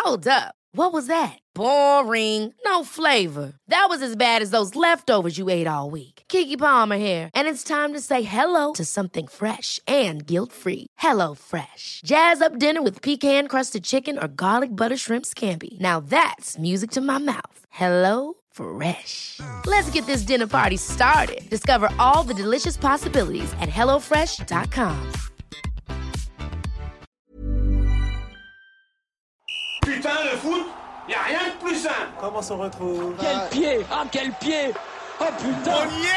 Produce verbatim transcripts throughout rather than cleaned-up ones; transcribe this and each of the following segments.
Hold up. What was that? Boring. No flavor. That was as bad as those leftovers you ate all week. Keke Palmer here, and it's time to say hello to something fresh and guilt-free. Hello Fresh. Jazz up dinner with pecan-crusted chicken or garlic butter shrimp scampi. Now that's music to my mouth. Hello Fresh. Let's get this dinner party started. Discover all the delicious possibilities at hello fresh dot com. Putain, le foot, y a rien de plus simple. Comment s'en retrouve? Quel pied! Ah, quel pied! Oh putain! On y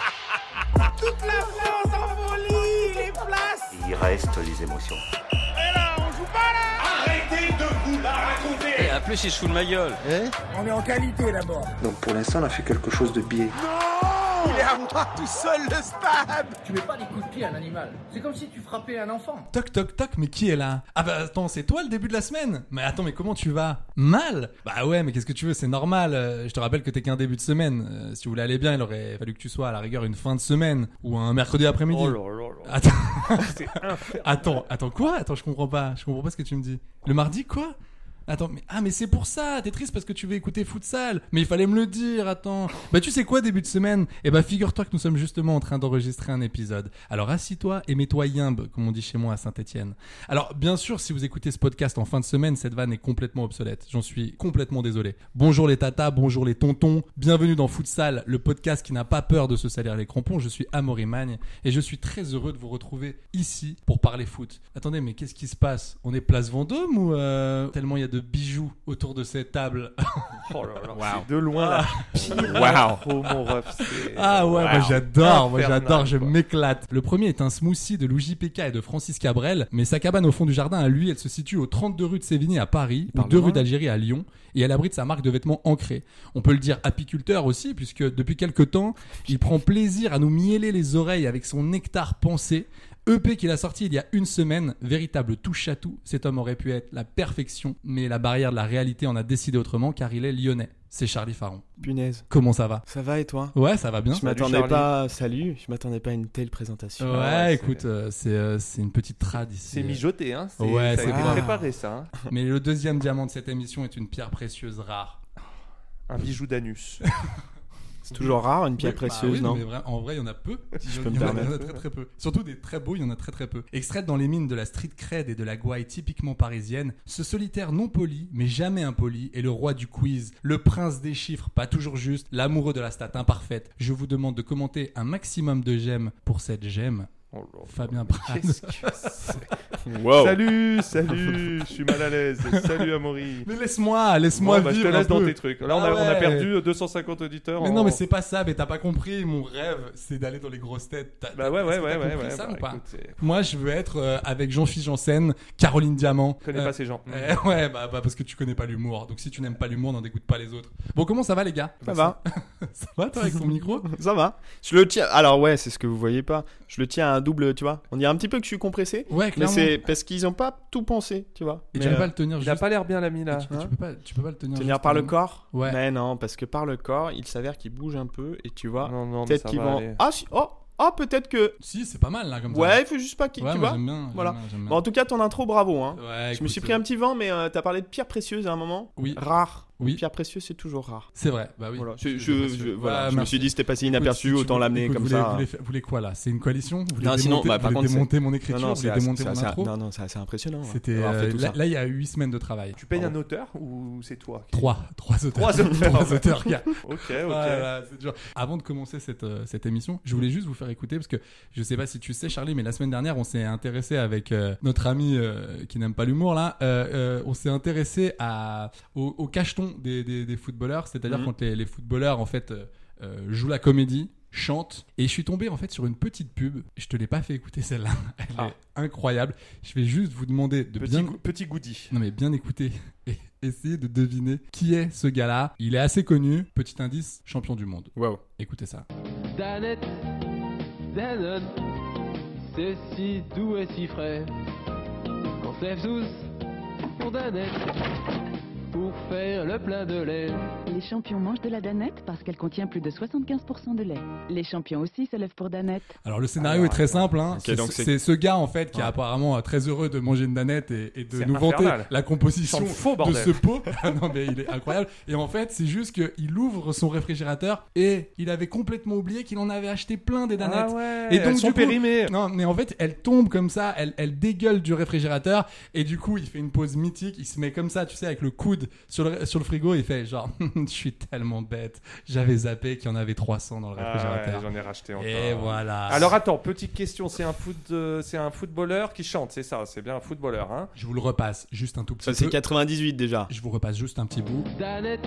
est. Toute la France en folie, les places. Il reste les émotions. Et là, on joue pas là. Arrêtez de vous la raconter. Et en plus, il se fout de ma gueule. Eh On est en qualité d'abord. Donc pour l'instant, on a fait quelque chose de biais. Non, il est à moi tout seul le stade. Tu mets pas des coups de pied à un animal. C'est comme si tu frappais un enfant. Toc toc toc, mais qui est là? Ah bah attends, c'est toi le début de la semaine? Mais attends, mais comment tu vas? Mal? Bah ouais, mais qu'est-ce que tu veux, c'est normal. Euh, je te rappelle que t'es qu'un début de semaine. Euh, si tu voulais aller bien, il aurait fallu que tu sois à la rigueur une fin de semaine ou un mercredi après-midi. Oh là là là. Attends. C'est infernal. Attends, attends quoi? Attends, je comprends pas. Je comprends pas ce que tu me dis. Le mardi quoi? Attends, mais ah mais c'est pour ça, t'es triste parce que tu veux écouter Futsal. Mais il fallait me le dire, attends. Bah tu sais quoi, début de semaine? Eh bah figure-toi que nous sommes justement en train d'enregistrer un épisode. Alors assis-toi et mets-toi yimbe, comme on dit chez moi à Saint-Étienne. Alors bien sûr, si vous écoutez ce podcast en fin de semaine, cette vanne est complètement obsolète. J'en suis complètement désolé. Bonjour les tatas, bonjour les tontons. Bienvenue dans Futsal, le podcast qui n'a pas peur de se salir les crampons. Je suis Amaury Magne et je suis très heureux de vous retrouver ici pour parler foot. Attendez, mais qu'est-ce qui se passe? On est place Vendôme ou euh, tellement il y a de bijoux autour de cette table? Oh là là. Wow. C'est de loin la pire Wow. intro, mon ref. C'est... Ah ouais, Wow. moi j'adore, moi Infernal, j'adore, je quoi. m'éclate. Le premier est un smoothie de Luigi Pecca et de Francis Cabrel, mais sa cabane au fond du jardin à lui, elle se situe au trente-deux rue de Sévigné à Paris, ou deux rue d'Algérie à Lyon, et elle abrite sa marque de vêtements Ancré. On peut le dire apiculteur aussi, puisque depuis quelque temps, il prend plaisir à nous mieller les oreilles avec son nectar pensé. E P qu'il a sorti il y a une semaine, véritable touche-à-tout. Cet homme aurait pu être la perfection, mais la barrière de la réalité en a décidé autrement car il est lyonnais. C'est Charlie Faron. Punaise. Comment ça va? Ça va et toi? Ouais, ça va bien. Je m'attendais Charlie. pas. Salut. Je m'attendais pas à une telle présentation. Ouais, Ah ouais, écoute, c'est- euh, c'est euh, c'est une petite trad ici. C'est mijoté, hein. C'est... Ouais, ça a c'est été grave. préparé, ça. Hein. Mais le deuxième diamant de cette émission est une pierre précieuse rare. Un bijou d'anus. C'est toujours rare une pierre Oui, bah précieuse, oui, non? mais vra- en vrai, il y en a peu. Si je Il y peux en me a- il y en permettre. a très très peu. Surtout des très beaux, il y en a très très peu. Extraite dans les mines de la street cred et de la gouaille typiquement parisienne, ce solitaire non poli, mais jamais impoli, est le roi du quiz, le prince des chiffres, pas toujours juste, l'amoureux de la stat imparfaite. Je vous demande de commenter un maximum de j'aime pour cette j'aime. Oh là là. Fabien Prade. Qu'est-ce que c'est? Wow. Salut, salut, je suis mal à l'aise. Salut Amaury. Mais laisse-moi, laisse-moi Bon, bah, je vivre te laisse un dans peu. tes trucs. Là, on a, Ah on a ouais. perdu deux cent cinquante auditeurs. Mais en... non, mais c'est pas ça, mais t'as pas compris. Mon rêve, c'est d'aller dans les grosses têtes. T'as- Bah ouais, est-ce ouais, que ouais, t'as ouais, compris ouais. ça bah, ou pas? écoute, c'est- Moi, je veux être euh, avec Jean-Philippe Janssen, Caroline Diamant. Je connais Euh, pas ces gens. euh, ouais, bah, bah parce que tu connais pas l'humour. Donc si tu n'aimes pas l'humour, n'en dégoûte pas les autres. Bon, comment ça va les gars? Ça va. Ça va toi avec ton micro? Ça va. Je le tiens. Alors ouais, c'est ce que vous voyez pas. Je le tiens à un double, tu vois. On dirait un petit peu que je suis compressé. Ouais, Mais clairement. c'est parce qu'ils ont pas tout pensé, tu vois. Et Mais, tu peux euh, pas le tenir Il juste. a pas l'air bien l'ami là. tu, tu Hein peux pas, tu peux pas le tenir. tenir juste par le en- corps. Ouais. Mais non, parce que par le corps, il s'avère qu'il bouge un peu et tu vois. Non, non, mais Peut-être ça qu'ils va vont. aller. Ah si. Oh. Ah peut-être que. Si, c'est pas mal là comme ça. Ouais, il faut juste pas qu'il. Ouais, tu moi, vois. j'aime bien. j'aime Voilà. bien, j'aime bien. Bon, en tout cas, ton intro, bravo. Hein. Ouais, Je me écoute, suis pris un petit vent, mais euh, t'as parlé de pierre précieuse à un moment. Oui. Rare. Oui. Pierre précieuse, c'est toujours rare. C'est vrai, bah oui. Voilà. Je, Je- je- je- je- ouais, voilà. je me merci. suis dit, c'était passé Écoute, inaperçu, si tu autant veux- l'amener écoute, comme vous ça. voulez, vous voulez, fa- vous voulez quoi là? C'est une coalition? Vous voulez Non, sinon, démonter, bah, vous par voulez contre, c'est- démonter mon écriture? Non, non, vous voulez c'est démonter c'est- mon c'est- intro? non, non, c'est assez impressionnant. hein, C'était d'avoir fait euh, tout là, ça. là, il y a eu huit semaines de travail. Tu payes Pardon. un auteur ou c'est toi qui- Trois, trois auteurs. Trois auteurs. Trois auteurs, gars. Ok, ok. Voilà, c'est dur. Avant de commencer cette, euh, cette émission, je voulais juste vous faire écouter parce que je sais pas si tu sais Charlie, mais la semaine dernière on s'est intéressé avec euh, notre ami euh, qui n'aime pas l'humour là, euh, euh, on s'est intéressé à, au, au cacheton des, des, des footballeurs, c'est-à-dire Mhm. quand les, les footballeurs en fait euh, euh, jouent la comédie, chantent, et je suis tombé en fait sur une petite pub. Je te l'ai pas fait écouter celle-là, elle Ah. est incroyable. Je vais juste vous demander de Petit, bien gou- petit goodie. non mais bien écouter et essayer de deviner qui est ce gars-là. Il est assez connu. Petit indice, champion du monde. Wow. Écoutez ça. Danette, Danone, c'est si doux et si frais. On se lève tous pour Danette. pour faire le plein de lait. Les champions mangent de la danette parce qu'elle contient plus de soixante-quinze pour cent de lait. Les champions aussi se lèvent pour danette. Alors le scénario est très simple, hein. Ok, c'est, donc c'est- c'est ce gars en fait qui est Ouais. apparemment euh, très heureux de manger une danette et, et de C'est nous vanter infernal. la composition Ils sont faux, de bordel. ce pot. Ah non mais il est incroyable. Et en fait c'est juste qu'il ouvre son réfrigérateur et il avait complètement oublié qu'il en avait acheté plein des danettes. Ah ouais, et donc elles sont du coup, périmées. non mais en fait elle tombe comme ça, elle, elle dégueule du réfrigérateur et du coup il fait une pause mythique, il se met comme ça tu sais avec le coude sur le, sur le frigo, il fait genre je suis tellement bête, j'avais zappé qu'il y en avait trois cents dans le Ah ouais, réfrigérateur. j'en ai racheté encore. Et voilà. Alors attends, petite question, c'est un foot, euh, c'est un footballeur qui chante, c'est ça, c'est bien un footballeur, hein. Je vous le repasse juste un tout petit Ça, c'est peu. quatre-vingt-dix-huit déjà. Je vous repasse juste un petit bout. Danette,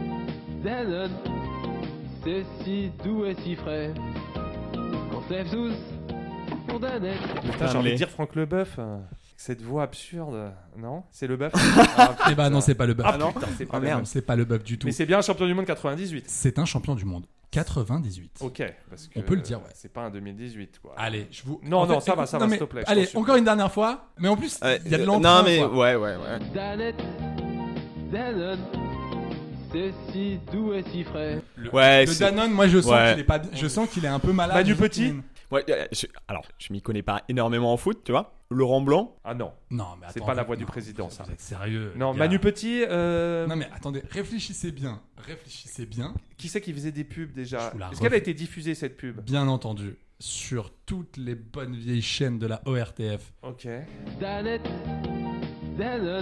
Danone, c'est si doux et si frais. On se lève tous pour Danette. Putain, j'ai de envie de lait. dire Franck Leboeuf. euh, Cette voix absurde, non? C'est le bœuf. Ah, Eh ben non, c'est pas le bœuf. Ah non. putain, c'est pas Ah, le merde. bœuf. C'est pas le bœuf du tout. Mais c'est bien un champion du monde quatre-vingt-dix-huit. C'est un champion du monde. quatre-vingt-dix-huit. Ok, parce que On peut le dire, ouais. c'est pas un deux mille dix-huit, quoi. Allez, je vous. Non, en non, fait, ça va, écoute- ça non, va, mais- s'il te plaît, je Allez, t'en supplie. encore une dernière fois. Mais en plus, Ouais, il y a de euh, l'emprunt. Non, mais quoi. ouais, ouais, ouais. Danette, Danone, c'est si doux et si frais. Ouais, Le c'est- Danone, moi je sens Ouais. qu'il est pas. Je sens qu'il est un peu malade. Manu Je sens Petit qu'il est- Ouais, euh, je- alors, je m'y connais pas énormément en foot, tu vois. Laurent Blanc. Ah non, Non, mais c'est attends, pas la vous- voix du non, président, vous ça. êtes sérieux. Non, les gars. Manu Petit, euh, Non, mais attendez, réfléchissez bien. Réfléchissez bien. qui c'est qui faisait des pubs déjà? Je vous la Est-ce qu'elle a refais. été diffusée cette pub? Bien entendu. Sur toutes les bonnes vieilles chaînes de la O R T F. Ok. Danette, Danone,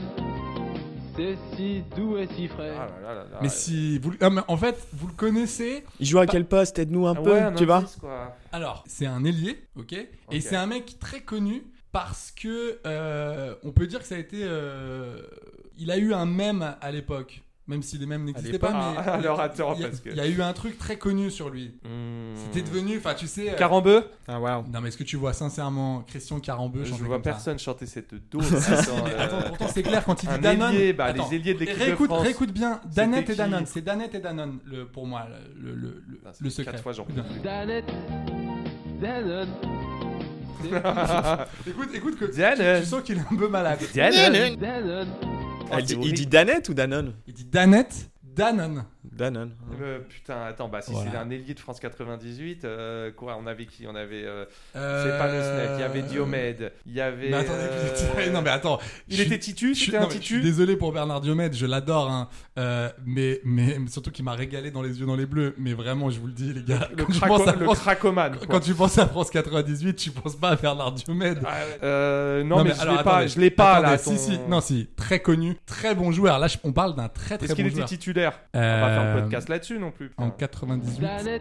c'est si doux et si frais. Ah là là là là. Mais si vous, ah, mais en fait, vous le connaissez. Il joue à quel poste? Aide-nous un Ah peu, ouais, un tu vois. indice, quoi. Alors, c'est un ailier, ok, Ok. et c'est un mec très connu parce que euh, on peut dire que ça a été, euh, il a eu un mème à l'époque, même si les mèmes n'existaient pas. Ah, Mais alors attends, il y a- parce que. il y a eu un truc très connu sur lui. Hmm. C'était devenu, enfin, tu sais. euh, Carambeu? Ah, waouh. Non, mais est-ce que tu vois sincèrement Christian Carambeu Je chanter vois comme ça personne chanter cette dose. Mais attends, pourtant c'est clair quand il dit un Danone. ailier, bah, Attends, les ailiers de l'équipe de réécoute, France. réécoute bien. Danette C'était et Danone, qui c'est Danette et Danone, le, pour moi, le, le, le, Putain, ça le fait secret. quatre fois, j'en peux Bien. plus. Danette, Danone, Écoute, écoute que Danone. tu, tu sens qu'il est un peu malade. Danone. Danone. Elle dit- il dit Danette ou Danone? Il dit Danette, Danone. Danone. Euh, putain, attends, bah si Voilà. c'est un ailier de France quatre-vingt-dix-huit, euh, quoi, on avait qui? On avait. Euh, Euh, C'est pas le snack, il y avait Diomède, il y avait. Mais attendez, euh, vous êtes- non mais attends. Il je était suis- titu, je suis- c'était non, un mais je suis titu. désolé pour Bernard Diomède, je l'adore, hein. Euh, mais, mais mais surtout qu'il m'a régalé dans les yeux dans les bleus. Mais vraiment, je vous le dis, les gars, Le, quand, tu craco- penses à le France, cracoman. quoi. quand tu penses à France quatre-vingt-dix-huit, tu penses pas à Bernard Diomède. Ah, euh, non, mais, je alors, l'ai pas, attendez, je l'ai pas attendez, là. Si ton- si, non si, très connu, très bon joueur. Là, je- on parle d'un très très Est-ce bon qu'il était joueur. titulaire On va pas faire Euh, un podcast là-dessus non plus. En putain. quatre-vingt-dix-huit. Danette,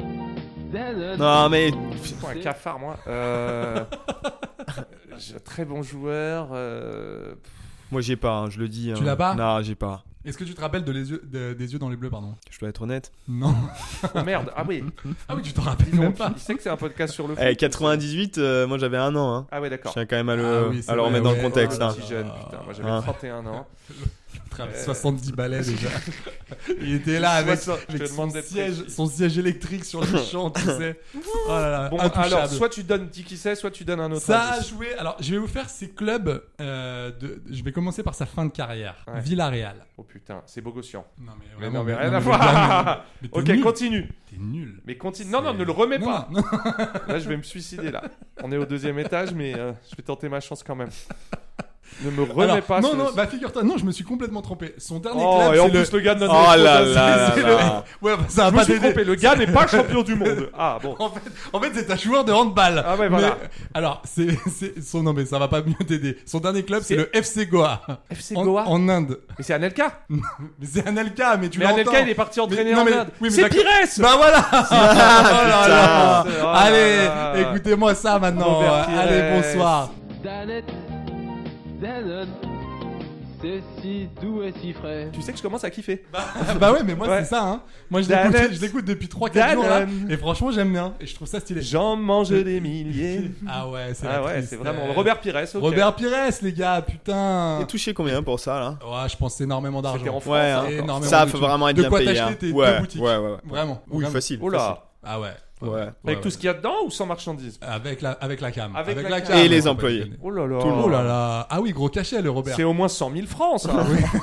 Danone. Non, mais. Je prends un cafard, moi. Euh... j'ai un très bon joueur. Euh... Moi, j'ai pas, hein, je le dis. Tu hein. l'as pas Non, j'ai pas. Est-ce que tu te rappelles de les yeux, de- des yeux dans les bleus, pardon? Je dois être honnête. Non. Oh merde, ah oui. Ah oui, tu t'en rappelles Dis même donc, pas. il sait que c'est un podcast sur le foot. Eh, quatre-vingt-dix-huit, euh, moi j'avais un an. Hein. Ah ouais, Je d'accord. tiens quand même à le, Ah oui, c'est à le vrai, remettre dans ouais. le contexte. Oh, hein. petit jeune, putain. Moi j'avais Ah. trente et un ans. Travis, Euh, soixante-dix balais déjà. Il était là avec, soixante, je te avec demande son, d'être siège, précis. son siège électrique sur le champ, tu sais. Oh là là, Bon, intouchable. alors, soit tu donnes dis qui c'est, soit tu donnes un autre Ça a indice. joué. Alors, je vais vous faire ses clubs. euh, de, je vais commencer par sa fin de carrière. Ouais. Villarreal. Oh putain, c'est Bogossian. Non mais, Mais vraiment, non, mais mais- rien non, à mais- voir. mais t'es Ok, nul. continue. T'es nul. Mais continue. Non, non, C'est- ne le remets Non, pas. non, non. Là, je vais me suicider là. On est au deuxième étage, mais euh, je vais tenter ma chance quand même. Ne me remets Alors, pas. non, ce- non, bah figure-toi, non, je me suis complètement trompé. Son dernier Oh, club, et en c'est plus, le. le gars de notre Oh époque, là hein, là c'est- là c'est là. Ouais, bah, ça va le- Je me pas suis t'aider. trompé. Le gars n'est pas champion du monde. Ah bon. En fait, en fait, c'est un joueur de handball. Ah ouais, voilà. Mais- alors, c'est, c'est son nom, mais ça va pas mieux t'aider. Son dernier club, c'est, C'est- le F C Goa. F C En- Goa. En Inde. Mais c'est Anelka. Mais c'est Anelka, mais tu Mais l'entends. Anelka, il est parti entraîner Mais- non, en mais- Inde. oui, mais C'est d'accord. Pires. Bah voilà. Oh là là. putain. Oh là Allez, là. écoutez-moi ça maintenant. Robert Pires. Allez, bonsoir. Danette, Danone, c'est si doux et si frais. Tu sais que je commence à kiffer. Bah ouais, mais moi Ouais. c'est ça. Hein. Moi je Danone. l'écoute, je l'écoute depuis trois quatre jours là, Danone. et franchement j'aime bien. Et je trouve ça stylé. J'en mange des milliers. Ah ouais, c'est Ah la ouais, tristesse. c'est vraiment Robert Pires. ok. Robert Pires, les gars, putain. Et touché combien pour ça là? Ouais, je pense que c'est énormément d'argent. C'était en France. Ouais, hein, hein. encore. Énormément Ça de faut thunes. vraiment être De bien quoi payé. t'acheter hein. tes ouais, deux boutiques. ouais, ouais, ouais. Vraiment. Oui, Vraiment. facile. Oh là. Ah ouais. Ouais. Ouais, Avec ouais, tout ouais. ce qu'il y a dedans ou sans marchandise? Avec la, avec la cam. Avec la la cam. Et les on va employés. pas déconner. Oh là là. Oh là là. Ah oui, gros cachet, le Robert. C'est au moins cent mille francs, ça.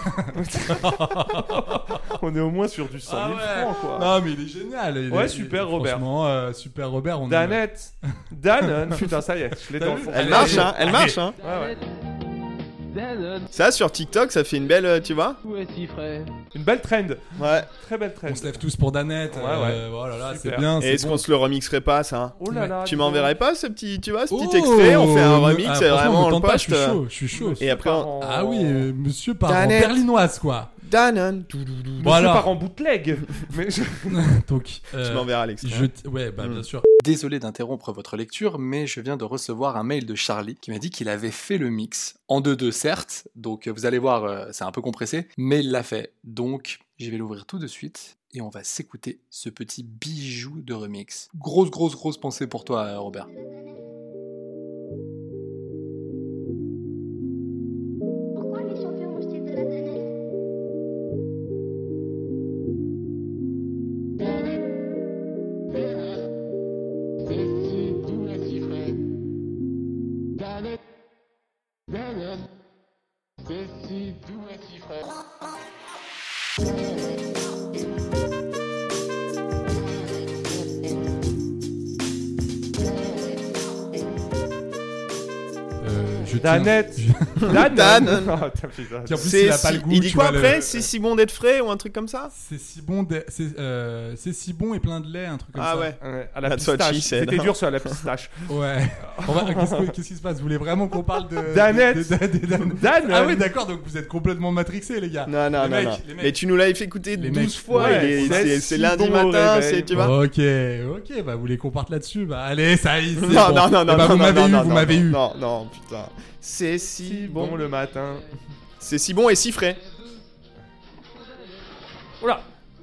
On est au moins sur du cent mille Ah ouais. francs, quoi. Non, mais il est génial. Il Ouais, est- super, il- Robert. Franchement, euh, super Robert. On est- Danette. Dan. Putain, ça y est, je l'ai T'as dans le vu fond. Elle Allez, marche, allez. hein. Elle marche, hein. Ouais, ouais. Danone, Ça, sur TikTok, ça fait une belle, euh, tu vois. tout est si frais. Une belle trend. Ouais. Très belle trend. On se lève tous pour Danette. Ouais, euh, Oh là là, Super. c'est bien. Et c'est est-ce bon. qu'on se le remixerait pas, ça? Oh là là. Tu m'enverrais pas ce petit, tu vois, ce petit Oh, extrait? On fait un remix, ah, c'est franchement, vraiment me on le tente pas, poste. Je suis chaud, je suis chaud. Et après, on... Ah oui, euh, monsieur parent Danette. berlinoise, quoi. Danone. Bon alors. Par en bootleg. Mais je... Donc, euh, Tu m'enverras l'extrait. je t- ouais, bah Mm. bien sûr. Désolé d'interrompre votre lecture, mais je viens de recevoir un mail de Charlie qui m'a dit qu'il avait fait le mix. En deux deux, certes, donc euh, vous allez voir, euh, c'est un peu compressé, mais il l'a fait. Donc, je vais l'ouvrir tout de suite et on va s'écouter ce petit bijou de remix. Grosse, grosse, grosse pensée pour toi, euh, Robert. Pourquoi les champions ont-ils de la tenue? C'est si doux et si frais. Danette, Danone, c'est si doux et si frais. Euh, je Danette. tiens- Dan. Dan. Oh, t'as fait ça. Qui en plus, C'est il a pas si- le goût. il dit tu quoi vois, le- après? C'est si bon d'être frais ou un truc comme ça? C'est si bon, de- c'est euh, c'est si bon et plein de lait, un truc comme Ah ça. ouais. Ouais, à la That's what pistache. she said. C'était dur sur la pistache. Ouais. On va- Qu'est-ce que- qu'est-ce qui se passe? Vous voulez vraiment qu'on parle de Danette. de- de- de- de- Dan- Dan. Ah oui, d'accord. Donc vous êtes complètement matrixés, les gars. Non, non, Les non, mecs, non. les mecs. Mais tu nous l'avais fait écouter Les douze mecs, fois. ouais, il est- c'est c'est si c'est lundi bon au matin, réveil. c'est, tu vois. Ok, ok. Bah vous voulez qu'on parte là-dessus? Bah allez, ça y est. c'est Non, bon. non, non, Eh non, bah, non, vous m'avez non, eu, non, vous non, m'avez non, eu. Non, non, putain. C'est si Si bon. bon le matin. C'est si bon et si frais. Oula.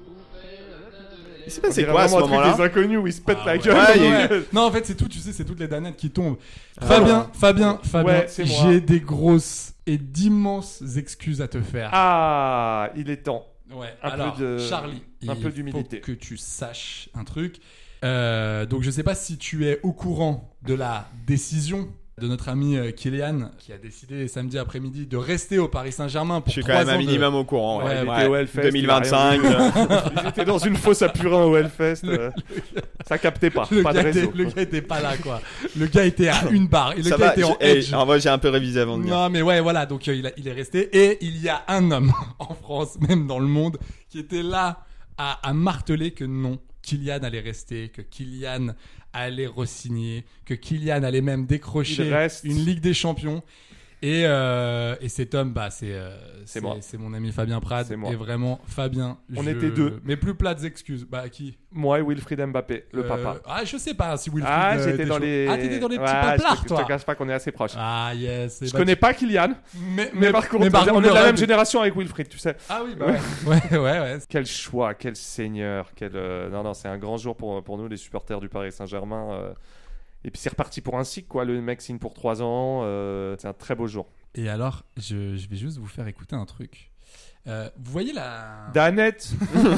Il s'est On passé dirait quoi à ce vraiment un truc moment-là? des inconnus où ils se pètent Ah la ouais. gueule. Ouais, il y a Ouais. gueule. Non, en fait, c'est tout, tu sais, c'est toutes les danettes qui tombent. Ah. Fabien, Fabien, Fabien, Ouais, c'est moi. j'ai des grosses et d'immenses excuses à te faire. Ah, il est temps. Ouais, Un peu alors, de- Charlie, un il peu d'humilité. faut que tu saches un truc. Euh, donc, je sais pas si tu es au courant de la décision de notre ami euh, Kylian, qui a décidé samedi après-midi de rester au Paris Saint-Germain Je pour suis quand trois même un ans de- minimum au courant. Ouais, Ouais, il ouais. était au Hellfest, deux mille vingt-cinq. il a rien vu. Il était dans une fosse à Purin au Hellfest. euh, Ça captait pas. Le Pas de gars, était, réseau. le gars était pas là, quoi. Le gars était à une barre. Et le Ça gars va, était en j'ai- eh, edge. en vrai, j'ai un peu révisé avant de venir. Non, mais ouais, voilà. Donc, euh, il, a- il est resté. Et il y a un homme en France, même dans le monde, qui était là à, à marteler que non, Kylian allait rester, que Kylian allait re-signer, que Kylian allait même Il décrocher reste. une Ligue des Champions. Et, euh, et cet homme, bah, c'est euh, C'est moi. c'est mon ami Fabien Prade. C'est moi. Et vraiment, Fabien. On je- était deux. Mais plus plates excuses. Bah, qui Moi et Wilfried Mbappé, le Euh, papa. Ah, je sais pas si Wilfried. Ah, euh, j'étais était dans chaud. les. Ah, t'étais dans les petits Ouais, paplards, je te- toi. Je te cache pas qu'on est assez proches. Ah, yes. et Je bah, connais tu- pas Kylian, Mais, mais par contre, par on contre, est de le la même rêve- génération avec Wilfried, tu sais. Ah oui, bah ouais. ouais, ouais, ouais. Quel choix, quel seigneur, quel. euh, Non, non, c'est un grand jour pour, pour nous, les supporters du Paris Saint-Germain. euh, Et puis c'est reparti pour un cycle, quoi. Le mec signe pour trois ans. euh, C'est un très beau jour. Et alors, je, je vais juste vous faire écouter un truc. Euh, vous voyez la... Danette.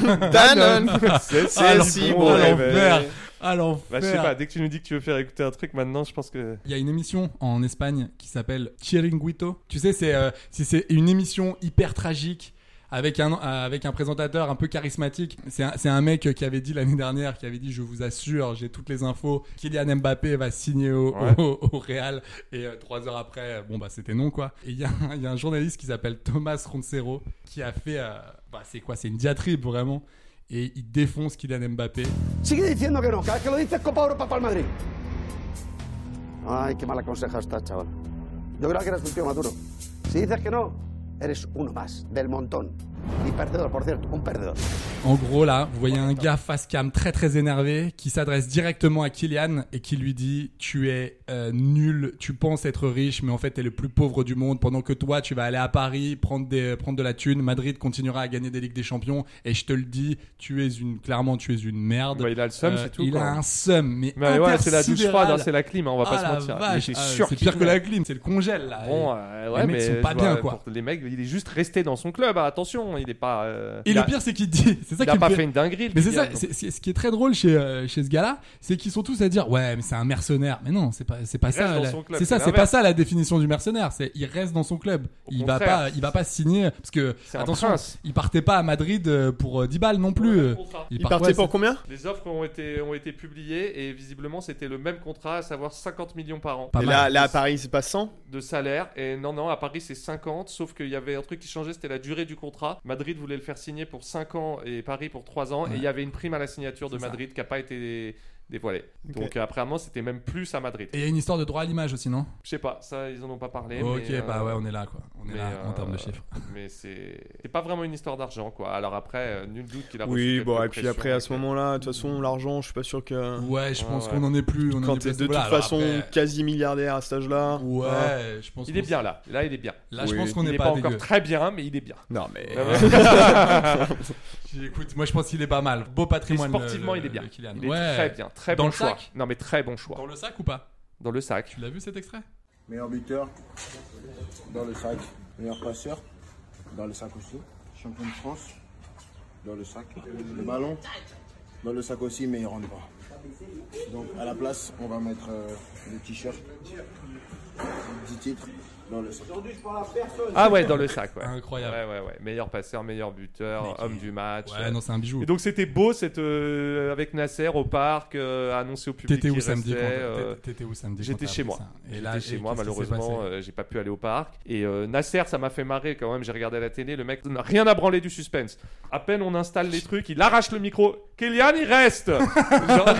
Danone. C'est Ah, c'est si l'enfer. bon. À ouais, l'enfer. ouais. À l'enfer. Bah, je sais pas, dès que tu nous dis que tu veux faire écouter un truc, maintenant, je pense que. Il y a une émission en Espagne qui s'appelle Chiringuito. Tu sais, c'est euh, si c'est une émission hyper tragique avec un euh, avec un présentateur un peu charismatique. C'est un, c'est un mec qui avait dit l'année dernière, qui avait dit, je vous assure, j'ai toutes les infos, Kylian Mbappé va signer au, Ouais. au, au Real. Et euh, trois heures après, bon bah c'était non, quoi. Et il y a un- il y a un journaliste qui s'appelle Thomas Roncero qui a fait, euh, bah c'est quoi, c'est une diatribe vraiment. Et il défonce Kylian Mbappé. Sigue diciendo que no. Cada vez que lo dices, Copa Europa para el Madrid. Ay, qué mal aconsejado estás, chaval. Yo creo que eres un tío maduro. Si dices que no, eres uno más, del montón. Y perdedor, por cierto, un perdedor. En gros, là, vous voyez un gars face cam très très énervé qui s'adresse directement à Kylian et qui lui dit « Tu es euh, nul, tu penses être riche, mais en fait, tu es le plus pauvre du monde. Pendant que toi, tu vas aller à Paris, prendre, des, prendre de la thune. Madrid continuera à gagner des Ligues des Champions. Et je te le dis, tu es une, clairement, tu es une merde. Bah, il a le seum, Euh, c'est tout, Il quoi. a un seum, mais, Mais ouais, c'est la douche intersidéral. froide, hein, c'est la clim, hein, on va pas Ah, se la mentir. vache. Mais j'ai Ah, sûr c'est qu'il pire que vient. la clim, c'est le congèle, là. Bon, Et euh, ouais, les mecs mais sont pas je bien, vois, quoi. pour les mecs, il est juste resté dans son club. hein, attention, il est pas. euh, Et il le a- pire, c'est qu'il dit, c'est ça il qui a me pas fait... fait une dinguerie. le Mais c'est Kylian, ça, donc. c'est, c'est- ce qui est très drôle chez euh, chez ce gars-là, c'est qu'ils sont tous à dire ouais, mais c'est un mercenaire. Mais non, c'est pas c'est pas Il ça. reste dans la- son club, c'est ça, c'est c'est pas l'inverse. ça la définition du mercenaire. C'est il reste dans son club. Au Il va contraire. pas il va pas signer parce que C'est un attention, prince. il partait pas à Madrid euh, pour euh, dix balles non plus. Ouais, Euh, contrat. Il part- partait ouais, pour c'est- combien? Les offres ont été, ont été publiées et visiblement c'était le même contrat, à savoir cinquante millions par an Pas Et mal. là, là, à Paris, c'est pas cent? de salaire. Et non, non, à Paris c'est cinquante, sauf qu'il y avait un truc qui changeait, c'était la durée du contrat. Madrid voulait le faire signer pour cinq ans et Paris pour trois ans. Ouais. Et il y avait une prime à la signature de C'est ça. Madrid qui n'a pas été dévoilée. Ok. Donc euh, apparemment c'était même plus à Madrid. Et il y a une histoire de droit à l'image aussi, non? Je sais pas, ça ils en ont pas parlé. Ok, mais, bah euh, ouais, on est là quoi. On est mais, là en euh, termes de chiffres. Mais c'est c'est pas vraiment une histoire d'argent quoi. Alors après, euh, nul doute qu'il a reçu Oui, quelques bon, et puis pressions après, à ce et que- moment-là, de toute façon, l'argent, je suis pas sûr que. Ouais, je pense ouais. qu'on en est plus. On en Quand est t'es plus de toute voilà, alors façon après- quasi milliardaire à cet âge-là. Ouais, hein. je pense. Il qu'on est bien là. Là, il est bien. Là, je Oui. pense qu'on Il n'est n'est pas, pas, encore dégueu. très bien, mais il est bien. Non, mais. Écoute, moi je pense qu'il est pas mal. Beau Et patrimoine. sportivement, le- il est bien. le Kylian. Il est Ouais. très bien. Très Dans bon le choix. sac Non, mais très bon choix. Dans le sac ou pas? Dans le sac. Tu l'as vu cet extrait? Meilleur buteur, dans le sac. Meilleur passeur, dans le sac aussi. Champion de France, dans le sac. Le ballon, dans le sac aussi, mais il rentre pas. Donc à la place, on va mettre euh, le t-shirt. dix titres dans le sac. Ah ouais, dans le sac, ouais. Incroyable. Ouais, ouais, ouais. Meilleur passeur, meilleur buteur, homme du match. Ouais, non, c'est un bijou. Et donc c'était beau, cette, euh, avec Nasser au parc, euh, annoncer au public T'étais où qu'il samedi restait, quand- euh, t'étais- t'étais où samedi quand J'étais t'as chez appris moi. ça Et J'étais là, chez et moi, qu'est-ce qui s'est malheureusement, passé euh, j'ai pas pu aller au parc. Et euh, Nasser, ça m'a fait marrer quand même. J'ai regardé à la télé, le mec n'a rien à branler du suspense. À peine on installe les trucs, il arrache le micro. Kylian, il reste. Genre,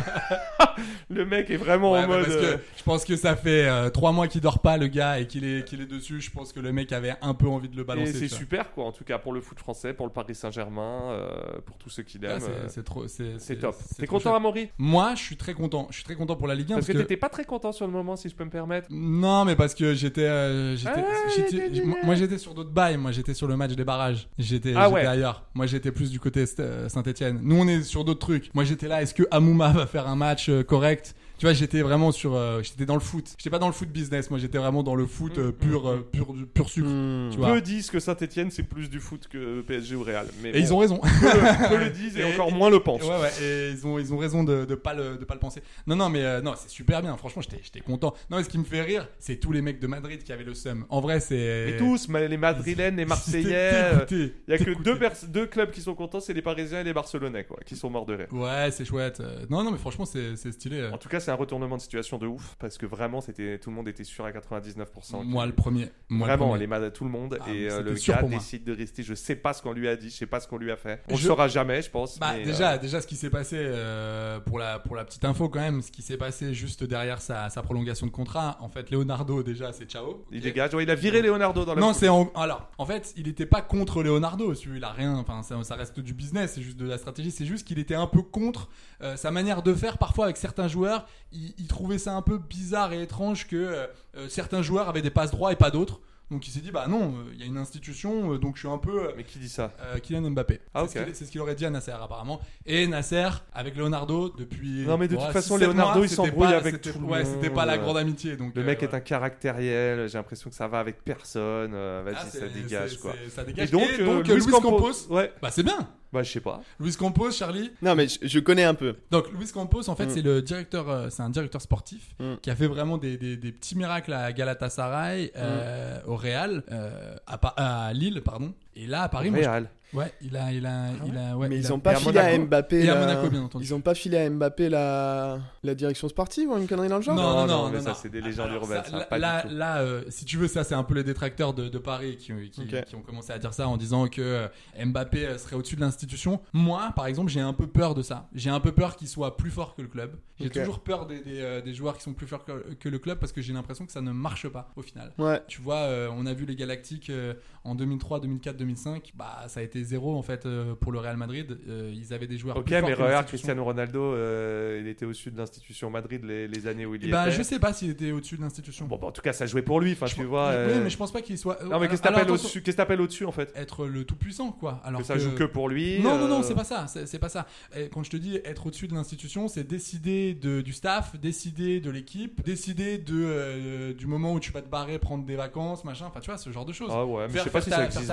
le mec est vraiment Ouais, en bah, mode. parce que euh, je pense que ça fait euh, trois mois qu'il dort pas le gars et qu'il est qu'il est dessus. Je pense que le mec avait un peu envie de le balancer. Et c'est tu vois. super quoi, en tout cas pour le foot français, pour le Paris Saint-Germain, euh, pour tous ceux qui Ah, l'aiment. c'est- euh, c'est trop, c'est c'est top. c'est T'es trop content, chouette. Amaury? Moi, je suis très content. Je suis très content pour la Ligue un Parce parce, que t'étais pas très content sur le moment, si je peux me permettre. Non, mais parce que j'étais, euh, j'étais, Ah, j'étais- j- moi, moi, j'étais sur d'autres bails. Moi j'étais sur le match des barrages. J'étais, Ah j'étais ouais. ailleurs. Moi j'étais plus du côté euh, Saint-Etienne. Nous on est sur d'autres trucs. Moi j'étais là. Est-ce que Amouma va faire un match euh, correct? Tu vois, j'étais vraiment sur, euh, j'étais dans le foot. J'étais pas dans le foot business. Moi j'étais vraiment dans le foot euh, pur, euh, pur, pur sucre. Hmm. Tu vois. Peu disent que Saint-Etienne c'est plus du foot que P S G ou Real. Mais Et bon, ils ont raison. Peu, le- peu le disent et, encore moins le pensent. Ouais, ouais, et ils ont, ils ont raison de, de pas le, de pas le penser. Non, non, mais euh, non, c'est super bien. Franchement, j'étais, j'étais content. Non, mais ce qui me fait rire, c'est tous les mecs de Madrid qui avaient le seum. En vrai, c'est. Et tous, mais les Madrilènes, les Marseillais. T'es dégoûté. Il y a T'es que dégoûté. deux, pers- deux clubs qui sont contents, c'est les Parisiens et les Barcelonais, quoi, qui sont morts de rire. Ouais, c'est chouette. Euh, Non, non, mais franchement, c'est, c'est stylé. euh. En tout cas, c'est un retournement de situation de ouf parce que vraiment, c'était tout le monde était sûr à quatre-vingt-dix-neuf pour cent. Moi, le premier. Moi, le Vraiment, premier. les Mad- tout le monde. Ah, et mais euh, c'était le sûr gars pour moi. décide de rester. Je sais pas ce qu'on lui a dit, je sais pas ce qu'on lui a fait. On Je- le saura jamais, je pense. Bah mais, déjà, euh, déjà ce qui s'est passé euh, pour la pour la petite info quand même, ce qui s'est passé juste derrière sa, sa prolongation de contrat. En fait, Leonardo déjà c'est ciao. il Ok. dégage. Ouais, il a viré Leonardo dans la. Non, foule. c'est en... alors en fait, il était pas contre Leonardo, si tu veux, il a rien, enfin ça, ça reste du business, c'est juste de la stratégie, c'est juste qu'il était un peu contre euh, sa manière de faire parfois avec certains joueurs, il, il trouvait ça un peu bizarre et étrange que euh, euh, certains joueurs avaient des passes droits et pas d'autres. Donc il s'est dit bah non, euh, il y a une institution, euh, donc je suis un peu euh, Mais qui dit ça? euh, Kylian Mbappé. Ah, C'est ce ok. qu'il- c'est ce qu'il aurait dit à Nasser apparemment. Et Nasser avec Leonardo depuis. Non, mais de ouais, toute façon, six, sept Leonardo, mois, il c'était s'embrouille pas- avec c'était- tout le Ouais, monde. c'était pas la grande amitié. Donc Le euh, mec est ouais. un caractériel. J'ai l'impression que ça va avec personne. euh, Vas-y, Ah, ça c'est- dégage c'est- quoi. c'est- ça dégage. Et donc, Et euh, donc, Luis Luis Campos. Campos. Ouais. Bah c'est bien. Bah je sais pas. Luis Campos, Charlie. Non, mais je, je connais un peu. Donc Luis Campos, en fait, Mm. c'est le directeur, euh, c'est un directeur sportif Mm. qui a fait vraiment des, des, des petits miracles à Galatasaray, euh, au Real, euh, à, Pa- à Lille, pardon. Et là à Paris, moi, je- Real. ouais, il a, il a, il a, ouais, Mais il ils a- ont pas et à filé à Monaco. Mbappé. Et à la- Monaco, bien entendu. Ils ont pas filé à Mbappé la, la direction sportive ou une connerie dans le genre? Non, non, non, mais non, ça non. c'est des légendes Alors, urbaines. ça, ça, là, pas là, du tout. là, euh, si tu veux, ça, c'est un peu les détracteurs de, de Paris qui, qui, Ok. qui ont commencé à dire ça en disant que euh, Mbappé euh, serait au-dessus de l'institution. Moi, par exemple, j'ai un peu peur de ça. J'ai un peu peur qu'il soit plus fort que le club. J'ai Ok. toujours peur des, des, euh, des joueurs qui sont plus forts que, que le club parce que j'ai l'impression que ça ne marche pas au final. Ouais. Tu vois, euh, on a vu les Galactiques euh, en deux mille trois, deux mille quatre, deux mille cinq. Bah, ça a été zéro en fait euh, pour le Real Madrid. Euh, ils avaient des joueurs Ok, plus forts mais que regarde, l'institution. Cristiano Ronaldo, euh, il était au-dessus de l'institution Madrid les, les années où il y Eh bah, était. je sais pas s'il était au-dessus de l'institution. Bon, bah, en tout cas, ça jouait pour lui. Enfin, Je tu pense- vois. Oui, euh, mais je pense pas qu'il soit. Non, mais qu'est-ce que Alors, t'appelles attention, au-dessus Qu'est-ce que t'appelles au-dessus en fait être le tout puissant quoi. Alors Que ça joue que pour lui. Non, non, non, euh, c'est pas ça. C'est c'est pas ça. Et quand je te dis être au-dessus de l'institution, c'est décider de, du staff, décider de l'équipe, décider de, euh, du moment où tu vas te barrer, prendre des vacances, machin. Enfin, tu vois, ce genre de choses. Ah ouais, mais Faire- je sais pas faire si ta- ça faire existe ta life. vraiment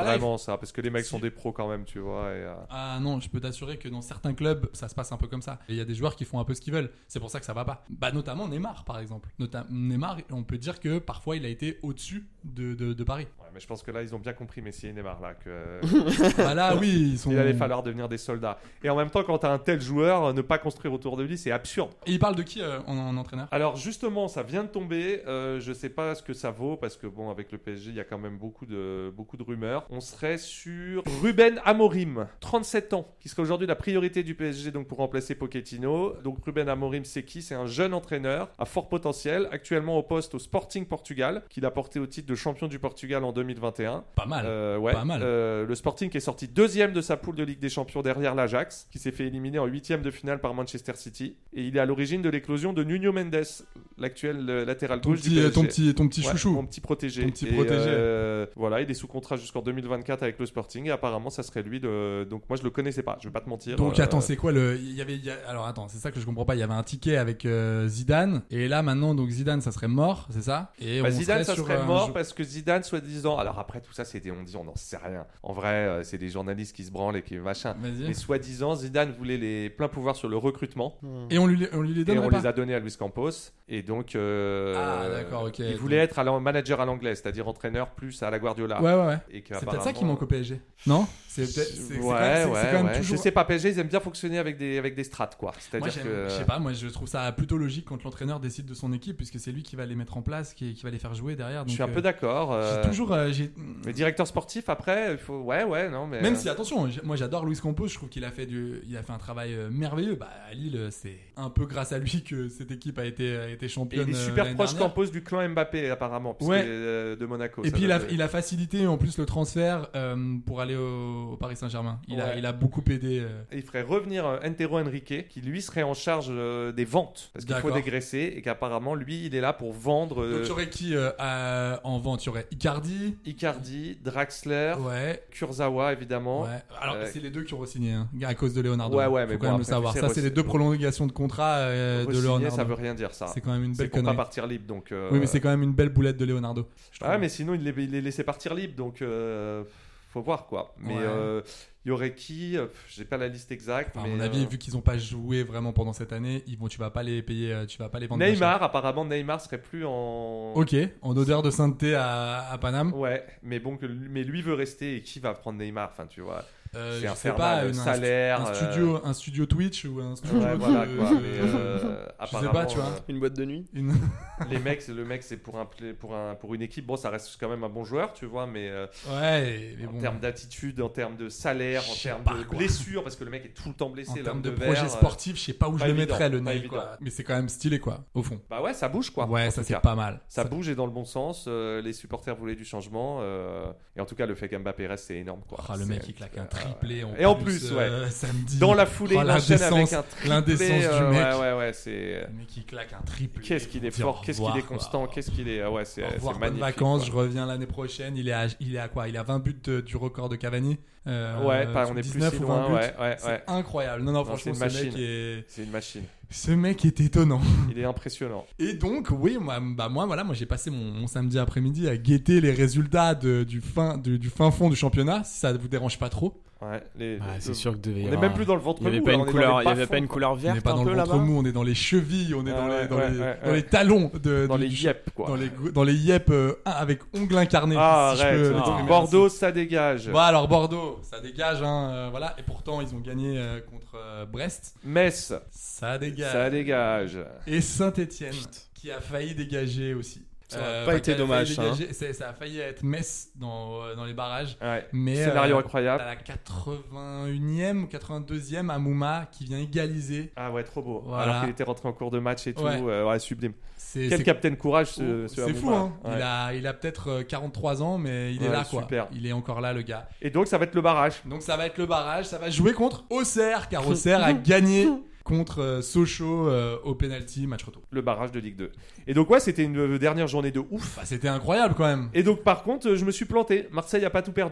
ça, parce que les mecs sont des pros quand même, tu vois. Et, euh... Ah non, je peux t'assurer que dans certains clubs, ça se passe un peu comme ça. Et il y a des joueurs qui font un peu ce qu'ils veulent. C'est pour ça que ça va pas. Bah notamment Neymar, par exemple. Nota- Neymar, on peut dire que parfois il a été au-dessus de, de, de Paris. Ouais, mais je pense que là, ils ont bien compris Messi et Neymar là que. Bah là, oui, ils sont. Il allait falloir devenir des soldats. Et en même temps, quand t'as un tel joueur, ne pas construire autour de lui, c'est absurde. Et il parle de qui euh, en, en entraîneur? Alors justement, ça vient de tomber. Euh, je sais pas ce que ça vaut parce que bon, avec le P S G, il y a quand même beaucoup de beaucoup de rumeurs. On serait sur Ruben Amorim, trente-sept ans, qui serait aujourd'hui la priorité du P S G donc pour remplacer Pochettino. Donc Ruben Amorim, c'est qui? C'est un jeune entraîneur à fort potentiel, actuellement au poste au Sporting Portugal, qu'il a porté au titre de champion du Portugal en deux mille vingt et un. Pas mal. Euh, ouais. Pas mal. Euh, le Sporting qui est sorti deuxième de sa poule de Ligue des Champions derrière l'Ajax, qui s'est fait éliminer en huitième de finale par Manchester City. Et il est à l'origine de l'éclosion de Nuno Mendes, l'actuel euh, latéral Ton gauche petit, du P S G. ton petit, ton petit Ouais, chouchou. mon petit protégé. Ton petit Et, protégé. euh, voilà, il est sous contrat jusqu'en deux mille vingt-quatre avec le Sporting et apparemment ça serait lui de. Donc moi je le connaissais pas, je vais pas te mentir. Donc Euh, attends, c'est quoi le il y avait il y a- alors attends, c'est ça que je comprends pas, il y avait un ticket avec euh, Zidane et là maintenant donc Zidane ça serait mort, c'est ça? Et Bah, on Zidane, ça sur serait un mort jeu- parce que Zidane, soi-disant. Alors après, tout ça, c'est des on dit, on n'en sait rien. En vrai, euh, c'est des journalistes qui se branlent et qui machin. Vas-y. Mais soi-disant, Zidane voulait les pleins pouvoirs sur le recrutement. Et on lui on lui les Et donnerait on pas. les a donnés à Luis Campos. Et donc, euh, Ah, d'accord, ok. il voulait être à l'en- manager à l'anglais, c'est-à-dire entraîneur plus à la Guardiola. Ouais ouais ouais. Et que C'est peut-être ça apparemment- qui manque au P S G. Non? C'est peut-être c'est- c'est Ouais, quand même- c'est- ouais, c'est quand même ouais. toujours Je sais pas, P S G, ils aiment bien fonctionner avec des, avec des strates, quoi. Moi, C'est-à-dire j'aime- que. je sais pas, moi je trouve ça plutôt logique quand l'entraîneur décide de son équipe puisque c'est lui qui va les mettre en place, qui, qui va les faire jouer derrière. Je donc, suis un euh, peu d'accord. euh, J'ai toujours euh, j'ai- Le directeur sportif, après, il faut. Ouais, ouais, non, mais. Même si attention, j- moi j'adore Luis Campos, je trouve qu'il a fait du, il a fait un travail euh, merveilleux. Bah à Lille, euh, c'est un peu grâce à lui que cette équipe a été a été Et championne. il est euh, super l'année proche dernière. Campos du clan Mbappé, apparemment, parce Ouais. qu'il est, euh, de Monaco. Et ça puis il doit a, être- il a facilité en plus le transfert euh, pour aller au, au Paris Saint-Germain. Il, a, Ouais. il a beaucoup aidé. euh. Et il ferait revenir euh, Antero Henrique, qui lui serait en charge euh, des ventes, parce qu'il faut D'accord. dégraisser, et qu'apparemment, lui, il est là pour vendre. euh, Donc il y aurait qui euh, à- en vente? Il y aurait Icardi. Icardi, Draxler, Ouais. Kurzawa, évidemment. Ouais. Alors Euh, c'est les deux qui ont re-signé hein, à cause de Leonardo. Ouais, ouais, Faut mais quand bon, même le après, savoir. tu sais, Ça c'est les re- deux prolongations de contrat euh, de Re-signer, Leonardo. ça veut rien dire, ça. C'est quand même une belle C'est pour connerie. pas partir libre, donc. euh, Oui, mais c'est quand même une belle boulette de Leonardo. je trouve. Ah, mais sinon, il les, il les laissait partir libre, donc. euh, Faut voir, quoi. Mais Ouais. euh, il y aurait qui euh, J'ai pas la liste exacte. Enfin, à mais, mon avis, euh, vu qu'ils ont pas joué vraiment pendant cette année, ils vont, tu vas pas les payer, euh, tu vas pas les vendre. moins cher. Neymar, apparemment, Neymar serait plus en. Ok, en odeur de sainteté à, à Paname. Ouais, mais bon, que, lui- mais lui veut rester et qui va prendre Neymar? Enfin, tu vois. Euh, c'est je sais infernal, pas, le une- un, salaire. un euh, studio, un studio Twitch ou un studio. Ouais, voilà, de- quoi. de- Mais, euh, je sais apparemment, pas, tu vois. euh, Une boîte de nuit. Une- Les mecs, c'est- le mec, c'est pour un, pla- pour un, pour une équipe. Bon, ça reste quand même un bon joueur, tu vois, mais. euh, Ouais, mais en bon. termes d'attitude, en termes de salaire, en Je sais termes pas, de quoi. blessure, parce que le mec est tout le temps blessé. En l'homme termes de verre, projet euh, sportif, je sais pas où je pas le évident, mettrais le pas nez, évident. quoi. Mais c'est quand même stylé, quoi, au fond. Bah ouais, ça bouge, quoi. Ouais, en ça tout c'est cas. pas mal. Ça bouge et dans le bon sens. euh, les supporters voulaient du changement. euh, et en tout cas, le fait qu'Mbappé reste, c'est énorme, quoi. Ah, le C'est- mec il claque un euh, triplé en Et en plus, ouais. euh, samedi. Dans la foulée, Oh, il enchaîne avec l'indécence, un triplé. l'indécence du euh, mec. Ouais, ouais, ouais, c'est. Le mec il claque un triplé. Qu'est-ce qu'il est Faut dire fort, au qu'est-ce qu'il revoir, est constant, quoi. qu'est-ce qu'il est. Ah ouais, c'est Au c'est revoir, bonnes magnifique. vacances, quoi. je reviens l'année prochaine. Il est à, il est à quoi? Il a vingt buts de- du record de Cavani. Euh, Ouais, pas- sur on est plus dix-neuf si ou vingt loin, buts. ouais, ouais, C'est ouais. incroyable. Non, non, Non, franchement, c'est une ce mec machine. est. C'est une machine. Ce mec est étonnant. Il est impressionnant. Et donc, oui, moi, bah, moi, voilà, moi, j'ai passé mon, mon samedi après-midi à guetter les résultats de- du, fin, du, du fin fond du championnat, si ça vous dérange pas trop. Ouais, les, Ah, les- c'est sûr que devait y On est avoir- même plus dans le ventre Il y avait mou, pas là, une on est dans couleur, les il y avait bas-fonds. pas une couleur On n'est verte pas un dans peu le ventre là-bas. mou, on est dans les chevilles, on est dans, Ouais, les, dans, ouais, les, ouais, dans ouais. les talons de, Dans du- les du- yep, quoi. Dans les, dans les yep euh, avec ongles incarnés. Ah, si je arrête. peux Ah. l'exprimer Bordeaux, ainsi. ça dégage. Bon, alors Bordeaux, ça dégage, hein, euh, voilà. Et pourtant, ils ont gagné euh, contre euh, Brest. Metz, Ça dégage. ça dégage. Et Saint-Etienne, qui a failli dégager aussi. Ça aurait pas enfin, été qui a failli dommage, ça, hein. dégager- c'est- Ça a failli être Metz dans, euh, dans les barrages. Ouais. Mais Scénario euh, incroyable. À la quatre-vingt-unième ou quatre-vingt-deuxième, Amouma qui vient égaliser. Ah ouais, trop beau. Voilà. Alors qu'il était rentré en cours de match et tout. Ouais. euh, Ouais, sublime. C'est, Quel c'est- capitaine courage, ce, ce c'est fou, Amouma. hein. Ouais. Il a, il a peut-être euh, quarante-trois ans, mais il est Ouais, là, quoi. super. Il est encore là, le gars. Et donc, ça va être le barrage. Donc ça va être le barrage, ça va jouer contre Auxerre, car Auxerre a gagné contre euh, Sochaux euh, au penalty, match retour. Le barrage de Ligue deux. Et donc, ouais, c'était une euh, dernière journée de ouf. Bah, c'était incroyable quand même. Et donc, par contre, euh, je me suis planté. Marseille a pas tout perdu.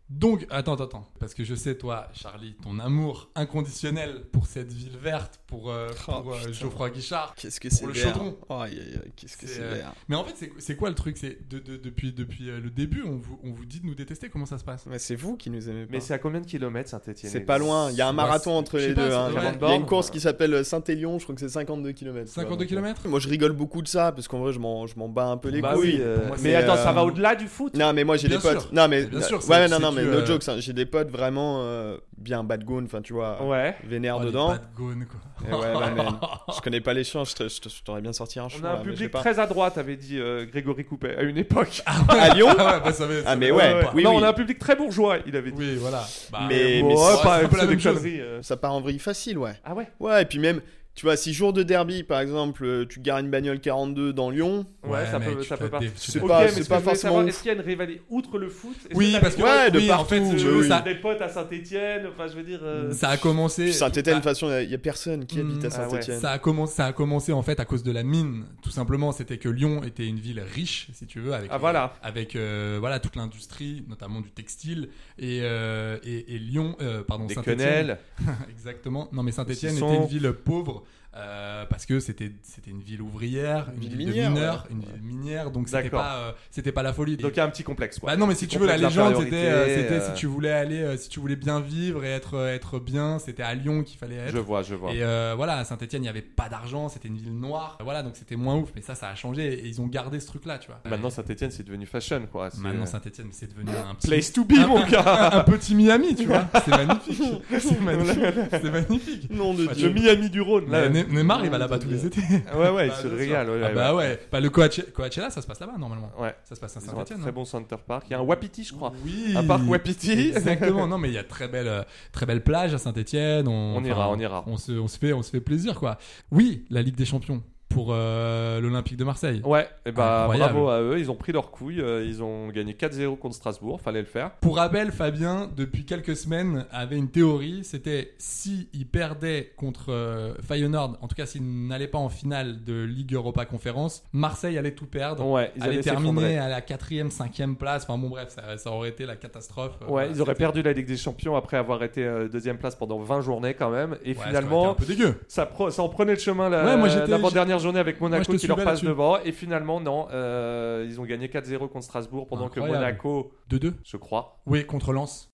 Donc, attends, attends, attends. Parce que je sais, toi, Charlie, ton amour inconditionnel pour cette ville verte, pour, euh, pour Oh, euh, putain. Geoffroy Guichard. Qu'est-ce que pour c'est le vert. chaudron. Oh, aïe, aïe, aïe, qu'est-ce que c'est euh, vert. Mais en fait, c'est, c'est quoi le truc? C'est de, de, depuis, depuis euh, le début, on vous, on vous dit de nous détester. Comment ça se passe? Ouais, c'est vous qui nous aimez pas. Mais c'est à combien de kilomètres Saint-Etienne? C'est pas loin, il y a un marathon Ouais, entre je sais les pas, deux. c'est hein. vrai. Il y a une course qui s'appelle Saint-Élion, je crois que c'est cinquante-deux kilomètres. cinquante-deux kilomètres? Moi je rigole beaucoup de ça parce qu'en vrai je m'en, je m'en bats un peu les Bah couilles. oui, euh, Moi, mais c'est, attends, ça euh, va au-delà du foot. Non mais moi j'ai Bien des potes. sûr. Non mais Bien sûr, ouais c'est- non non c'est mais tu, no euh, jokes, hein. J'ai des potes vraiment euh, bien bad gone, enfin tu vois, Ouais. vénère Oh, les dedans. bad gone, quoi. Et ouais, ouais, man. Je connais pas les chants, je, te- je te- je t'aurais bien sorti un chant. On a un là, mais je public sais pas. très à droite, avait dit euh, Grégory Coupet à une époque. À Lyon. Ah ouais, bah, ça va, ça Ah mais va. ouais, Ouais, ouais. oui non, oui. on a un public très bourgeois, il avait dit. Oui, voilà. Bah, Mais- Bon, mais ouais, c'est- pas c'est un peu la c'est des même chose. conneries, euh. Ça part en vrille facile, ouais. Ah ouais. Ouais, et puis même, tu vois, si jour de derby, par exemple, euh, tu gares une bagnole quarante-deux dans Lyon. Ouais, Ouais, ça mec, peut, tu ça te peut la pas. dé- tu C'est te Ok, pas- mais c'est ce que pas je voulais forcément savoir, ouf. est-ce qu'il y a une rivalité outre le foot? Est-ce Oui, que t'as parce des que potes- Ouais, de oui, en partout, fait, oui, euh, oui. ça, des potes à Saint-Etienne, enfin je veux dire. euh, ça a commencé. Puis Saint-Etienne, de bah, toute façon, il y a personne qui habite à Mm, ah ouais. Saint-Etienne. Ça a, commencé, ça a commencé en fait à cause de la mine, tout simplement. C'était que Lyon était une ville riche, si tu veux, avec, Ah, voilà. avec euh, voilà, toute l'industrie, notamment du textile. Et, euh, et, et Lyon, euh, pardon, Des Saint-Etienne. quenelles. Exactement. Non, mais Saint-Etienne Saucisson. était une ville pauvre. euh, parce que c'était c'était une ville ouvrière, une Ville ville, minière, de mineurs, ouais. une ville minière, donc c'était D'accord. pas euh, c'était pas la folie. Donc il y a un petit complexe quoi. Bah non, mais si Petit tu veux, la complexe légende, d'infériorité, c'était, euh, c'était euh, si tu voulais aller, euh, si tu voulais bien vivre et être, euh, être bien, c'était à Lyon qu'il fallait être. Je vois, je vois. Et euh, voilà, à Saint-Etienne, il n'y avait pas d'argent, c'était une ville noire. Voilà, donc c'était moins ouf, mais ça, ça a changé et ils ont gardé ce truc-là, tu vois. Maintenant Saint-Etienne c'est devenu fashion quoi. C'est- Maintenant, Saint-Etienne, c'est devenu un petit. Place to be mon gars. Un petit Miami, tu vois. C'est magnifique. C'est magnifique. C'est magnifique. Nom de Bah, Dieu. Le Miami du Rhône là. Mais Ne- Neymar, il va là-bas tous les étés. Ouais ouais, il Bah, se bien régale. sûr. ouais, Ah ouais, bah ouais. ouais. Bah, le Coache- Coachella, ça se passe là-bas normalement. Ouais. Ça se passe à Ils ont un Saint-Etienne. très bon Center Park. Il y a un Wapiti je crois. Oui. Un parc Wapiti. Exactement. Non, mais il y a très belle, euh, très belle plage à Saint-Etienne. On, On ira, on ira. On se, on se fait, on se fait plaisir, quoi. Oui, la Ligue des Champions pour euh, l'Olympique de Marseille. Ouais, et bah Incroyable. bravo à eux, ils ont pris leur couille, euh, ils ont gagné quatre zéro contre Strasbourg, fallait le faire. Pour rappel, Fabien, depuis quelques semaines, avait une théorie. C'était si il perdait contre euh, Feyenoord, en tout cas s'il n'allait pas en finale de Ligue Europa Conférence, Marseille allait tout perdre. Ouais, ils allait allaient terminer s'effondrer. à la quatrième, cinquième place. Enfin bon, bref, ça, ça aurait été la catastrophe. Ouais, Voilà, ils auraient c'était- perdu la Ligue des Champions après avoir été euh, deuxième place pendant vingt journées quand même. Et Ouais, ça aurait finalement, été un peu dégueu. ça, pro- ça en prenait le chemin la, Ouais, moi, j'étais- l'avant-dernière journée avec Moi, je Monaco te qui leur suivais passe là-dessus. devant. Et finalement, non, euh, ils ont gagné quatre zéro contre Strasbourg pendant Incroyable. que Monaco, deux deux. je crois. Oui, contre Lens.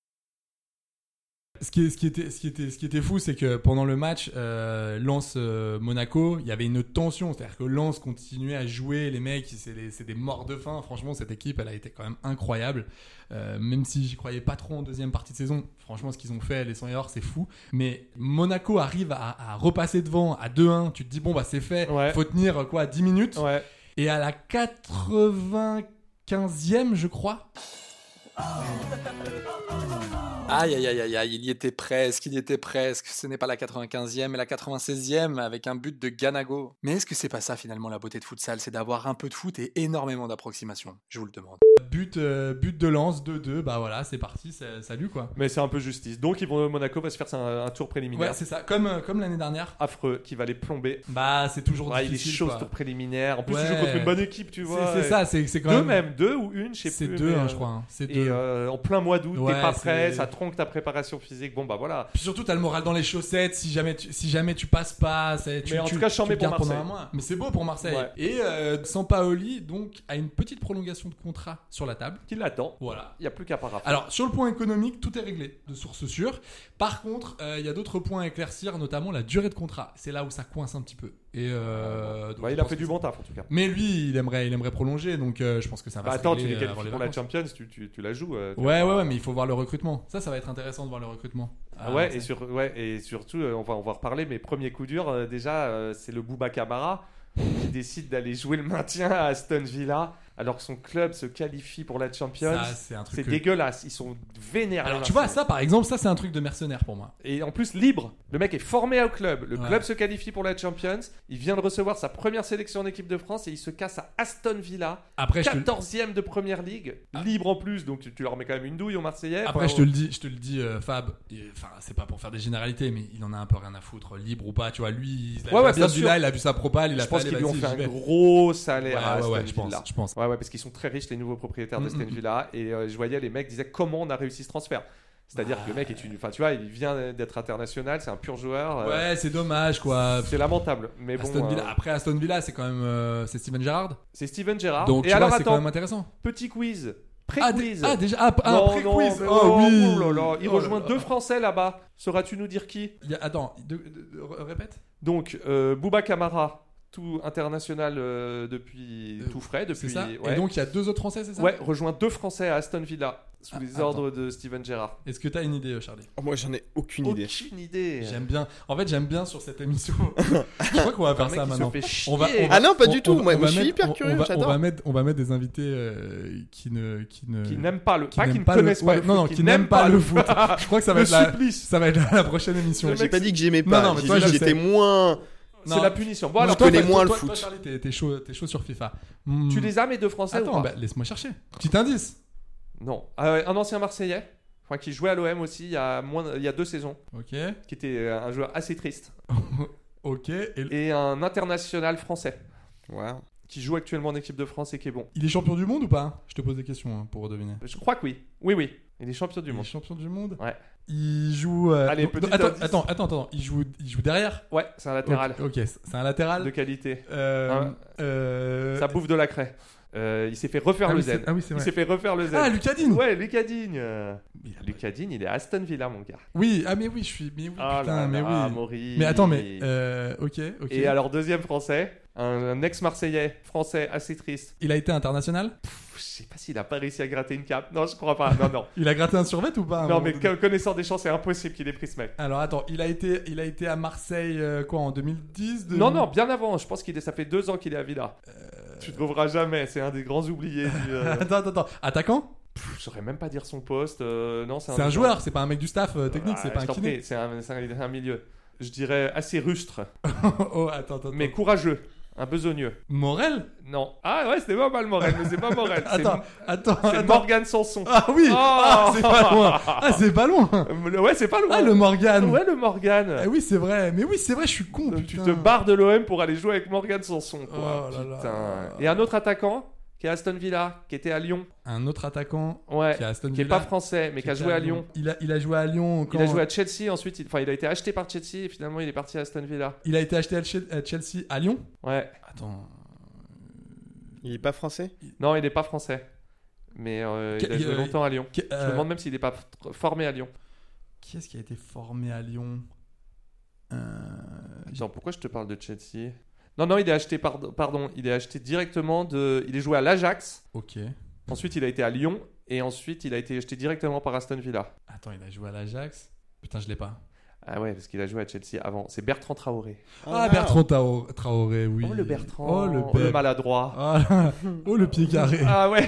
Ce qui, est- ce, qui était, ce, qui était, ce qui était fou, c'est que pendant le match euh, Lens-Monaco, il y avait une tension. C'est-à-dire que Lens continuait à jouer. Les mecs, c'est, les- c'est des morts de faim. Franchement, cette équipe, elle a été quand même incroyable. Euh, même si j'y croyais pas trop en deuxième partie de saison. Franchement, ce qu'ils ont fait, les cent et or, c'est fou. Mais Monaco arrive à, à repasser devant à deux un. Tu te dis, bon, bah c'est fait. Ouais. Faut tenir quoi, dix minutes. Ouais. Et à la quatre-vingt-quinzième, je crois. Aïe, aïe, aïe, aïe, aïe, il y était presque, il y était presque. Ce n'est pas la quatre-vingt-quinzième, mais la quatre-vingt-seizième avec un but de Ganago. Mais est-ce que c'est pas ça finalement la beauté de futsal? C'est d'avoir un peu de foot et énormément d'approximation. Je vous le demande. But, euh, but de lance, deux deux, bah voilà, c'est parti, c'est- salut quoi. Mais c'est un peu justice. Donc ils vont, Monaco va se faire un, un tour préliminaire. Ouais, c'est ça, comme, euh, comme l'année dernière. Affreux, qui va les plomber. Bah, c'est toujours Ouais, il est difficile. chaud quoi. ce tour préliminaire. En plus, Ouais. tu joues contre une bonne équipe, tu C'est- vois. c'est et- ça, c'est- c'est quand deux même- même, deux ou une, je sais C'est plus. deux, mais, hein, euh, je crois, hein. C'est Et deux. euh, en plein mois d'août, Ouais, t'es pas prêt, c'est- ça tronque ta préparation physique. Bon bah voilà. Puis surtout, t'as le moral dans les chaussettes si jamais tu, si jamais tu passes pas. c'est- Tu, Mais en tu- tout cas, je t'en tu mets le pour gardes pendant Marseille. un mois. Mais c'est beau pour Marseille. Ouais. Et euh, Sampaoli, donc, a une petite prolongation de contrat sur la table. Qui l'attend. Voilà. Il y a plus qu'à parapher. Alors, sur le point économique, tout est réglé, de source sûre. Par contre, euh, il y a d'autres points à éclaircir, notamment la durée de contrat. C'est là où ça coince un petit peu. Et euh, donc, Ouais, je il a pense fait que du c'est- bon taf en tout cas. Mais lui, il aimerait, il aimerait prolonger, donc euh, je pense que ça va Bah se attends, régler, tu les euh, qualifies avant les pour la vacances. Champions, tu, tu, tu la joues. euh, Ouais, ouais, ouais, mais il faut voir le recrutement. Ça, ça va être intéressant de voir le recrutement. Ah Ah, ouais, c'est- et sur, ouais, et surtout, euh, on va, on va reparler, mais premier coup dur, euh, déjà, euh, c'est le Bouba Camara qui décide d'aller jouer le maintien à Aston Villa alors que son club se qualifie pour la Champions. Ça, c'est un truc C'est que- dégueulasse, ils sont vénères. Alors les tu vois, Marseillais. ça par exemple, ça c'est un truc de mercenaire pour moi. Et en plus libre, le mec est formé au club, le Ouais. club se qualifie pour la Champions, il vient de recevoir sa première sélection en équipe de France et il se casse à Aston Villa, Après, je te le- quatorzième de Première Ligue, libre en plus, donc tu, tu leur mets quand même une douille aux Marseillais. Après, Enfin, je te le dis, je te le dis, euh, Fab. et- Enfin, c'est pas pour faire des généralités, mais il en a un peu rien à foutre, libre ou pas. Tu vois, lui, il a Ouais, vu ouais, bien Aston Villa, sûr. il a vu sa propale, il a je pense fait, qu'ils allez, lui ont vas-y, fait j'y un vais. gros salaire Ouais, à ouais, Aston ouais, je pense, Villa. je pense. Ouais, ouais, parce qu'ils sont très riches, les nouveaux propriétaires Mm, d'Aston mm, Villa. Et euh, je voyais les mecs disaient comment on a réussi ce transfert. C'est-à-dire que le mec est une. Enfin, tu vois, il vient d'être international, c'est un pur joueur. euh, Ouais, c'est dommage quoi. C'est lamentable. Mais bon. Aston Villa. euh, Après Aston Villa, c'est quand même euh, c'est Steven Gerrard. C'est Steven Gerrard. Donc et tu alors, vois, c'est attends, quand même intéressant. petit quiz. Ah, dé- Pré-quiz. ah, déjà ah, ah, Non, pré-quiz. non, mais Oh, oh, oui. oh là là. Il Oh là rejoint là. deux Français là-bas. Sauras-tu nous dire qui? Il y a- Attends, de- de- de- r- répète. Donc, euh, Bouba Kamara, tout international euh, depuis Euh, tout frais. Depuis, C'est ça. ouais. Et donc il y a deux autres Français, c'est ça? Ouais, rejoint deux Français à Aston Villa sous Ah, les attends. ordres de Steven Gerrard. Est-ce que t'as une idée, Charlie? Oh, moi, j'en ai aucune idée. Aucune idée. J'aime bien. En fait, j'aime bien sur cette émission. Je crois qu'on va faire Un mec ça qui se maintenant. fait chier. On va, on va- Ah non, pas on- du on tout. va- Moi, on moi, va je suis mettre- hyper on- curieux, on va, j'adore. On va mettre, on va mettre des invités euh, qui ne, qui ne, Qui n'aiment pas le, qui pas qui n'aiment ne pas le- connaissent pas ouais, le foot, non, non, qui n'aiment pas le foot. Je crois que ça va Le être la, supplice. ça va être la, la prochaine émission. Le J'ai mec, pas dit que j'aimais Non, pas. non, mais J'ai toi, dit je que sais. j'étais moins. C'est Non. la punition. Bon Non, alors, toi, connais toi, moins toi, le toi, foot. Charlie, t'es, t'es chaud, t'es chaud sur FIFA. Hmm. tu les as mes deux Français ou Attends, pas bah, laisse-moi chercher. Petit indice. Non. Ah ouais, un ancien Marseillais, enfin, qui jouait à l'O M aussi il y a moins, il y a deux saisons, Ok. qui était euh, un joueur assez triste, Ok. Et et un international français Wow. qui joue actuellement en équipe de France et qui est bon. il est champion du monde ou pas? Je te pose des questions hein, pour deviner. Je crois que oui. Oui, oui. Il est champion du Il est monde. champion du monde. Ouais. Il joue. euh, Allez, donc- petit attends, indice. attends, attends, attends. Il joue, il joue derrière. Ouais, c'est un latéral Ok, ok, c'est un latéral. de qualité. Euh, Hein euh, Ça bouffe de la craie. Euh, il s'est fait refaire Ah le oui, Z. c'est- ah oui, c'est il vrai. s'est fait refaire le Z. Ah, Lucas Digne. Ouais, Lucas Digne. euh, Il a pas- Lucas Digne, il est à Aston Villa, mon gars. Oui, ah mais oui, je suis. Mais oui, Ah putain, là mais là, oui. Maurice. Mais attends, mais euh, ok, ok. Et alors, deuxième français, un, un ex-marseillais français assez triste. Il a été international. Pff, je sais pas s'il a pas réussi à gratter une cape. Non, je crois pas. Non, non. Il a gratté un survêt ou pas à un non, moment mais donné co- connaissant des chances, c'est impossible qu'il ait pris ce mec. Alors attends, il a été, il a été à Marseille euh, quoi en deux mille dix deux- Non, non, bien avant. Je pense qu'il est, ça fait deux ans qu'il est à Villa. Tu ne trouveras jamais. C'est un des grands oubliés. Du, euh, Attends, attends, attends. Attaquant. pff, je saurais même pas dire son poste. euh, non, c'est un, C'est un des joueur, gens- c'est pas un mec du staff euh, technique, Ah, c'est pas je un t'en kiné. prie, C'est un, c'est un- un milieu. Je dirais assez rustre, Oh attends, attends. mais attends. courageux. Un besogneux. Morel. Non. Ah ouais, c'était pas mal Morel, mais c'est pas Morel. C'est- Attends, attends, C'est attends. Morgan Sanson. Ah oui. Oh. Ah c'est pas loin. Ah c'est pas loin. Euh, Ouais, c'est pas loin. Ah le Morgan. Ouais, le Morgan. Ah oui c'est vrai, mais oui c'est vrai, je suis con. Donc, tu putain. te barres de l'O M pour aller jouer avec Morgan Sanson, quoi. Oh là là. Putain. Et un autre attaquant qui est à Aston Villa, qui était à Lyon. Un autre attaquant Ouais. qui est à Aston Qui est Villa, pas français, mais qui a était joué à Lyon. Il a, il a joué à Lyon. Quand... Il a joué à Chelsea, ensuite, il... enfin, il a été acheté par Chelsea et finalement, il est parti à Aston Villa. Il a été acheté à Chel- à Chelsea à Lyon. Ouais. Attends. Il est pas français? Non, il n'est pas français. Mais euh, il a Qui- joué euh, longtemps à Lyon. qui- Je euh, me demande même s'il n'est pas f- formé à Lyon. Qui est-ce qui a été formé à Lyon euh... Attends, pourquoi je te parle de Chelsea? Non, non, il est acheté, pardon, pardon, il est acheté directement de. Il est joué à l'Ajax. Ok. Ensuite, il a été à Lyon. Et ensuite, il a été acheté directement par Aston Villa. Attends, il a joué à l'Ajax. Putain, je l'ai pas. Ah ouais, parce qu'il a joué à Chelsea avant. C'est Bertrand Traoré. Ah, Bertrand Tao- Traoré, oui. Oh le Bertrand. Oh le, Oh, bête. le maladroit. Ah, là. Oh le pied carré. Ah ouais.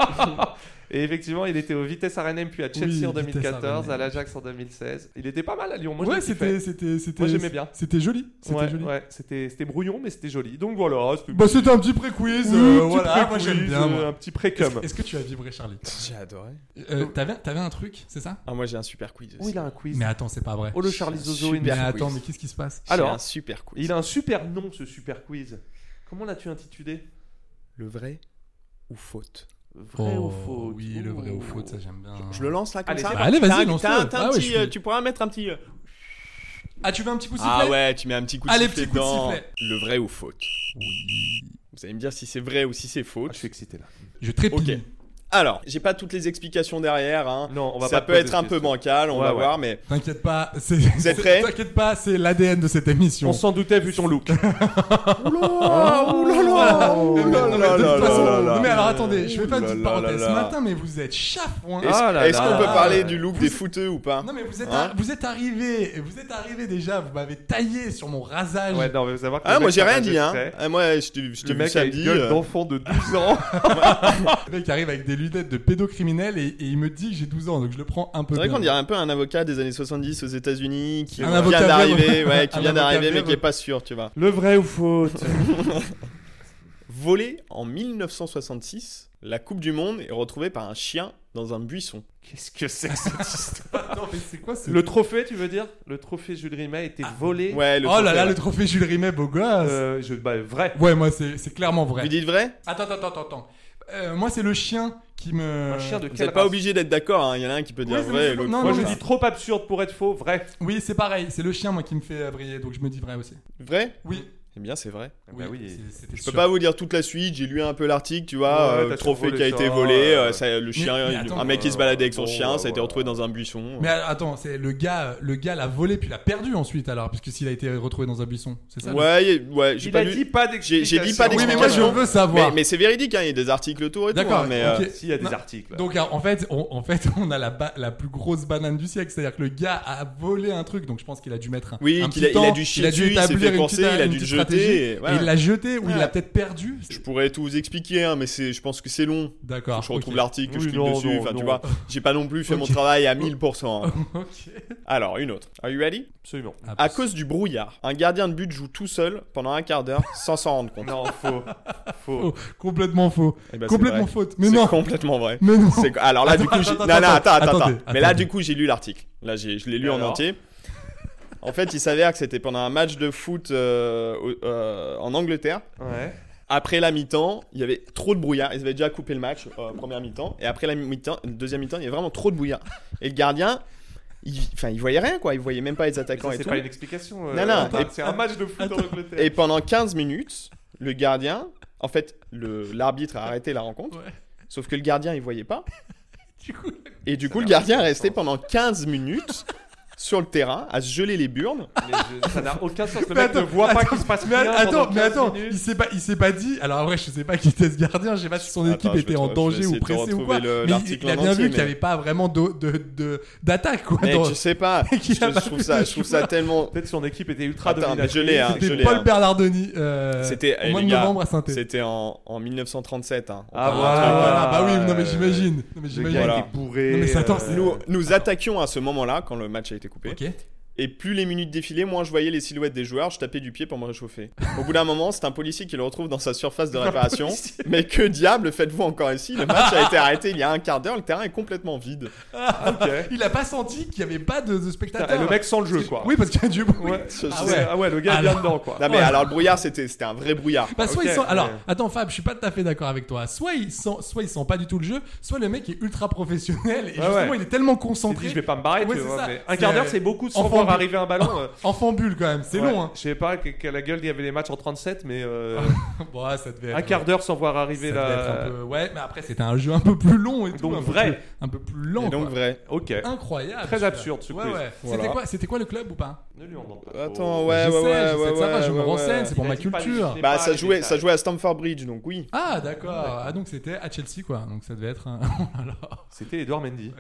Et effectivement, il était au Vitesse Arnhem puis à Chelsea Oui, en deux mille quatorze, Vitesse à Arnhem. l'Ajax en deux mille seize. Il était pas mal à Lyon. Moi, je ouais, l'ai kiffé. c'était, c'était, c'était. Moi, j'aimais bien. C'était joli. C'était ouais, joli. ouais, c'était, c'était brouillon, mais c'était joli. Donc voilà. C'était, Bah, c'était un petit pré-quiz. Oui, euh, petit voilà, moi pré-quiz, j'aime bien. euh, Moi. un petit pré-cum. Est-ce, est-ce que tu as vibré, Charlie? J'ai adoré. Euh, t'avais, t'avais un truc, c'est ça? Ah, moi j'ai un super quiz. Oh, il a un quiz. Mais attends, c'est pas vrai. Oh, le Charlie Zozo. Super Mais une- attends, quiz. mais qu'est-ce qui se passe? J'ai Alors, un super quiz. Il a un super nom, ce super quiz. Comment l'as-tu intitulé? Le vrai ou faute? Vrai Oh, ou faux? Oui, le vrai ou faux, ça j'aime bien. Je le lance là comme Allez, ça. c'est Bah, allez, vas-y, T'as un- lance-le. t'as un- t'as un Ah ouais, petit, je suis- euh, Tu pourras mettre un petit. euh, Ah, tu veux un petit coup de sifflet? Ah ouais, tu mets un petit coup de Allez, sifflet petit coup de dedans. sifflet. Le vrai ou faute? Oui. Vous allez me dire si c'est vrai ou si c'est Ah, faute. je suis excité là. Je trépille. Ok. Alors, j'ai pas toutes les explications derrière. Hein. Non, on va Ça pas te peut poser être de un peu questions. bancal, on Ouais, va ouais. voir, mais T'inquiète pas, c'est. Vous êtes prêts? T'inquiète pas, c'est l'A D N de cette émission. On s'en doutait vu son look. Oula, oulala, Non, mais- non, mais de oulala, toute façon- oulala. non, mais alors attendez, je fais pas une petite Oulala. parenthèse. Ce matin, mais vous êtes chafouin. Est-ce Ah là est-ce là qu'on peut là. parler du look des footeux ou pas? Non mais vous êtes, Hein vous êtes arrivé, vous êtes arrivé déjà, vous m'avez taillé sur mon rasage. Ouais, non, mais vous savoir que Ah, le moi mec j'ai a rien pas dit, hein. exprès. Ah, moi je t'ai je t'ai Le vu mec a une samedi. gueule euh, d'enfant de douze ans. Le mec arrive avec des lunettes de pédocriminel et, et il me dit que j'ai douze ans, donc je le prends un peu. C'est vrai bien. qu'on dirait un peu un avocat des années soixante-dix aux États-Unis qui Un vient avocat d'arriver, veuve. ouais, qui Un vient avocat d'arriver mais veuve. qui est pas sûr, tu vois. Le vrai ou faute? Volé en mille neuf cent soixante-six, la Coupe du Monde est retrouvée par un chien dans un buisson. Qu'est-ce que c'est que cette histoire? Non mais c'est quoi ce... Le trophée, tu veux dire? Le trophée Jules Rimet a été volé. Ouais, le Oh là trophée, là, ouais. le trophée Jules Rimet, beau gosse. Euh, je, bah, vrai. Ouais, moi c'est c'est clairement vrai. Vous dites vrai? Attends, attends, attends, attends. Euh, moi, c'est le chien qui me. Un chien de Vous quelle n'êtes pas race obligé d'être d'accord, hein. Il y en a un qui peut dire Oui, c'est- vrai c'est- et l'autre non, faux. Moi non, je mais dis trop absurde pour être faux, vrai. Oui, c'est pareil. C'est le chien, moi, qui me fait euh, briller. Donc je me dis vrai aussi. Vrai? Oui. Eh bien, c'est vrai. Bah oui. c'est- c'était Je peux sûr. pas vous dire toute la suite, j'ai lu un peu l'article, tu vois, Ouais, euh, t'as trophée survolé qui a été ça, volé, euh, euh, ça, le chien, mais il- attends, un mec qui euh, se baladait avec son bon, chien, ouais, ça a été ouais. retrouvé dans un buisson. Mais attends, c'est le gars, le gars l'a volé puis l'a perdu ensuite alors, puisque s'il a été retrouvé dans un buisson, c'est ça? le- Ouais, y- ouais, j'ai Il pas a lu. dit pas J'ai j'ai dit d'explication. pas Oui, mais moi je d'explication. veux savoir. Mais, mais c'est véridique, hein, il y a des articles autour et tout. D'accord, hein, mais ok. euh, Si, il y a des Non. articles. Donc en fait, on, en fait, on a la, ba- la plus grosse banane du siècle, c'est-à-dire que le gars a volé un truc, donc je pense qu'il a dû mettre un, oui, un qu'il petit a, il a temps, dû chier il a dû dessus, il s'est établir fait une penser, petite, il a une dû le petite stratégie, jeter. et, et voilà. il l'a jeté ou il Ouais. l'a peut-être perdu. Je pourrais tout vous expliquer, hein, mais c'est, je pense que c'est long. D'accord. Faut que je retrouve ok. l'article, que Oui, je clique non, dessus. non, Enfin, tu non. vois, j'ai pas non plus fait mon Ok. travail à mille pour cent. hein. Ok. Alors, une autre. Are you ready? Absolument. À cause du brouillard, un gardien de but joue tout seul pendant un quart d'heure sans s'en rendre compte. Non, faux. Faux. Oh, complètement faux. Eh ben, c'est complètement vrai. faute. Mais C'est non. complètement vrai. Mais non. C'est- Alors là, Attends, du coup, j'ai... attends, non, non, attends, attends, attendez, attends. Mais là, attendez. du coup, j'ai lu l'article. Là, j'ai... je l'ai lu Et en alors entier. En fait, il s'avère que c'était pendant un match de foot euh, au- euh, en Angleterre. Ouais. Après la mi-temps, il y avait trop de brouillard. Ils avaient déjà coupé le match, euh, première mi-temps. Et après la mi-temps, deuxième mi-temps, il y avait vraiment trop de brouillard. Et le gardien, il, enfin, il voyait rien, quoi. Il voyait même pas les Mais attaquants ça, et c'est tout. pas une explication. euh, Non, non. Antoine, Et- C'est un match de foot en Angleterre. Et pendant quinze minutes, le gardien, en fait, le, l'arbitre a arrêté la rencontre. Ouais. Sauf que le gardien, il voyait pas. Du coup, Et du Ça coup, le n'a gardien est aucun resté sens. pendant quinze minutes sur le terrain à se geler les burnes. Mais je- ça n'a aucun sens. Le Mais mec attends, ne voit pas attends, qu'il se passe mais rien attends, pendant mais quinze attends, minutes. il s'est pas, il s'est pas dit. Alors après, je sais pas qui était ce gardien, je sais pas si son équipe Attends, je était vais en te- je vais danger essayer ou de te pressée ou retrouver quoi. le- Mais il, l'article il a en bien entier, vu qu'il y mais- avait pas vraiment de, de, de- d'attaque quoi. Mec, dans- je sais pas. je, Qu'il a je pas trouve fait ça, de je trouve ça tellement. Peut-être son équipe était ultra Attends, mais dominatrice. je l'ai, hein, je C'était l'ai, Paul hein. Bernardoni. euh, C'était, au eh, mois les de gars, novembre à Saint-Étienne. C'était en, en mille neuf cent trente-sept. Hein. On Ah, parle d'un voilà. truc, Ah, voilà, euh, bah oui, non mais euh, j'imagine. Non, mais Le j'imagine. gars Voilà. était bourré. Non, mais attends, euh, Nous, nous attaquions à ce moment-là, quand le match a été coupé. Ok. Et plus les minutes défilaient, moins je voyais les silhouettes des joueurs, je tapais du pied pour me réchauffer. Au bout d'un moment, c'est un policier qui le retrouve dans sa surface de réparation. Mais que diable faites-vous encore ici? Le match a été arrêté il y a un quart d'heure, le terrain est complètement vide. Ok. Il a pas senti qu'il y avait pas de, de Putain, spectateurs. et le mec sent le jeu, quoi. Oui, parce qu'il y a du bruit. Ouais. Je- Ah je- ouais. Ah ouais, le gars est Alors- bien dedans, quoi. Non mais Ouais. alors le brouillard c'était c'était un vrai brouillard. Bah, soit Ok, il sent. Alors, ouais. attends, Fab, je suis pas tout à fait d'accord avec toi. Soit il sent, soit il sent pas du tout le jeu, soit le mec est ultra professionnel et Ouais, justement ouais. il est tellement Il s'est concentré. dit, je vais pas me barrer, Ouais, tu c'est vois. ça. Mais un C'est- quart d'heure, c'est beaucoup sans Enfant voir bu- arriver un ballon. euh. Enfant bulle quand même, c'est Ouais. long. Hein. Je sais pas que, que la gueule il y avait les matchs en trente-sept, mais euh, Bon, ouais, ça devait être, un quart d'heure sans voir ça arriver devait être la. un peu- Ouais, mais après c'était un jeu un peu plus long et tout. Donc un peu vrai. plus- un peu plus lent. Et donc quoi. vrai. Ok. Incroyable. Très celui-là. absurde, ce Ouais, quiz. ouais. Voilà. C'était quoi, c'était quoi le club ou pas? Ne lui en demande pas. Attends, trop. ouais, Je ouais, sais, ouais, je sais ouais, de ça, ouais, je me ouais, renseigne, ouais. c'est pour Il ma a dit pas les- culture. les- Bah pas ça les jouait, détails. ça jouait à Stamford Bridge donc oui. Ah d'accord. Ah donc c'était à Chelsea quoi. Donc ça devait être un. Oh là là. C'était Edouard Mendy.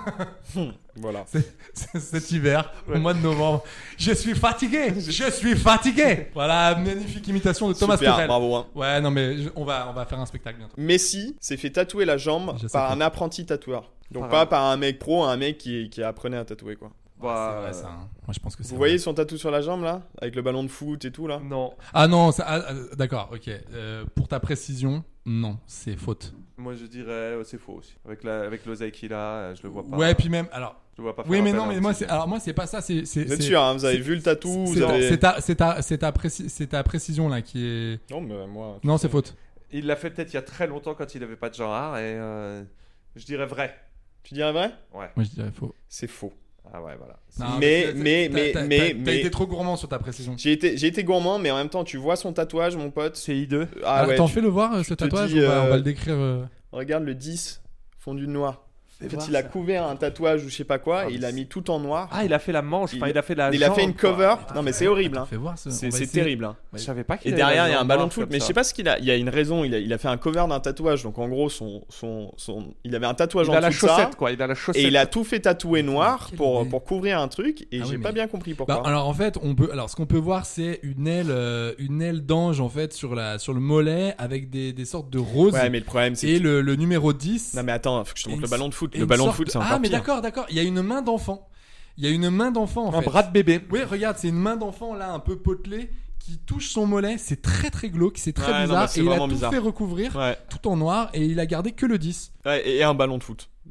Voilà. C'est- c'est cet hiver, au mois de novembre. Je suis fatigué. Je suis fatigué. Voilà, magnifique imitation de Thomas Super, Tuchel. bravo. Hein. Ouais, non mais je- on va on va faire un spectacle bientôt. Messi s'est fait tatouer la jambe Je sais par pas. un apprenti tatoueur. Donc Par pas un- par un mec pro, un mec qui, qui apprenait à tatouer quoi. Bah, C'est vrai ça. hein. Moi je pense que c'est Vous vrai. voyez son tatou sur la jambe là? Avec le ballon de foot et tout là? Non. Ah non, ça- ah, ah, d'accord, ok. Euh, pour ta précision, non, c'est faute. Moi je dirais euh, c'est faux aussi. Avec la avec l'oseille qu'il a, euh, je le vois pas. Ouais, puis même, alors. Je le vois pas. Oui, faire mais appel non, à un mais moi petit- c'est, alors moi c'est pas ça, c'est, c'est. Vous êtes c'est- sûr, hein, vous avez c'est- vu le tatou, c'est- vous c'est- avez... C'est ta, c'est ta, c'est ta, préci- c'est ta précision là qui est. Non mais moi... Non, c'est faute. Il l'a fait peut-être il y a très longtemps quand il avait pas de genre et euh, je dirais vrai. Tu dirais vrai? Ouais. Moi je dirais faux. C'est faux. Ah ouais voilà. Non, Mais- c'est- mais- t'as- mais- t'as- mais- t'as- T'as mais- été trop gourmand sur ta précision. J'ai été, j'ai été gourmand mais en même temps tu vois son tatouage mon pote. C'est hideux. Ah Alors, ouais, t'en tu- fais le voir, euh, ce te tatouage, dis, on, va, on va euh, le décrire. euh. Regarde le dix fondu de noir. En fait voir il a ça. couvert un tatouage ou je sais pas quoi Ah, et il mais a c'est- mis tout en noir. Ah il a fait la manche. Enfin Il- il a fait la. Il a fait jambe, une quoi. cover. Non mais c'est horrible hein. Fais voir ce. C'est on va c'est essayer. terrible hein. Je savais pas qu'il Et avait la derrière il y a un jambe ballon de noire foot comme mais je ça. sais pas ce qu'il a. Il y a une raison. Il a, il a fait un cover d'un tatouage donc en gros son son son. Il avait un tatouage Il en a la dessous de ça. chaussette quoi. Il a la chaussette. Et il a tout fait tatouer noir Quelle pour, idée. pour couvrir un truc et Ah j'ai oui, pas mais- bien compris pourquoi. Bah, alors en fait, on peut. Alors ce qu'on peut voir, c'est une aile, euh, une aile d'ange en fait sur la, sur le mollet avec des, des sortes de roses. Ouais mais le problème c'est Et que... le, le numéro dix. Non mais attends, faut que je te Et montre une- le ballon de foot. et Le une ballon de sorte foot c'est de- encore Ah mais pire. d'accord, d'accord. Il y a une main d'enfant. Il y a une main d'enfant en Un fait. bras de bébé. Oui, regarde, c'est une main d'enfant là, un peu potelée, qui touche son mollet. C'est très très glauque, c'est très Ouais, non, bizarre. mais c'est et il a vraiment tout bizarre. fait recouvrir, Ouais. tout en noir, et il a gardé que le dix. Ouais, et un ballon de foot.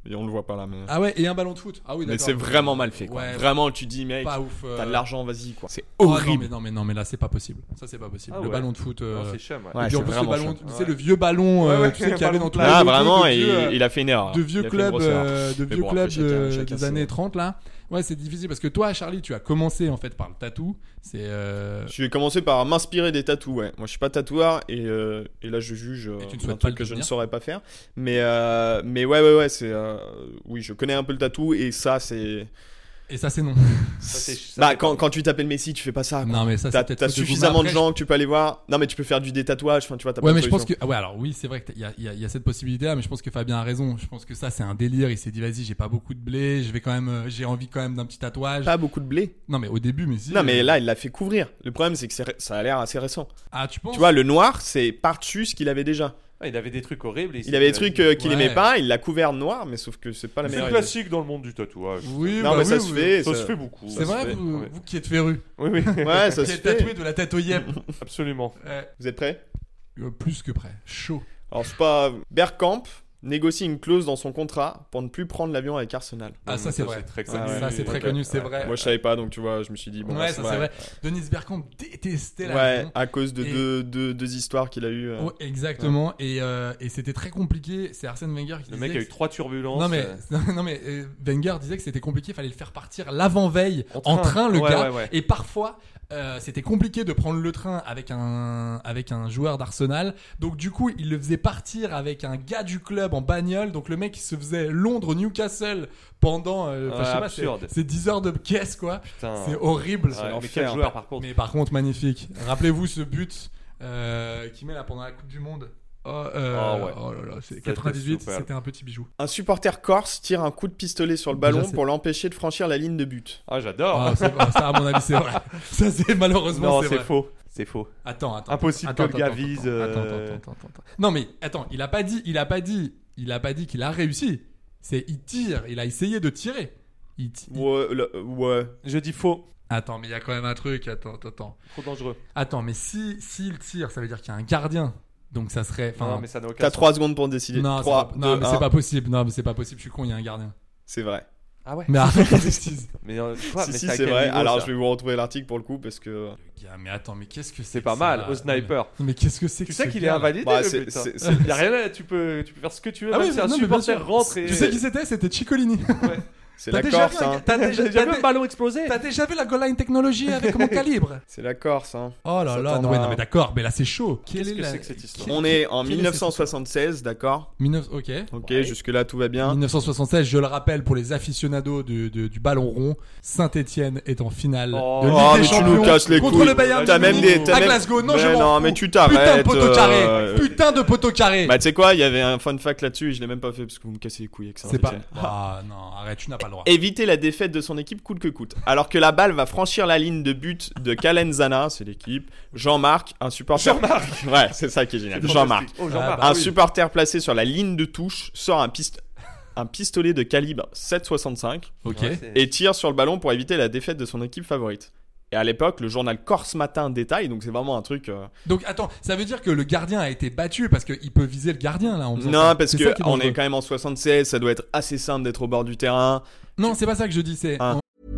Et on le voit pas là, mais. Ah ouais, et un ballon de foot. Ah oui, Mais d'accord. c'est vraiment mal fait, quoi. Ouais, Vraiment, tu dis, mec, pas ouf. euh, t'as de l'argent, vas-y, quoi. C'est oh, horrible. non, mais non, mais non, mais là, c'est pas possible. Ça, c'est pas possible. Ah le ouais. ballon de foot. euh, Non, c'est chum, ouais. Et Ouais, puis en c'est plus, le vraiment ballon, chum. tu sais, Ouais. le vieux ballon, euh, Ouais, ouais, tu sais, qu'il y avait ballon dans de tous plage. les Ah, logos vraiment, de il, vieux, euh, il a fait une erreur. de vieux Il a fait une clubs, grosse erreur. euh, de Mais vieux bon, clubs après, chacun- de- chacun des ses- années trente là. Ouais, c'est difficile parce que toi, Charlie, tu as commencé en fait par le tatou. C'est. euh, Je vais commencer par m'inspirer des tatous, ouais. Moi, je suis pas tatoueur et, euh, et là, je juge euh, Et tu ne un souhaites truc pas le que je ne devenir. saurais pas faire. Mais, euh, mais ouais, ouais, ouais, c'est. euh, oui, je connais un peu le tatou et ça, c'est. Et ça, c'est non. Ça, c'est- ça, Bah, c'est quand, pas- quand tu t'appelles Messi, tu fais pas ça. quoi. Non, mais ça, T'as c'est peut-être t'as faute de goût. suffisamment Mais de après, gens que tu peux aller voir. Non, mais tu peux faire du détatouage. Enfin, tu vois, t'as Ouais, plein de mais je pense solutions. que. Ah ouais, alors oui, c'est vrai qu'il y a, il y, a, il y a cette possibilité-là, mais je pense que Fabien a raison. Je pense que ça, c'est un délire. Il s'est dit, vas-y, j'ai pas beaucoup de blé, je vais quand même, euh, j'ai envie quand même d'un petit tatouage. Pas beaucoup de blé. Non, mais au début, mais si. Non, mais euh, là, il l'a fait couvrir. Le problème, c'est que c'est ré- ça a l'air assez récent. Ah, tu penses Tu vois, le noir, c'est par-dessus ce qu'il avait déjà. Ah, il avait des trucs horribles. et Il avait des s'est trucs dit, euh, qu'il Ouais. aimait pas, il l'a couvert de noir, mais sauf que c'est pas la C'est meilleure idée. classique dans le monde du tatouage. Oui, Non, bah mais oui, ça se oui. fait. Ça ça- se fait beaucoup. C'est Ça se vrai, fait, vous, ouais. vous qui êtes féru. Oui, oui. Ouais, ça qui se êtes fait. tatoué de la tête au yep. Absolument. Ouais. Vous êtes prêts? Euh, Plus que prêt. Chaud. Alors, c'est pas. Bergkamp négocie une clause dans son contrat pour ne plus prendre l'avion avec Arsenal. Ah, ça, c'est vrai. très Ah connu. ouais, Ça, c'est très ok. connu, c'est Ouais. vrai. Moi, je savais pas, donc tu vois, je me suis dit, bon, Ouais, bah, ça, c'est vrai. Denis Bergkamp détestait la Ouais, à cause de Et- deux, deux, deux histoires qu'il a eues. euh. Ouais, exactement. Et, euh, et c'était très compliqué. C'est Arsène Wenger qui Le disait mec a eu que- trois turbulences. Non mais, euh, non mais euh, Wenger disait que c'était compliqué, il fallait le faire partir l'avant-veille En en train. train, le Ouais, gars. ouais, ouais. Et parfois, euh, c'était compliqué de prendre le train avec un, avec un joueur d'Arsenal. Donc du coup, il le faisait partir avec un gars du club en bagnole. Donc le mec, il se faisait Londres-Newcastle pendant, euh, enfin, Ouais, je sais pas, c'est- absurde. c'est dix heures de caisse quoi. Putain. C'est horrible. Ouais, mais l'enfer. quel joueur par contre. Mais par contre, magnifique. Rappelez-vous ce but euh, qu'il met là pendant la Coupe du Monde. Oh, euh, Oh, ouais. oh là là, c'est C'était quatre-vingt-dix-huit, super. c'était un petit bijou. Un supporter corse tire un coup de pistolet sur le ballon Déjà, c'est- pour l'empêcher de franchir la ligne de but. Ah, j'adore. Ah, c'est- oh, ça, à mon avis, c'est vrai. Ça, c'est malheureusement, Non, c'est c'est vrai. faux. C'est faux. Attends, attends. Impossible attends, que le gars attends, vise, Attends, euh, attends, attends, attends, attends. Non, mais attends, il a pas dit, il a pas dit, il a pas dit qu'il a réussi. C'est il tire, il a essayé de tirer. Il ti- il- Ouais, le- ouais. Je dis faux. Attends, mais il y a quand même un truc. Attends, attends, attends. Trop dangereux. Attends, mais si s'il tire, ça veut dire qu'il y a un gardien. Donc ça serait. Enfin, Non, mais ça n'a aucun T'as sens. trois secondes pour décider. non, c'est trois, pas, non, deux, mais c'est un. pas possible. Non, mais c'est pas possible. Je suis con. Il y a un gardien. C'est vrai. Ah ouais. Mais arrête la bêtise. Mais euh, quoi si, mais si, c'est à c'est quel vrai. niveau, Alors, ça je vais vous retrouver l'article pour le coup parce que. Gars, mais attends, mais qu'est-ce que c'est C'est que pas ça mal au sniper. Non, mais qu'est-ce que c'est que Tu sais ce qu'il est gars, là invalidé Bah, le c'est- but. hein. c'est- c'est- Y a rien là, tu peux, tu peux faire ce que tu veux. Ah même oui, si un non, mais bien supporter sûr. rentre et. Tu sais qui c'était? C'était Ciccolini. C'est T'as la déjà Corse, vu un- hein. T'as J'ai déjà, déjà t'as vu un dé- ballon exploser. t'as déjà vu la goal line technologie avec mon calibre? C'est la Corse, hein. Oh là Ça là, t'en non, ouais, a- non mais d'accord, mais là c'est chaud. Quelle Qu'est-ce est que la- c'est que cette histoire quelle- On est en quelle est mille neuf cent soixante-seize, d'accord? mille neuf Ok. Ok, jusque-là tout va bien. mille neuf cent soixante-seize, je le rappelle pour les aficionados de, de- du ballon rond, Saint-Etienne est en finale Oh. de Ligue Oh, des mais tu Champions nous casses les contre couilles. le Bayern T'as de même Munich des- t'as à même- Glasgow. Non, Mais je m'en non, fous. mais tu Putain de t'arrêtes, poteau euh, carré. euh, Putain de poteau carré. Bah, tu sais quoi, il y avait un fun fact là-dessus et je l'ai même pas fait parce que vous me cassez les couilles avec ça. C'est pas. Ah non, arrête, tu n'as pas le droit. Éviter la défaite de son équipe coûte que coûte. Alors que la balle va franchir la ligne de but de Calenzana, c'est l'équipe. Jean-Marc, un supporter. Jean-Marc. Ouais, c'est ça qui est génial. C'est Jean-Marc. fantastique. Oh, Jean-Marc. Ah, Un bah oui. supporter placé sur la ligne de touche sort un, pist- un pistolet de calibre sept soixante-cinq Ok. Ouais, c'est- et tire sur le ballon pour éviter la défaite de son équipe favorite. Et à l'époque, le journal Corse Matin détaille, donc c'est vraiment un truc. euh, Donc attends, ça veut dire que le gardien a été battu parce qu'il peut viser le gardien là en faisant Non, ça. parce C'est que ça qui est on dangereux. est quand même en soixante-seize, ça doit être assez simple d'être au bord du terrain. Non, c'est pas ça que je dis, c'est. Ah.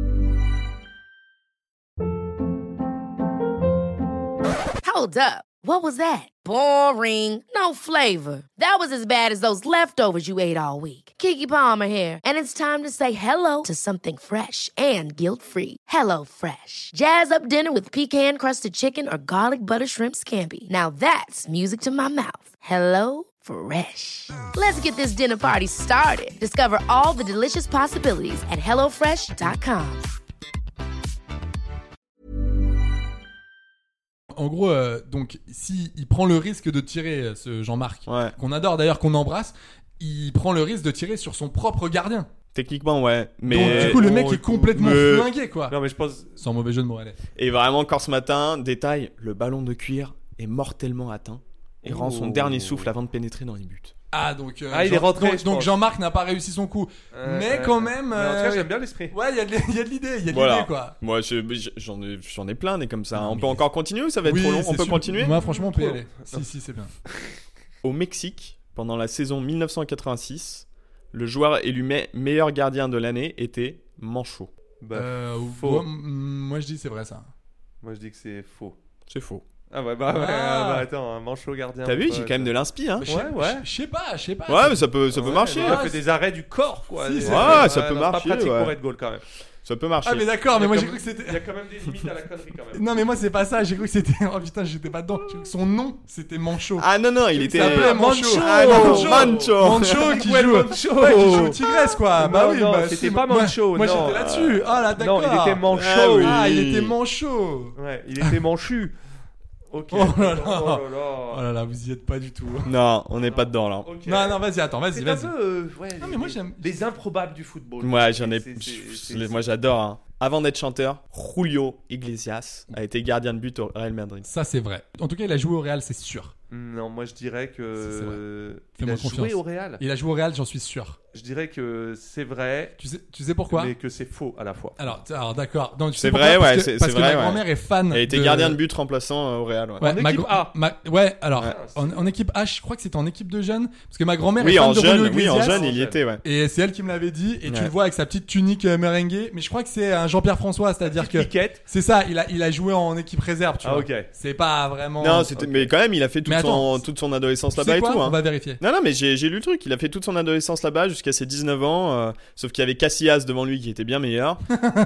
Hold up. What was that? Boring. No flavor. That was as bad as those leftovers you ate all week. Keke Palmer here, and it's time to say hello to something fresh and guilt-free. Hello Fresh. Jazz up dinner with pecan-crusted chicken or garlic butter shrimp scampi. Now that's music to my mouth. Hello Fresh. Let's get this dinner party started. Discover all the delicious possibilities at hello fresh dot com. En gros, euh, donc, si il prend le risque de tirer, euh, ce Jean-Marc, Ouais. qu'on adore d'ailleurs, qu'on embrasse, il prend le risque de tirer sur son propre gardien. Techniquement, ouais. Mais Donc, du coup, le mec oh, est complètement mais- flingué, quoi. Non, mais je pense. Sans mauvais jeu de mots, allez. Et vraiment, Corse Matin détaille, le ballon de cuir est mortellement atteint et rend son Oh. dernier souffle avant de pénétrer dans les buts. Ah, donc, euh, Ah, il est Jean- rentré, donc, je donc pense. Jean-Marc n'a pas réussi son coup. Euh, mais euh, quand euh, même. mais en tout cas, euh, j'aime bien l'esprit. Ouais, il y a de il y a de l'idée, il y a de Voilà. l'idée, quoi. Moi, je- je- j'en ai, j'en ai plein des comme ça. Non, On mais- peut encore continuer ou ça va être Oui, trop long? c'est On peut super. continuer? Moi, franchement, on peut y Trop aller. long. Si, si, c'est bien. Au Mexique, pendant la saison mille neuf cent quatre-vingt-six, Le joueur élu me- meilleur gardien de l'année était Manchot. Bah, Euh, faux. moi, moi, je dis c'est vrai ça. Moi, je dis que c'est faux. C'est faux. Ah ouais, bah ouais, Ah. ah bah attends, un manchot gardien. T'as vu, ouais, j'ai quand même de l'inspi, hein. Je sais- Ouais, ouais. Je je sais pas, je sais pas. Ouais, mais ça peut, ça peut Ouais, marcher. Il a fait des arrêts du corps, quoi. Si, Des- c'est vrai. ouais, Ouais, ça peut non, marcher, Pas pratique ouais. pour Red Goal, quand même. Ça peut marcher. Ah mais d'accord, mais Il y a moi j'ai comme- cru que c'était. Il y a quand même des limites à la connerie, quand même. Non mais moi c'est pas ça, j'ai cru que c'était. Oh putain, j'étais pas dedans. J'ai cru que son nom c'était Manchot. Ah non, non, il était. s'appelait Mancho. Ah non, Mancho. Mancho qui Ouais, joue. Mancho. Ouais, qui joue au Tigresse quoi. Non, Bah oui, non, bah, c'était si, pas moi- Mancho, Moi non. j'étais là-dessus. Ah là d'accord. Non, il était Mancho. Ah oui. Ah, il était Manchot. Ouais, il était manchu. Ok. Oh là là. Oh là Oh là. là là, vous y êtes pas du tout. Non, on n'est pas dedans là. Ok. Non non, vas-y, attends, vas-y, C'est un vas-y. peu. euh, ouais, Non, les- mais moi, les- j'aime- Les improbables du football. Ouais, j'en ai. C'est- c'est- c'est- les- c'est- Moi, j'adore. Hein. Avant d'être chanteur, Julio Iglesias a été gardien de but au Real Madrid. Ça c'est vrai. En tout cas, il a joué au Real, c'est sûr. Non, moi je dirais Si, c'est vrai. que. Il Fais-moi a joué confiance. au Real. Il a joué au Real, j'en suis sûr. Je dirais que c'est vrai, Tu sais, tu sais pourquoi mais que c'est faux à la fois. Alors, t- alors d'accord. Non, tu C'est sais pourquoi vrai, Parce ouais, que- c'est- parce c'est que vrai, ma ouais. grand-mère est fan. Il a été de- gardien de but remplaçant euh, au Real. Ouais. Ouais, En ma équipe gr- A. ma- ouais, alors Ouais. en, en équipe A, je crois que c'était en équipe de jeunes, parce que ma grand-mère Oui, est fan en de Julio jeune, oui, en Iglesias, jeune, il y était, ouais. et c'est elle qui me l'avait dit. Et tu Ouais. le vois avec sa petite tunique euh, merengue, mais je crois que c'est un Jean-Pierre François, c'est-à-dire que Piquette. c'est ça. Il a, il a joué en équipe réserve, tu Ah, vois. ok. C'est pas vraiment. Non, c'était, Ok. mais quand même, il a fait toute, Mais attends, son, toute son adolescence Tu là-bas sais et quoi tout. On Hein. va vérifier. Non, non, mais j'ai, j'ai lu le truc. Il a fait toute son adolescence là-bas jusqu'à ses dix-neuf ans. euh, sauf qu'il y avait Casillas devant lui qui était bien meilleur.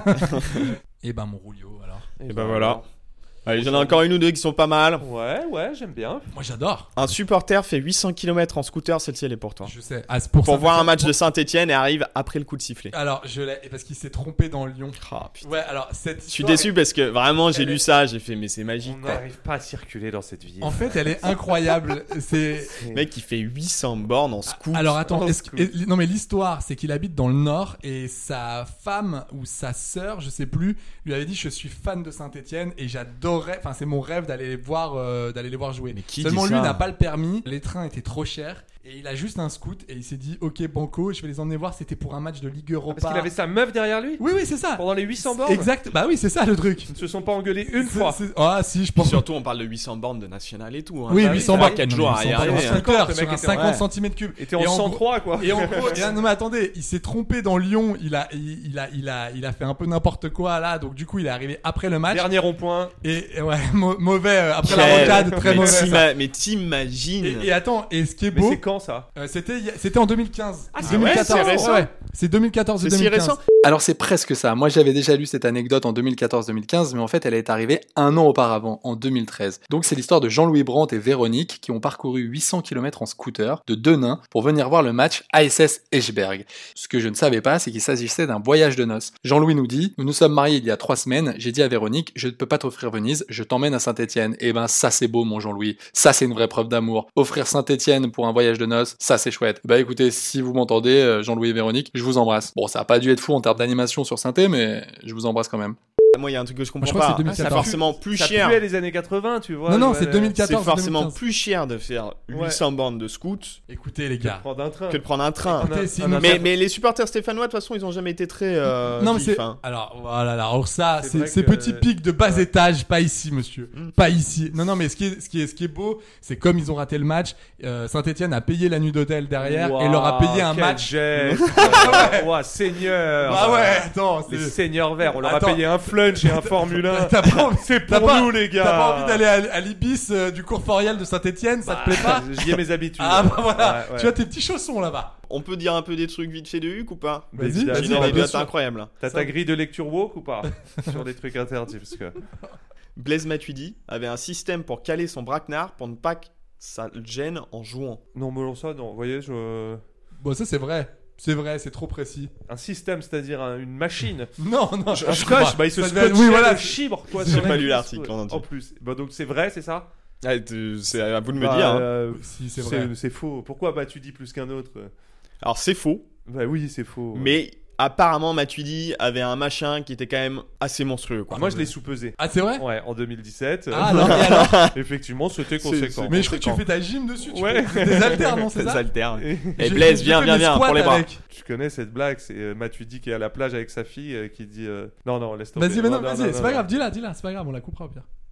Et ben mon Julio, alors. Et ben voilà. Allez, j'en ai encore une ou deux qui sont pas mal. Ouais, ouais, j'aime bien. Moi j'adore. Un supporter fait huit cents kilomètres en scooter, celle-ci elle est pour toi. Je sais. Ah, c'est pour Pour ça- voir un match pour- de Saint-Etienne et arrive après le coup de sifflet. Alors je l'ai, et parce qu'il s'est trompé dans Lyon. Ah, putain. Ouais, alors cette. Je suis déçu parce que vraiment j'ai Elle lu est- ça, j'ai fait mais c'est magique On quoi. n'arrive pas à circuler dans cette ville. En fait, elle est incroyable. C'est. Le mec il fait huit cents bornes en scoot. Alors attends, Oh, est-ce que- cool. et- non mais l'histoire, c'est qu'il habite dans le Nord et sa femme ou sa sœur, je sais plus, lui avait dit je suis fan de Saint-Étienne et j'adorais, enfin c'est mon rêve d'aller les voir, euh, d'aller les voir jouer. Mais qui Seulement dit lui ça n'a pas le permis, les trains étaient trop chers et il a juste un scoot et il s'est dit ok banco, je vais les emmener voir. C'était pour un match de Ligue Europa. Parce qu'il avait sa meuf derrière lui Oui oui c'est ça. pendant les huit cents bornes. Exact. Bah oui c'est ça le truc. Ils ne se sont pas engueulés une C'est- fois. c'est- Ah si je Puis pense. surtout on parle de huit cents bornes de national et tout. Hein. Oui, Bah huit cents t'as bornes. quatre Non, jours mais à ils y sont pas arriver. en hein. scooter, Le sur mec un était- cinquante ouais. centimètres cubes. Et t'es en en cent gros- trois quoi. Et en gros, et, non mais attendez, il s'est trompé dans Lyon, il a, il, il a, il a, il a fait un peu n'importe quoi là, donc du coup il est arrivé après le match. Dernier rond-point. Et et ouais, mau- mauvais euh, après la Quel- rocade, très mais mauvais. ça. t'ima- Mais t'imagines. Et, et attends, et ce qui est Mais beau, c'est quand ça euh, c'était, il y a- c'était en deux mille quinze. Ah, c'est deux mille quatorze, vrai, c'est récent. ouais, c'est deux mille quatorze et C'est si deux mille quinze. récent. Alors c'est presque ça. Moi j'avais déjà lu cette anecdote en deux mille quatorze deux mille quinze, mais en fait elle est arrivée un an auparavant, en deux mille treize. Donc c'est l'histoire de Jean-Louis Brandt et Véronique qui ont parcouru huit cents kilomètres en scooter de Denain pour venir voir le match A S S Eschberg. Ce que je ne savais pas, c'est qu'il s'agissait d'un voyage de noces. Jean-Louis nous dit « Nous nous sommes mariés il y a trois semaines, j'ai dit à Véronique, je ne peux pas t'offrir Venise, je t'emmène à Saint-Étienne. » Et ben ça c'est beau mon Jean-Louis, ça c'est une vraie preuve d'amour. Offrir Saint-Étienne pour un voyage de noces, ça c'est chouette. Bah écoutez, si vous m'entendez, euh, Jean-Louis et Véronique, je vous embrasse. Bon, ça a pas dû être fou en termes d'animation sur Saint-É, mais je vous embrasse quand même. Moi il y a un truc que je Moi, je comprends crois que pas. c'est C'est deux mille quatorze. forcément plus Ça cher. puait les années quatre-vingts, tu vois. Non, non, je c'est vois, deux mille C'est quatorze. forcément deux mille quinze. plus cher de faire Ouais. huit cents bornes de scoot Écoutez les Que gars. prendre un train. que de prendre un train. Écoutez, si un nous- Mais, mais les supporters stéphanois, de toute façon, ils ont jamais été très. Euh, non mais vifs, c'est hein. alors voilà là, alors ça C'est c'est vrai ces que- petits pics de bas Ouais. étage, pas ici monsieur, Mm. pas ici. Non non mais ce qui est ce qui est ce qui est beau, c'est comme ils ont raté le match, euh, Saint-Étienne a payé la nuit d'hôtel derrière et leur a payé un Quel match. geste. Ouah, seigneur. Ah ouais, attends, Les c'est seigneurs verts, on leur Attends. a payé un flunch et un Formule un. T'as pas envie- C'est t'as pour pas- nous les gars. T'as pas envie d'aller à, à l'Ibis euh, du cours Forial de Saint-Étienne, ça te plaît pas? J'y ai mes habitudes. Ah bah voilà, Ouais, ouais. tu as tes petits chaussons là-bas. On peut dire un peu des trucs vite fait de Huc ou pas? Vas-y, Évidemment. vas-y, J'ai une bah, bien anecdote sûr. incroyable. T'as ta grille de lecture woke ou pas sur les trucs interdits parce que Blaise Matuidi avait un système pour caler son braquenard pour ne pas que ça le gêne en jouant. non mais non ça non, vous voyez je Bon ça c'est vrai, c'est vrai, c'est trop précis. un système, c'est-à-dire un- une machine. Non non, Un je scotch, crois. bah il se Ça scotche devait- oui voilà. le chibre quoi. J'ai sur pas la lu cuisse, l'article ouais. en entier. En plus, bah donc c'est vrai, c'est ça. Ah, tu- c'est à vous de me Bah, dire. hein. euh, Si c'est vrai. c'est faux. Pourquoi bah tu dis plus qu'un autre? Alors c'est faux, Bah oui, c'est faux. mais apparemment Matuidi avait un machin qui était quand même assez monstrueux. Quoi. Moi je l'ai sous-pesé. Ah c'est vrai? Ouais, en deux mille dix-sept. Ah alors, et alors Effectivement, c'était C'est- conséquent. Mais je crois que tu fais ta gym dessus, tu Ouais. fais des haltères, non, c'est Ça ça? s'altère. Et- Et J'ai- Blaise, j'ai viens, fait viens, des viens, squats pour les bras. avec. Tu connais cette blague, c'est euh, Matuidi qui est à la plage avec sa fille euh, qui dit euh, non non laisse tomber. Vas-y, mais non, non, vas-y, non, c'est non, pas non. grave, dis-la, dis-la, c'est pas grave, on la coupera au pire.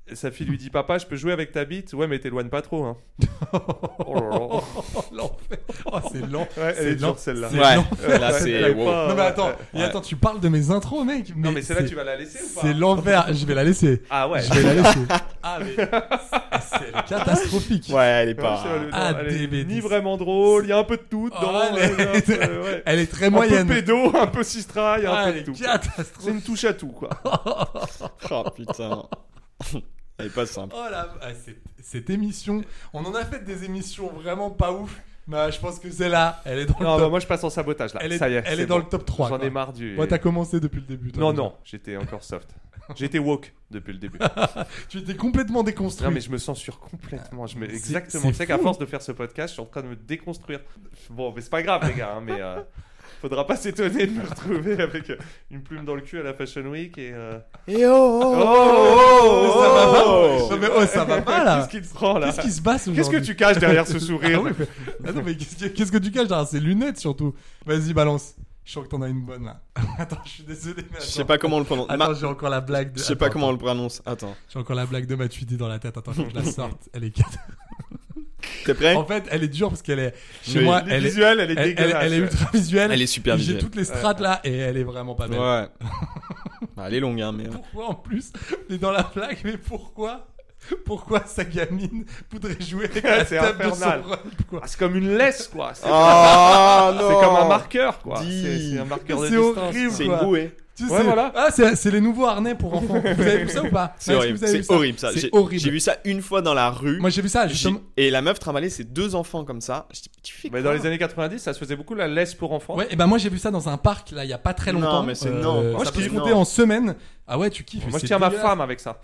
Et sa fille lui dit papa, je peux jouer avec ta bite? Ouais, mais t'éloignes pas trop. Hein. Oh là là. L'enfer. Oh, c'est lent. Ouais, elle est dure celle-là. C'est Ouais, l'enfer. là c'est. wow. Non mais attends, Ouais. et attends, tu parles de mes intros, mec. Non, mais celle-là, tu vas la laisser ou pas? C'est l'enfer. Je vais la laisser. Ah ouais. Je vais la laisser. Ah mais c'est catastrophique. Ouais, elle est Ouais, pas. c'est- non, Ah, elle est des- ni des- vraiment drôle, il y a un peu de tout Oh, dedans. elle, ouais, est... un peu, ouais. elle est très Un moyenne. peu pédo, un peu sistra, il y a Ah, un elle peu de est tout. catastrophique. C'est une touche à tout, quoi. Oh putain. Elle est pas simple. Oh là, ah, cette, cette émission, on en a fait des émissions vraiment pas ouf. Mais je pense que celle-là, elle est dans le Non, top. bah moi je passe en sabotage là. Elle est, Ça y est, elle c'est est dans bon. le top trois. J'en quoi. ai marre du. Ouais, t'as commencé depuis le début. Toi, Non, déjà. non, j'étais encore soft. J'étais woke depuis le début. Tu étais complètement déconstruit. Non, mais je me censure complètement. Je me... C'est- Exactement. c'est Tu sais qu'à fou. force de faire ce podcast, je suis en train de me déconstruire. Bon, mais c'est pas grave, les gars, hein, mais. Euh... Faudra pas s'étonner de me retrouver avec une plume dans le cul à la Fashion Week et. Euh... Et oh, oh, oh, ça va pas. oh. Non, mais oh, ça va pas là. Qu'est-ce qui te prend là? Qu'est-ce qui se passe aujourd'hui? Qu'est-ce que tu caches derrière ce sourire? Ah ouais, mais... ah non, mais qu'est-ce que, qu'est-ce que tu caches derrière ces lunettes surtout? Vas-y, balance. Je sens que t'en as une bonne là. Attends, je suis désolé. Mais attends. Je sais pas comment on le prononce. Attends, Ma- j'ai encore la blague de. Je sais pas Attends, comment on attends. le prononce. Attends. J'ai encore la blague de Matuidi dans la tête. Attends, quand je la sorte, elle est quatre. T'es prêt? En fait, elle est dure parce qu'elle est. Chez Oui. moi, Les elle est. visuels, elle est Elle, elle- dégueulasse. elle est ultra visuelle. Elle est super J'ai visuelle. toutes les strates là et elle est vraiment pas belle. Ouais. Bah, elle est longue, hein, mais. Pourquoi en plus? Mais dans la blague, mais pourquoi? Pourquoi sa gamine voudrait jouer avec la C'est tête de son infernal. rhum, quoi? Ah, c'est comme une laisse, quoi. C'est Oh non. c'est comme un marqueur, quoi. Dis. C'est c'est un marqueur de C'est distance. horrible. C'est quoi. une bouée. Tu Ouais, sais- voilà. Ah, c'est c'est les nouveaux harnais pour enfants. Vous avez vu ça ou pas? C'est Est-ce que horrible. vous avez vu C'est horrible ça. C'est J'ai- horrible. J'ai vu ça une fois dans la rue. Moi, j'ai vu ça J'ai- justement. Et la meuf trimballait ses deux enfants comme ça. Je dis, tu fais Mais quoi? dans les années quatre-vingt-dix, ça se faisait beaucoup la laisse pour enfants. Ouais, et ben moi j'ai vu ça dans un parc là il y a pas très Non, longtemps. mais c'est non. Moi, ça je peut se kiffe. compter Non. en semaines. Ah ouais, tu kiffes. Moi, je c'est tiens ma dégueulasse. femme avec ça.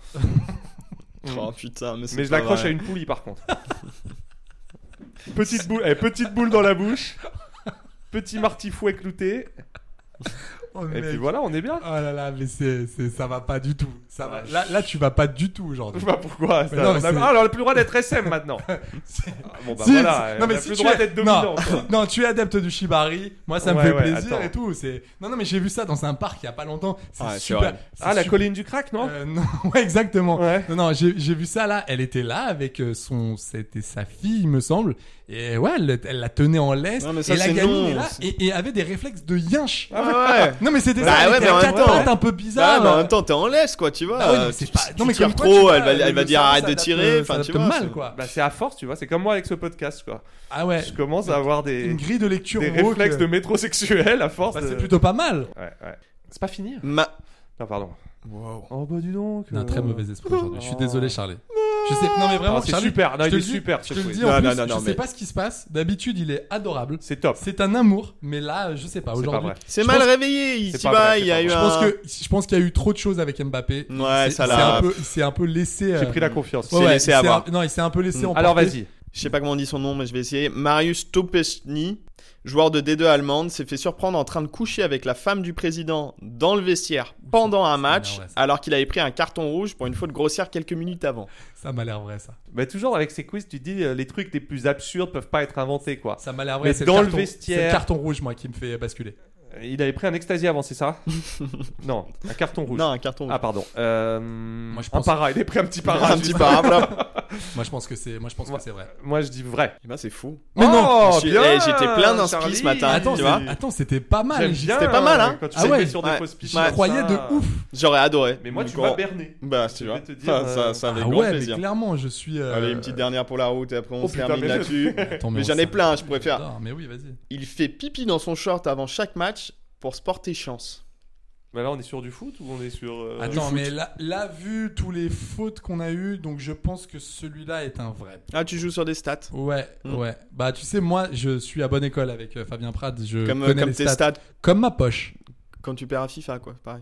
Oh putain, mais c'est Mais je pas l'accroche vrai. à une poulie, par contre. Petite boule, eh, petite boule dans la bouche. Petit martifouet clouté. Oh, Et mec. puis voilà, on est bien. Oh là là, mais c'est, c'est, ça va pas du tout. Ça va. Ouais. Là, là, tu vas pas du tout aujourd'hui. Je sais pas pourquoi. Mais ça- non, on mais a- c'est- Ah, alors, on a plus le droit d'être S M maintenant. C'est- Ah, bon, bah Si, voilà. non, on mais a si plus le tu droit es... d'être dominant. non, quoi. non, tu es adepte du shibari. Moi, ça me Ouais, fait ouais, plaisir attends. et tout. C'est... Non, non, mais j'ai vu ça dans un parc il y a pas longtemps. C'est Ouais, c'est super. horrible. c'est Ah, la super- colline du crack, non? Euh, non, ouais, exactement. Ouais. Non, non, j'ai, j'ai vu ça là. Elle était là avec euh, son, c'était sa fille, il me semble. Et ouais, elle, elle la tenait en laisse. Non, mais ça, et la c'est gamine non. est là et, et avait des réflexes de yinche. Ah ouais. Non, mais c'était Bah ça. Elle ouais, était mais en à même quatre temps- pattes, un peu Bah, bizarre. mais en même temps, t'es en laisse, quoi, tu vois. Ah ouais, mais c'est Tu- pas- tu non, mais tires comme quoi, trop, tu vois, elle va, elle va le dire cerveau arrête de s'adapte- tirer. Enfin, s'adapte tu vois. mal, c'est- quoi. Bah, c'est à force, tu vois. C'est comme moi avec ce podcast, quoi. Ah ouais. Je commence à avoir des, Une grille de lecture des woke. réflexes de métrosexuel à force. Bah, de- c'est plutôt pas mal. Ouais, ouais. C'est pas fini? Ma... Non, pardon. Wow. Oh, bah, dis donc. Il a un euh, très mauvais esprit aujourd'hui. Je suis Oh. désolé, Charlie. Je sais, non mais vraiment, Ah, c'est Charlie, super. Non, je il te est le dis- super, Je ce te le quiz. dis en Non, plus, non, non, je non, sais mais- pas ce qui se passe. D'habitude, il est adorable. C'est top. C'est un amour, mais là, je sais pas. C'est Aujourd'hui, pas vrai. C'est Je mal pense- réveillé, il C'est s'y pas va, vrai, il y a c'est eu pas je un... pense que je pense qu'il y a eu trop de choses avec Mbappé. Ouais, C'est- ça c'est l'a- un peu, il s'est un peu laissé. euh, J'ai pris la confiance. s'est laissé il s'est avoir. un- Non, il s'est un peu laissé Mm. emporter. Alors, vas-y. Je sais pas comment on dit son nom, mais je vais essayer. Marius Topesny, joueur de D deux allemande, s'est fait surprendre en train de coucher avec la femme du président dans le vestiaire pendant un match, énervé, ça. alors qu'il avait pris un carton rouge pour une faute grossière quelques minutes avant. Ça m'a l'air vrai, ça. Mais toujours avec ces quiz, tu te dis euh, les trucs les plus absurdes peuvent pas être inventés, quoi. Ça m'a l'air vrai. Mais C'est dans le carton- vestiaire- c'est le carton rouge, moi, qui me fait basculer. Il avait pris un ecstasy avant, c'est ça? Non, un carton rouge. Non, un carton rouge. Ah, pardon. Euh, Moi, je Un pense- para, il a pris un petit para. un petit parapluie. Moi, je pense que c'est, moi, je pense que c'est vrai. Moi, je dis vrai. Eh ben, c'est fou. Mais non. Oh, Je suis- bien, eh, j'étais plein d'inspi Charlie. ce matin, Attends, tu c'est- vois. attends, c'était pas mal. J'aime J'y- bien. C'était pas mal, hein. Quand tu Ah sais ouais. sur des Ouais. fausses pistes. J'y Ouais. croyais de Ça- ouf. J'aurais adoré. Mais moi, Donc, tu m'as on- berné. Bah, Je tu vais vois. te dire, Ça, ça, euh, ça avec Ah grand ouais, mais plaisir. clairement, je suis. euh, Allez, une petite dernière pour la route et après on Oh, se putain, termine mais je- là-dessus. Attends, Mais on j'en ai s'est- plein, je pourrais faire. j'adore, Mais oui, vas-y. Il fait pipi dans son short avant chaque match pour se porter chance. Bah là, on est sur du foot ou on est sur. euh, Attends, mais là, là, vu tous les fautes qu'on a eues, donc je pense que celui-là est un vrai. Ah, tu joues sur des stats. Ouais, Mm. ouais. Bah, tu sais, moi, je suis à bonne école avec euh, Fabien Prat. Je Comme, euh, connais comme les tes stats. stats Comme ma poche. quand tu perds à FIFA, quoi. Pareil.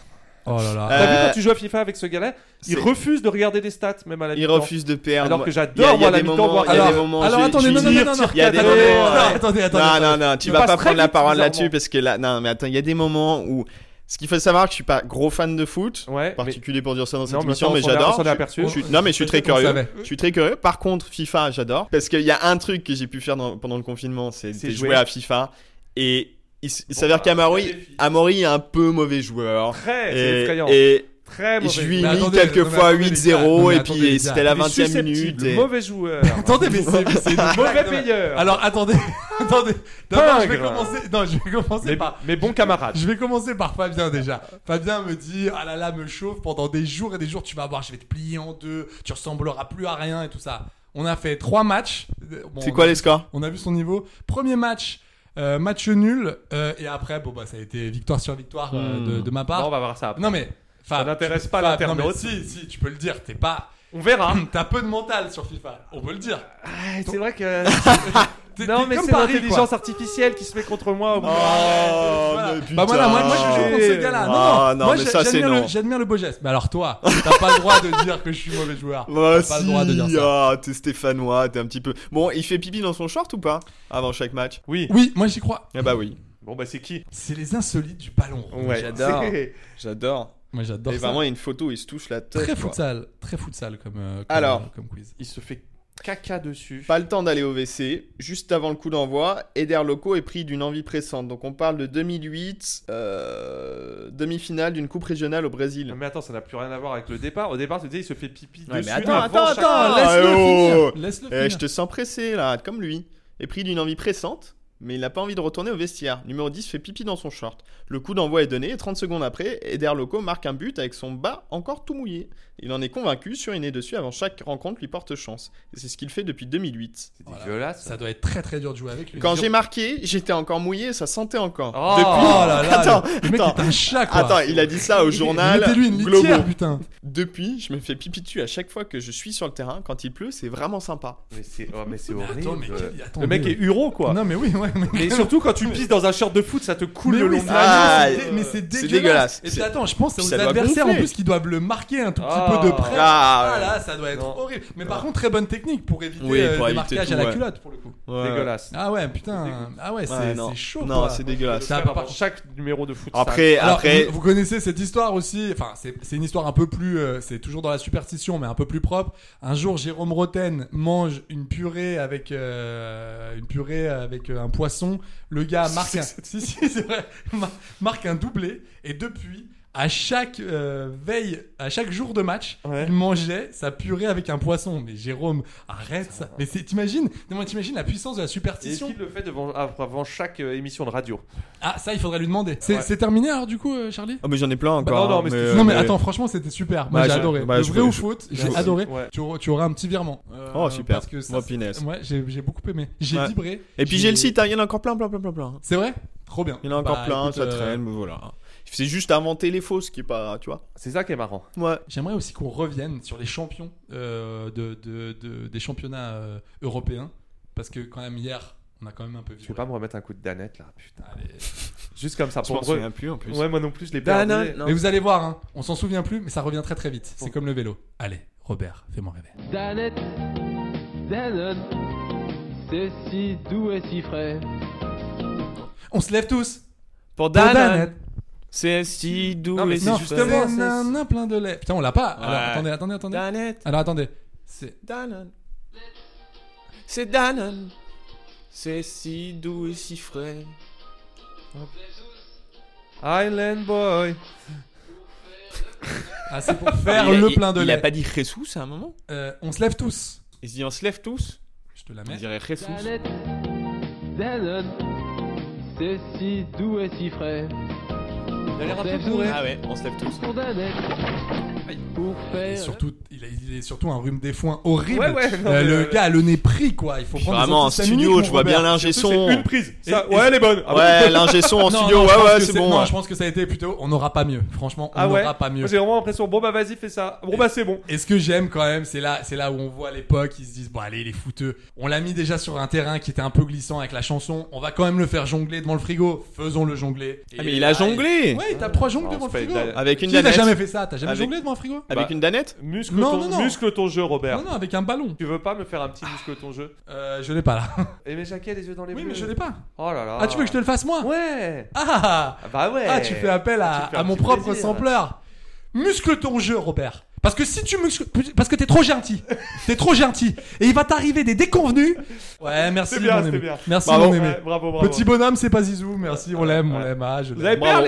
Oh là là. Euh, T'as vu quand tu joues à FIFA avec ce gars-là? Il c'est- refuse de regarder des stats, même à la Il mi-temps. refuse de perdre. Alors que Il y a- j'adore, il y moi, a la des mi-temps, moments. voir- Il y a des Alors- moments. alors, je- attendez, je- non, non, je- non, non, non. Il y a des Attendez, moments. non, euh, attendez, attendez, Non, attendez. non, non. Tu Il vas passe pas très prendre la vite, parole bizarrement. là-dessus parce que là, non, mais attends, il y a des moments où. Ce qu'il faut savoir, que je suis pas gros fan de foot, Ouais, mais- particulier pour dire ça dans cette Non, mais émission, ça, on mais s'en est- on j'adore. s'en est aperçu. Je suis- Non, mais je suis très Peut-être qu'on curieux. savait. Je suis très curieux. Par contre, FIFA, j'adore parce qu'il y a un truc que j'ai pu faire dans- pendant le confinement, c'est C'est de jouer. jouer à FIFA et il, s- il Bon, s'avère bah, qu'Amaury, quel défi. Amaury est un peu mauvais joueur. Très, c'est et, effrayant. et Très mauvais. Je lui ai Mais mis attendez, quelques non, mais fois attendez, les huit zéro gars, non, mais et attendez, puis les c'était gars. la Il est vingtième susceptible, minute. et- Mauvais joueur. Attendez, mais c'est c'est une Mauvais blague, non, mais- payeur. Alors attendez, attendez. D'abord, je vais Pingre. commencer. Non, je vais commencer Mais, par. mais bon camarade. Je vais commencer par Fabien déjà. Fabien me dit ah là là, me chauffe pendant des jours et des jours. Tu vas voir, je vais te plier en deux. Tu ressembleras plus à rien et tout ça. On a fait trois matchs. Bon, C'est on quoi a- les scores? On a vu son niveau. Premier match. Euh, match nul euh, et après bon bah ça a été victoire sur victoire euh, de, de ma part. Non, on va voir ça après. Non mais Ça n'intéresse pas Fab, l'internaute. non, mais si si tu peux le dire, t'es pas. On verra. T'as peu de mental sur FIFA, on peut le dire. Ah, c'est vrai que. T'es- Non, t'es mais comme c'est Paris, l'intelligence quoi. artificielle qui se met contre moi. Au bout d'un Oh, Voilà. mais putain. Bah voilà, moi, moi je joue contre ce gars-là. Non, Ah, non, non, moi mais j'a- ça, c'est j'admire, le, non. j'admire le beau geste. Mais alors toi, t'as pas le droit de dire que je suis mauvais joueur. Moi T'as pas le droit de dire si, ça. ah, t'es stéphanois, t'es un petit peu. Bon, il fait pipi dans son short ou pas? Avant chaque match? Oui. Oui, moi j'y crois. Ah bah oui. Bon, bah, c'est qui? C'est les insolites du ballon. Ouais, J'adore. c'est- J'adore. Moi j'adore Et ça. vraiment, il y a une photo, il se touche la tête. Très quoi. futsal, très futsal comme, euh, comme, Alors. euh, comme quiz. Il se fait caca dessus. Pas le temps d'aller au W C. Juste avant le coup d'envoi, Eder Loco est pris d'une envie pressante. Donc on parle de deux mille huit, euh, demi-finale d'une coupe régionale au Brésil. Non, mais attends, ça n'a plus rien à voir avec le départ. Au départ, tu disais, il se fait pipi Ouais, dessus. mais attends, avant attends, chaque- attends, Ah, laisse-le oh. finir, laisse-le Eh, finir. je te sens pressé là, comme lui. Est pris d'une envie pressante, mais il n'a pas envie de retourner au vestiaire. Numéro dix fait pipi dans son short. Le coup d'envoi est donné et trente secondes après, Eder Loco marque un but avec son bas encore tout mouillé. Il en est convaincu, suriner dessus avant chaque rencontre lui porte chance. Et c'est ce qu'il fait depuis deux mille huit. C'est dégueulasse. Ça doit être très très dur de jouer avec lui. Quand j'ai marqué, j'étais encore mouillé, ça sentait encore. Oh, Depuis... Oh là là, attends, le mec attends. est un chat quoi. Attends, il a dit ça au journal Mettez-lui une Globo. litière putain. Depuis, je me fais pipi dessus à chaque fois que je suis sur le terrain. Quand il pleut, c'est vraiment sympa. Mais c'est oh, mais c'est Mais horrible. attends, mais quel- attends, le mec mais- est huro, quoi. Non mais oui, ouais. Mais, Et surtout, quand tu pisses dans un short de foot, ça te coule Mais le oui, long de c'est- la Ah, mais c'est- mais c'est c'est dégueulasse. dégueulasse. Et C'est- puis attends, je pense Puis aux ça doit adversaires en gonfler. plus qui doivent le marquer un tout petit Ah. peu de près. Ah, ouais. là, ça doit être Non. horrible. Mais par contre, très bonne technique pour éviter Oui, euh, pour les éviter marquages tout, à la ouais. culotte pour le coup. Ouais. dégueulasse. Ah ouais, putain. Ah ouais, c'est Ouais, non. c'est chaud. Non, quoi. c'est dégueulasse. Ça, Faire par pour chaque numéro de foot. Après, Alors, après. vous, vous connaissez cette histoire aussi. Enfin, c'est c'est une histoire un peu plus. euh, c'est toujours dans la superstition, mais un peu plus propre. Un jour, Jérôme Roten mange une purée avec euh, une purée avec euh, un poisson. Le gars marque un. si si, c'est vrai. Mar- marque un doublé et depuis. À chaque euh, veille, à chaque jour de match, Ouais. il mangeait sa purée avec un poisson. Mais Jérôme, arrête ça. Mais c'est- t'imagines, non, mais t'imagines la puissance de la Est-ce superstition. qu'il le fait devant, avant chaque euh, émission de radio? Ah, ça, il faudrait lui demander. C'est Ouais. c'est terminé alors du coup, euh, Charlie? Oh, mais j'en ai plein Bah, encore. non, non, hein, mais mais, c'était- Non mais mais- attends, franchement c'était super. Moi Bah, j'ai je- adoré. bah, le je vrai peux- ou je- faute, je- j'ai je- adoré. ouais. Tu, auras- tu auras un petit virement. Euh, Oh, super. Parce que ça, Moi, c'est- punaise. Ouais, j'ai j'ai beaucoup aimé. J'ai Ouais. vibré. Et puis j'ai le site, hein, il y en a encore plein, plein, plein, plein, plein. C'est vrai? Trop bien. Il y en a encore Bah, plein, écoute, ça euh, traîne, mais voilà. C'est juste inventer les fausses qui est pas, tu vois. C'est ça qui est marrant. Ouais. J'aimerais aussi qu'on revienne sur les champions euh, de, de, de- des championnats euh, européens. Parce que quand même hier, on a quand même un peu Je vais vibré. pas me remettre un coup de danette là, putain. Allez. Juste comme ça Je pour m'en me re- souviens plus en plus. Ouais, moi non plus, je l'ai perdu. Danone, non. Mais vous allez voir, hein, on s'en souvient plus, mais ça revient très très vite. C'est comme le vélo. Allez, Robert, fais-moi rêver. Danette, Danone, c'est si doux et si frais. On se lève tous. Pour Danone. Danone. C'est si doux. Non, mais et c'est si justement, frais. C'est nanan plein de lait. Putain, on l'a pas. Alors, Ouais. attendez, attendez, attendez. Danette. Alors, attendez. C'est. Danone. C'est Danone. C'est si doux et si frais. Island Boy. Ah, c'est pour faire Il a- le il- plein de Il lait. a pas dit Jesus à un moment? Euh, on se lève tous. Il se dit on se lève tous? Je te la On mets. dirait Jesus. Danette, Danone, c'est si doux et si frais. Il a l'air un peu C'est bourré. Ah ouais, on se lève tous. Pour Danette, pour Et faire. surtout, il, a- il est surtout un rhume des foins horrible. Ouais, ouais, non, Euh, mais, le euh, gars a le nez pris, quoi. Il faut prendre Vraiment, en des antihistaminiques, studio, mon je vois Robert. bien l'ingé Surtout, son. c'est une prise. Ça, Et- ouais, elle est bonne. Ah, Ouais, l'ingé son en Non, studio, non, je ouais, pense ouais, que c'est bon. Non, ouais. je pense que ça a été plutôt. On n'aura pas mieux. Franchement, on Ah ouais. n'aura pas mieux. Moi, j'ai vraiment l'impression, bon bah vas-y, fais ça. Bon bah c'est bon. Et ce que j'aime quand même, c'est là, c'est là où on voit à l'époque, ils se disent bon allez les fouteux, on l'a mis déjà sur un terrain qui était un peu glissant avec la chanson, on va quand même le faire jongler devant le frigo, faisons-le jongler. Ah, mais il a jonglé. Ouais, il tape trois jongles Non, devant le c'est frigo. pas une da- Avec une Qui n'a danette. jamais fait ça? T'as jamais Avec- jonglé devant un frigo? Avec Bah, une danette? Muscle, Non, ton, non, non. muscle ton jeu, Robert. Non non, avec un ballon. Tu veux pas me faire un petit muscle ton jeu? Euh, je l'ai pas là. Et mais Jackie a les yeux dans les Oui, bleus. mais je l'ai pas. Oh là là. Ah, tu veux que je te le fasse moi? Ouais. Ah, Ah bah ouais. ah, tu fais appel à, Tu fais un à mon petit propre plaisir. sampleur. Muscle ton jeu, Robert. Parce que si tu muscles, parce que t'es trop gentil, t'es trop gentil, et il va t'arriver des déconvenus. Ouais, merci C'est bien, mon c'est aimé. bien. Merci Bravo, mon aimé. ouais, bravo, bravo. Petit bonhomme, c'est pas Zizou. Merci, on l'aime, on Ouais. l'aime. Ah, je Vous l'aime. avez peur, Bravo. les gars.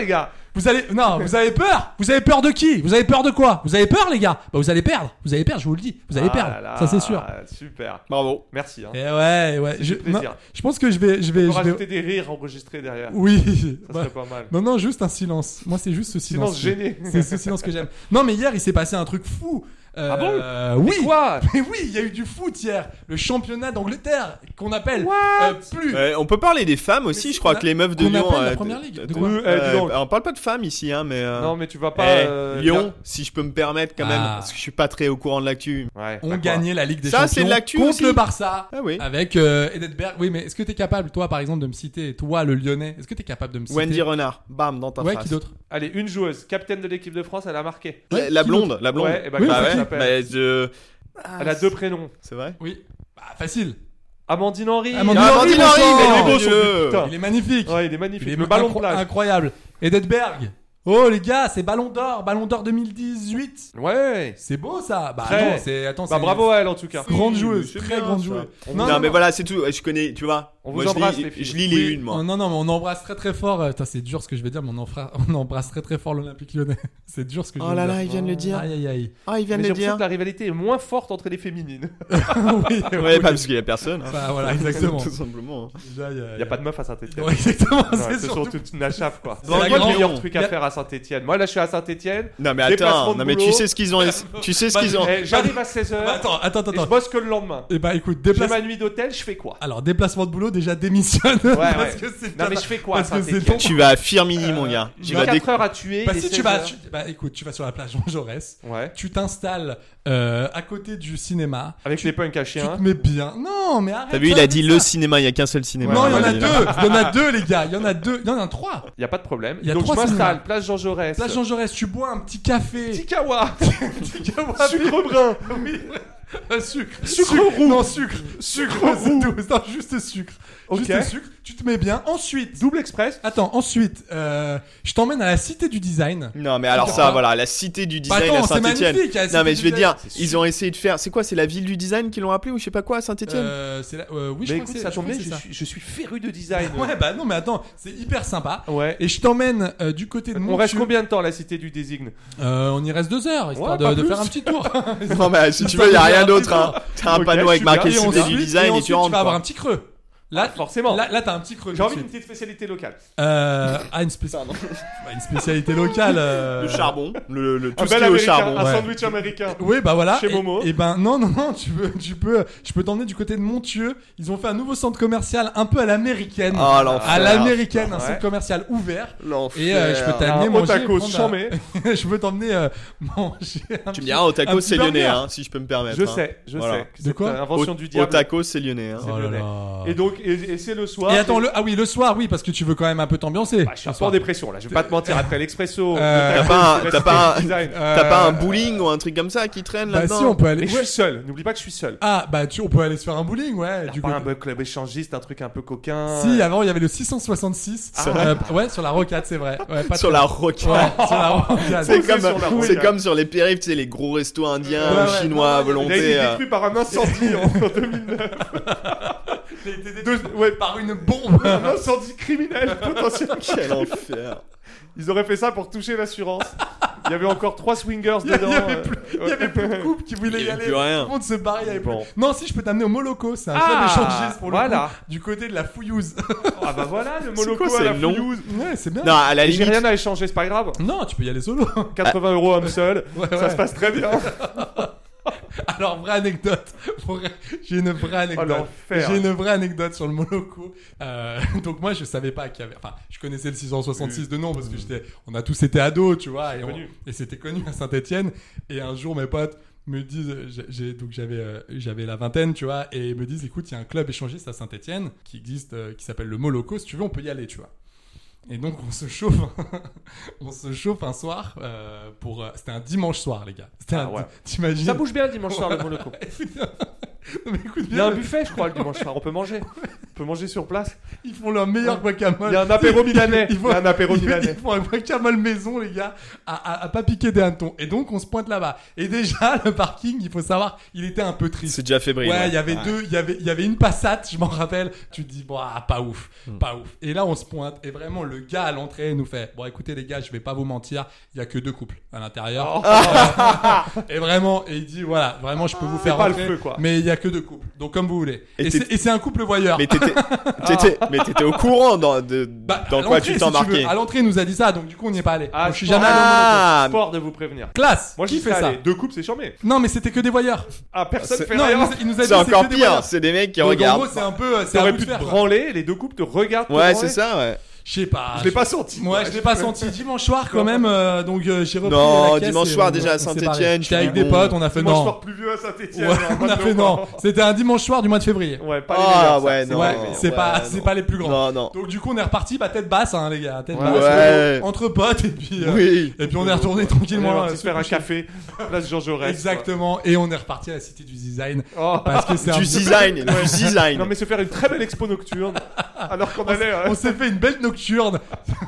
Vous allez, non, vous avez peur. Vous avez peur de qui? Vous avez peur de quoi? Vous avez peur, les gars? Bah, vous allez perdre. Vous allez perdre, je vous le dis. Vous allez Ah perdre. là là, Ça, c'est sûr. Super. Bravo. Merci. Hein. Et ouais, ouais. Ça Je, fait plaisir. non, je pense que je vais, je vais, On peut je vais- rajouter des rires enregistrés derrière. Oui. Ça Bah, serait pas mal. Non, non, juste un silence. Moi, c'est juste ce silence. Silence gêné. C'est ce silence que j'aime. Non, mais hier, il s'est passé un truc fou. Euh, Ah bon euh, Oui. Mais quoi? Mais oui, il y a eu du foot hier. Le championnat d'Angleterre qu'on appelle What euh, plus. Euh, on peut parler des femmes aussi, Mais je crois qu'on que les meufs de qu'on Lyon. appelle la euh, première t- ligue. t- De quoi euh, Euh, dis donc. on parle pas de femmes ici, hein, mais. euh, Non, mais tu vas pas. eh, euh, Lyon, dire- si je peux me permettre quand même, Ah. parce que je suis pas très au courant de l'actu. Ouais. On bah quoi. gagnait la Ligue des Ça, c'est Champions de l'actu contre aussi. le Barça. Ah oui. Avec euh, Edetberg. Oui, mais est-ce que t'es capable, toi, par exemple, de me citer, toi, le Lyonnais, est-ce que t'es capable de me citer Wendy Renard, bam, dans ta Ouais, face. qui d'autre? Allez, une joueuse, capitaine de l'équipe de France, elle a marqué. La, Ouais, la qui blonde, d'autre la blonde. Ouais, et bah, Oui, comment bah elle ouais, s'appelle bah, je... Elle a deux prénoms. C'est vrai. Oui. Bah, facile. Amandine Henry. Amandine Ah, Henry, Amandine mon Henry, sang. mais il est beau, mon son Dieu. but, putain. Il est magnifique. Ouais, il est magnifique. Il est le ballon de incro- plage. incroyable. Edetberg. Oh les gars, c'est Ballon d'Or, Ballon d'Or deux mille dix-huit. Ouais. C'est beau ça. Bah Très. attends, c'est attends, Bah c'est bravo à elle en tout cas. grande Oui, joueuse, c'est très bien, grande ça. joueuse. Non, mais voilà, c'est tout. Je connais, tu vois. On Moi, vous je embrasse, lis- les filles. Je lis les Oui. unes, moi. Oh, non non, mais on embrasse très très fort. euh, Putain, c'est dur ce que je vais dire, mais on, enfra- on embrasse très très fort l'Olympique Lyonnais. C'est dur ce que je Oh vais là dire. là, ils viennent le dire. Aïe aïe aïe. Ah, ils viennent Mais le j'ai l'impression dire. que la rivalité est moins forte entre les féminines. oui, Ouais, pas parce qu'il y a personne. hein. Bah, voilà, exactement. Tout simplement. Déjà, il y a, Il y a pas de meuf à Saint-Etienne. Ouais, exactement. C'est c'est surtout surtout. toute une achave quoi. C'est la C'est quoi le grande- meilleur truc Il y à a- faire à Saint-Etienne? Moi là je suis à Saint-Etienne. Non, mais Déplacement attends. de Non, mais tu boulot. sais ce qu'ils ont. Tu sais ce qu'ils ont. Eh, J'arrive à seize heures. Bah, attends, attends, attends. Et je bosse que le lendemain. Et bah écoute, J'ai déplace... ma nuit d'hôtel, je fais quoi? Alors déplacement de boulot déjà démissionne. Ouais, parce ouais. que c'est Non mais je fais quoi à parce que c'est Saint-Etienne? ton- Tu vas à Firmini, mon gars. Tu vas quatre déc- heures à tuer. Bah et si tu seize vas, heures. tu- bah écoute, tu vas sur la plage Jean Jaurès, Ouais. tu t'installes euh, à côté du cinéma, Avec les punks à tu chiens. te mets bien. Non, mais arrête. T'as vu, il ça, a mais dit ça. le cinéma, il y a qu'un seul cinéma. Non, il y en Ouais, a il deux. Il y en a deux, les gars. Il y en a deux. Il y en a trois. Y a pas de problème. Il y a Donc je trois cinémas. m'installe, place Jean Jaurès. Place Jean Jaurès, tu bois un petit café. Petit kawa. Petit kawa. Sucre brun. Oui. Un sucre. Sucre roux. Non, sucre. Sucre roux. Non, juste sucre. Ok. Juste sucre. Tu te mets bien. Ensuite. Double express. Attends, ensuite, euh, je t'emmène à la Cité du Design. Non, mais alors ça, voilà, la cité du Bah design attends, à c'est Saint-Etienne. magnifique, la cité Non, mais du je vais design. dire, ils ont essayé de faire. C'est quoi, c'est la ville du design qu'ils l'ont appelé ou je sais pas quoi à Saint-Etienne? Euh, c'est la... euh, oui, je Mais crois écoute, que c'est ça je tombe crois bien, que c'est je ça. suis, je suis féru de design. Ouais, bah non, mais attends, c'est hyper sympa. Ouais. Et je t'emmène euh, du côté de On Montpieu. reste combien de temps à la cité du désigne? euh, On y reste deux heures, histoire Ouais, de, pas de plus. faire un petit tour. Non, mais si tu Ça veux, il y a me fait rien un d'autre. petit Hein. T'as un Ok, panneau je avec suis marqué bien. Et cité ensuite- du design et et ensuite, tu rentres. tu vas avoir quoi. un petit creux. Là, Forcément. Là, là t'as un petit creux. J'ai tout de envie d'une suite. petite spécialité locale. Euh, ah, une, spéci- bah, une spécialité locale. euh, Le charbon, le, le tout Un ce qui bel est au américain, charbon. un Ouais. sandwich américain. Oui, bah voilà. Chez Et- Momo. Et, ben non, non, non, tu peux, tu peux, je peux t'emmener du côté de Montieu. Ils ont fait un nouveau centre commercial un peu à l'américaine. Ah, l'enfer. à l'américaine, un Ouais. centre commercial ouvert. L'enfer. Et euh, je peux t'amener Un manger. Otakos prendre un- chambé. je peux t'emmener euh, manger. Un Tu petit- me diras, au un tacos, petit c'est lyonnais, burger. hein, si je peux me permettre. Je hein. sais, je Voilà. sais. que De c'est quoi une invention du Au diable. tacos, c'est lyonnais. Hein. C'est Oh là lyonnais. là. Et donc, et, et c'est le soir. Et attends, le, ah oui, le soir, oui, parce que tu veux quand même un peu t'ambiancer. Bah, je suis un peu en dépression là, je vais pas te mentir après l'expresso. Euh, le T'as pas un- tacos, t'as pas un- le design. T'as pas un bowling ou un truc comme ça qui traîne Bah là-dedans? si, on peut aller. Mais je suis seul, n'oublie pas que je suis seul. Ah bah tu, on peut aller se faire un bowling, ouais. Y'a Du pas coup. un bug club échangiste, un truc un peu coquin. Si, avant il y avait le six cent soixante-six. C'est Euh, ouais, sur la rocade, c'est vrai. Ouais, pas Sur très- la rocade. Ouais, sur la rocade. C'est Posé comme, sur la c'est rocade. comme sur les périphes, tu sais, les gros restos indiens, Ouais, ouais, chinois à Il a été volonté. euh. détruit par un incendie en deux mille neuf. Il a été détruit ouais, par une bombe. Un incendie criminel potentiel. Quel enfer. Ils auraient fait ça pour toucher l'assurance. Il y avait encore trois swingers Il y a- dedans. il y avait euh, plus, il y avait plus de couple qui voulaient Il y y avait aller. plus rien. Tout le monde se barrait, il y avait Bon. plus. Non, si je peux t'amener au Moloko, c'est un Ah, club échangiste pour le voilà. coup, du côté de la Fouillouse. Ah bah voilà, le C'est Moloko quoi, à c'est la le nom Fouillouse. Ouais, c'est bien. Non, à la Et J'ai limite. rien à échanger, c'est pas grave. Non, tu peux y aller solo. quatre-vingts euros homme seul, Ouais, ça ouais. se passe très bien. Alors, vraie anecdote. Vraie- J'ai une vraie anecdote. Oh, l'enfer. J'ai une vraie anecdote sur le Moloko. Euh, donc moi, je savais pas qu'il y avait. Enfin, je connaissais le six cent soixante-six de nom parce que j'étais. On a tous été ados, tu vois, et, on- connu. et c'était connu à Saint-Étienne. Et un jour, mes potes me disent, j'ai- j'ai, donc j'avais, euh, j'avais la vingtaine, tu vois, et ils me disent, écoute, il y a un club échangiste à Saint-Étienne qui existe, euh, qui s'appelle le Moloko. Si tu veux, on peut y aller, tu vois. Et donc on se chauffe, on se chauffe un soir euh, pour. euh, c'était un dimanche soir, les gars. C'était Ah, un, ouais. t'imagines Ça bouge bien le dimanche soir, le Moloko. Non, mais écoute Il y a bien. un buffet, je crois, le dimanche soir, on peut manger. peut manger sur place. Ils font leur meilleur guacamole. Il y a un apéro milanais. Ils font, Il y a un apéro ils- milanais. Ils font un guacamole maison, les gars, à, à, à pas piquer des hannetons. Et donc, on se pointe là-bas. Et déjà, le parking, il faut savoir, il était un peu triste. C'est déjà fébrile. Ouais, il ouais. y avait Ouais. deux, il y avait, il y avait une Passat, je m'en rappelle. Tu te dis, bon, ah, pas ouf, Hmm. pas ouf. Et là, on se pointe. Et vraiment, le gars à l'entrée nous fait, bon, écoutez, les gars, je vais pas vous mentir, il y a que deux couples à l'intérieur. Oh. Et vraiment, et il dit, voilà, vraiment, je peux vous C'est faire pas le rentrer, feu, quoi. mais il y a que deux couples. Donc, comme vous voulez. Et Et, t'es- c'est, et c'est un couple voyeur. Mais t'étais, t'étais, mais t'étais au courant dans, de, Bah, dans à quoi l'entrée, tu si veux. t'embarquais. À l'entrée, il nous a dit ça, donc du coup, on n'y est pas allé. Ah, Donc, je suis sport. jamais allé au Ah. Monaco. Sport de vous prévenir. Classe. Moi, Qui j'y fait serais ça allé. Deux couples, c'est charmé. Non, mais c'était que des voyeurs. Ah, personne C'est- fait Non, il rien. nous, il nous a dit C'est encore que des pire, voyeurs. c'est des mecs qui Donc, en regardent. gros, c'est un peu, c'est un T'aurais bout pu de te fer, quoi. branler, les deux couples te regardent. te Ouais, branler. c'est ça, ouais. Je sais pas. Je l'ai pas senti. Moi, je l'ai pas senti dimanche soir quand même, euh, donc euh, j'ai repris Non, la caisse dimanche et soir, on- déjà à on s'est barré. Saint-Étienne, J'étais je avec dis des bon. potes, on a fait Dimanche non. soir pluvieux à Saint-Etienne. Ouais, on a fait non. C'était un dimanche soir du mois de février. Ouais, pas les Ah, meilleurs. ça. ouais, C'est non. pas Ouais, les meilleurs. c'est pas, ouais, c'est non. pas les plus grands. Non, non. Donc du coup, on est reparti, bah tête basse, hein, les gars, tête Ouais. basse, Ouais. entre potes et puis, euh, Oui. et puis on est retourné On est tranquillement. parti euh, se faire un se coucher. café. Place Jean Jaurès. Exactement, et on est reparti à la Cité du Design quoi. Oh. parce que c'est un Du design, du design. Non, mais se faire une très belle expo nocturne. Alors qu'on allait. euh, on s'est fait une belle nocturne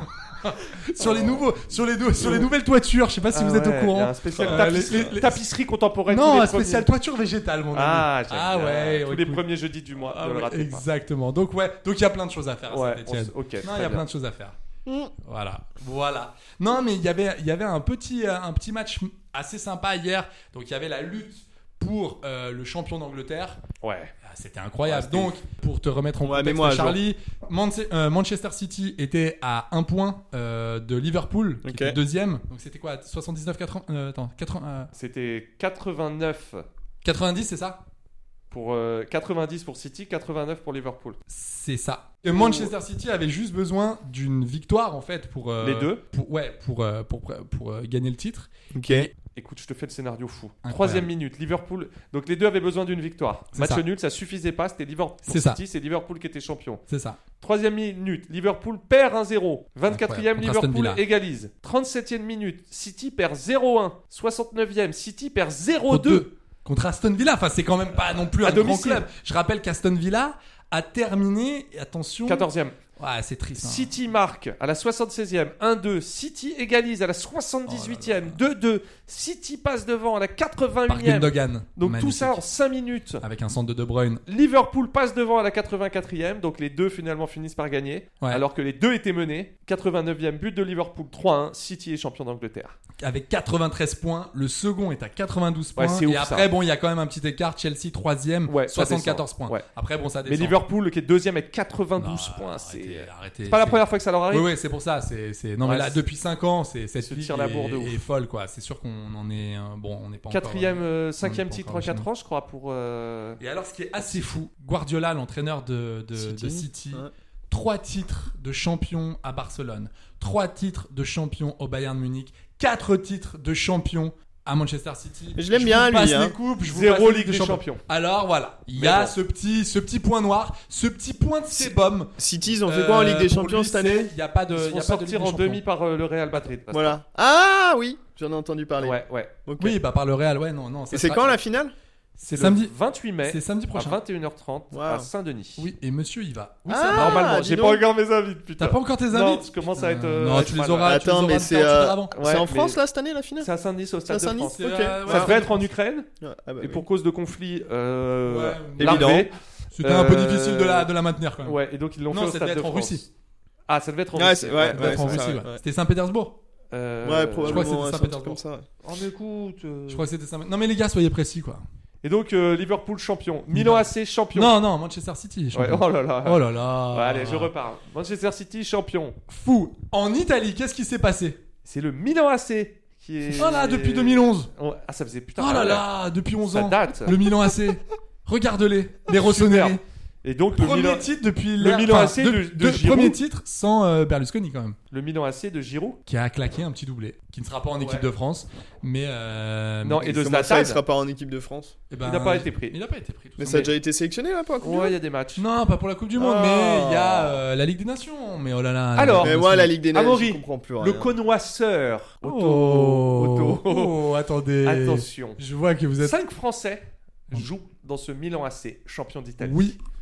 sur les nouveaux, sur les nou- sur les nouvelles toitures. Je sais pas si ah vous êtes ouais, au courant. Il y a un spécial Euh, tapisserie, les- les- tapisserie contemporaine. tous Non, les un spécial premiers- toiture végétale, mon ami. Ah, j'aime Ah bien. ouais, Tous ouais, les écoute. premiers jeudis du mois. Ah Ne le ouais, ratez pas. exactement. Donc ouais, donc il y a plein de choses à faire. Ouais, à Saint-Étienne. on s- ok, Non, très il y a bien. plein de choses à faire. Voilà, voilà. Non, mais il y avait, il y avait un petit, euh, un petit match assez sympa hier. Donc il y avait la lutte pour euh, le champion d'Angleterre. Ouais. Ah, c'était incroyable. Ouais, c'était Donc, pour te remettre en Ouais, contexte, mets-moi à jour. Charlie, Manche- euh, Manchester City était à un point euh, de Liverpool, qui Ok. était deuxième. Donc c'était quoi, soixante-dix-neuf, quatre-vingts, euh, attends, quatre-vingts, euh, C'était quatre-vingt-neuf quatre-vingt-dix, c'est ça? pour euh, quatre-vingt-dix pour City, quatre-vingt-neuf pour Liverpool. C'est ça. Et Manchester City avait juste besoin d'une victoire en fait pour euh, Les deux pour, ouais pour euh, pour pour, pour, euh, gagner le titre. Ok. Écoute, je te fais le scénario fou. Incroyable. Troisième minute, Liverpool. Donc les deux avaient besoin d'une victoire. C'est Match ça. nul, ça suffisait pas. C'était Liverpool pour C'est ça. City, c'est Liverpool qui était champion. C'est ça. Troisième minute, Liverpool perd un zéro. vingt-quatrième, Incroyable. Contre Aston Liverpool Villa. égalise. trente-septième minute, City perd zéro un. soixante-neuvième, City perd zéro deux. Deux. Contre Aston Villa. Enfin, c'est quand même pas non plus À un grand domicile. club. Je rappelle qu'Aston Villa a terminé. Attention. quatorzième. Ouais, c'est triste. hein. City marque à la soixante-seizième, un deux. City égalise à la soixante-dix-huitième, deux deux. City passe devant à la Par quatre-vingt-unième. Gundogan. Donc Magnifique. tout ça en cinq minutes. Avec un centre de De Bruyne. Liverpool passe devant à la quatre-vingt-quatrième, donc les deux finalement finissent par gagner, Ouais. alors que les deux étaient menés. quatre-vingt-neuvième but de Liverpool, trois un, City est champion d'Angleterre. Avec quatre-vingt-treize points, le second est à quatre-vingt-douze points. Ouais, c'est et ouf, après, ça. bon, il y a quand même un petit écart. Chelsea troisième, Ouais, ça soixante-quatorze descend. points. Ouais. Après, bon, ça Mais descend. Liverpool qui est deuxième avec quatre-vingt-douze Non, points, arrêtez, c'est arrêtez, c'est pas la c'est- première fois que ça leur arrive. Oui, oui, c'est pour ça. C'est, c'est... Non, Ouais, mais là, c'est- depuis cinq ans, c'est, cette se ligue tire la est, bourre de ouf. est folle, quoi. C'est sûr qu'on en est. euh, bon, on n'est pas Quatrième, encore. euh, on cinquième n'est pas titre encore en quatre chez ans, je crois, pour. euh, nous. Et alors, ce qui est assez fou, Guardiola, l'entraîneur de, de City. de City, Ouais. trois titres de champion à Barcelone, trois titres de champion au Bayern Munich, quatre titres de champion à Manchester City. Mais je l'aime vous bien, lui, passe hein. les coupes, je vous Zéro passe la Ligue des Champions. Alors voilà, il y Mais a bon. ce petit, ce petit point noir, ce petit point de sébum. City, ils ont fait quoi en Ligue des Euh, pour Champions lui, cette année? c'est- Il n'y a pas de. Ils il se y vont a pas de Ligue sortir des en Champions. demi par euh, le Real Madrid. Voilà. Ah oui, j'en ai entendu parler. Ouais, ouais. Ok. Oui, bah par le Real, ouais, non, non. ça Et c'est sera- quand la finale? C'est Le samedi. vingt-huit mai. C'est samedi À prochain. vingt et une heures trente Wow. à Saint-Denis. Oui, et monsieur, il va. Oui, Ah, c'est vrai. Normalement, dis j'ai pas donc. encore mes invites, putain. T'as pas encore tes Non, invites je commence à être. euh, Non, à tu être les mal. auras. Attends, tu les mais auras c'est quarante euh, heures avant. c'est Ouais, en France mais- là cette année la finale? C'est à Saint-Denis, au C'est à Stade de Saint-Denis, France. C'est, ok. euh, Ça ouais, devait ouais, être en France. Ukraine, Ouais, ah bah et oui. pour cause de conflits euh, Ouais, larvés. évident. C'était un peu Euh, difficile de la, de la maintenir quand même. Ouais, et donc ils l'ont Non, fait au ça Stade devait de être en France. Russie. Ah, ça devait être en Ouais, Russie. c'est- ouais, Ça devait être en c'est ça, Russie, ouais, ouais. ouais. C'était Saint-Pétersbourg. Euh, Ouais, je crois que probablement. c'était ouais, c'est un Saint-Pétersbourg. truc comme ça. ouais. Oh, mais écoute. euh, Je crois que c'était Saint. Non, mais les gars, soyez précis quoi. Et donc euh, Liverpool champion, Milan A C champion. Non, non, Manchester City. Ouais, champion. oh là là. Oh là là. Ouais, allez, je repars. Manchester City champion. Fou. En Italie, qu'est-ce qui s'est passé? C'est le Milan A C qui est. Oh là, depuis deux mille onze. Oh, ah, ça faisait putain. Oh là ah, là, depuis onze Ça ans. date. Le Milan A C. Regardez-les, les Rossoneri. Super. Et donc le Premier Milan, titre depuis le l'ère- Milan enfin, A C de- de- de de- Giroud. Premier titre sans euh, Berlusconi quand même. le Milan A C de Giroud. Qui a claqué un petit doublé. Qui ne sera pas en équipe Ouais. de France. Mais. euh, Non, mais- et de Comment ça, Zlatan. il sera pas en équipe de France? eh ben, Il n'a pas été pris. Il n'a pas été pris. tout Mais ça. ça a déjà été sélectionné là pour la Coupe du Ouais, il y Monde? a des matchs. Non, pas pour la Coupe du Monde, Oh. mais il y a euh, la Ligue des Nations. Mais oh là là. la Alors, Ligue Mais des moi, la Nations. Ligue des Nations, Amaury, je comprends plus rien. Le connoisseur. Otto. Oh, Otto. oh, attendez. Attention. Je vois que vous êtes. Cinq Français jouent dans ce Milan A C, champion d'Italie. Oui.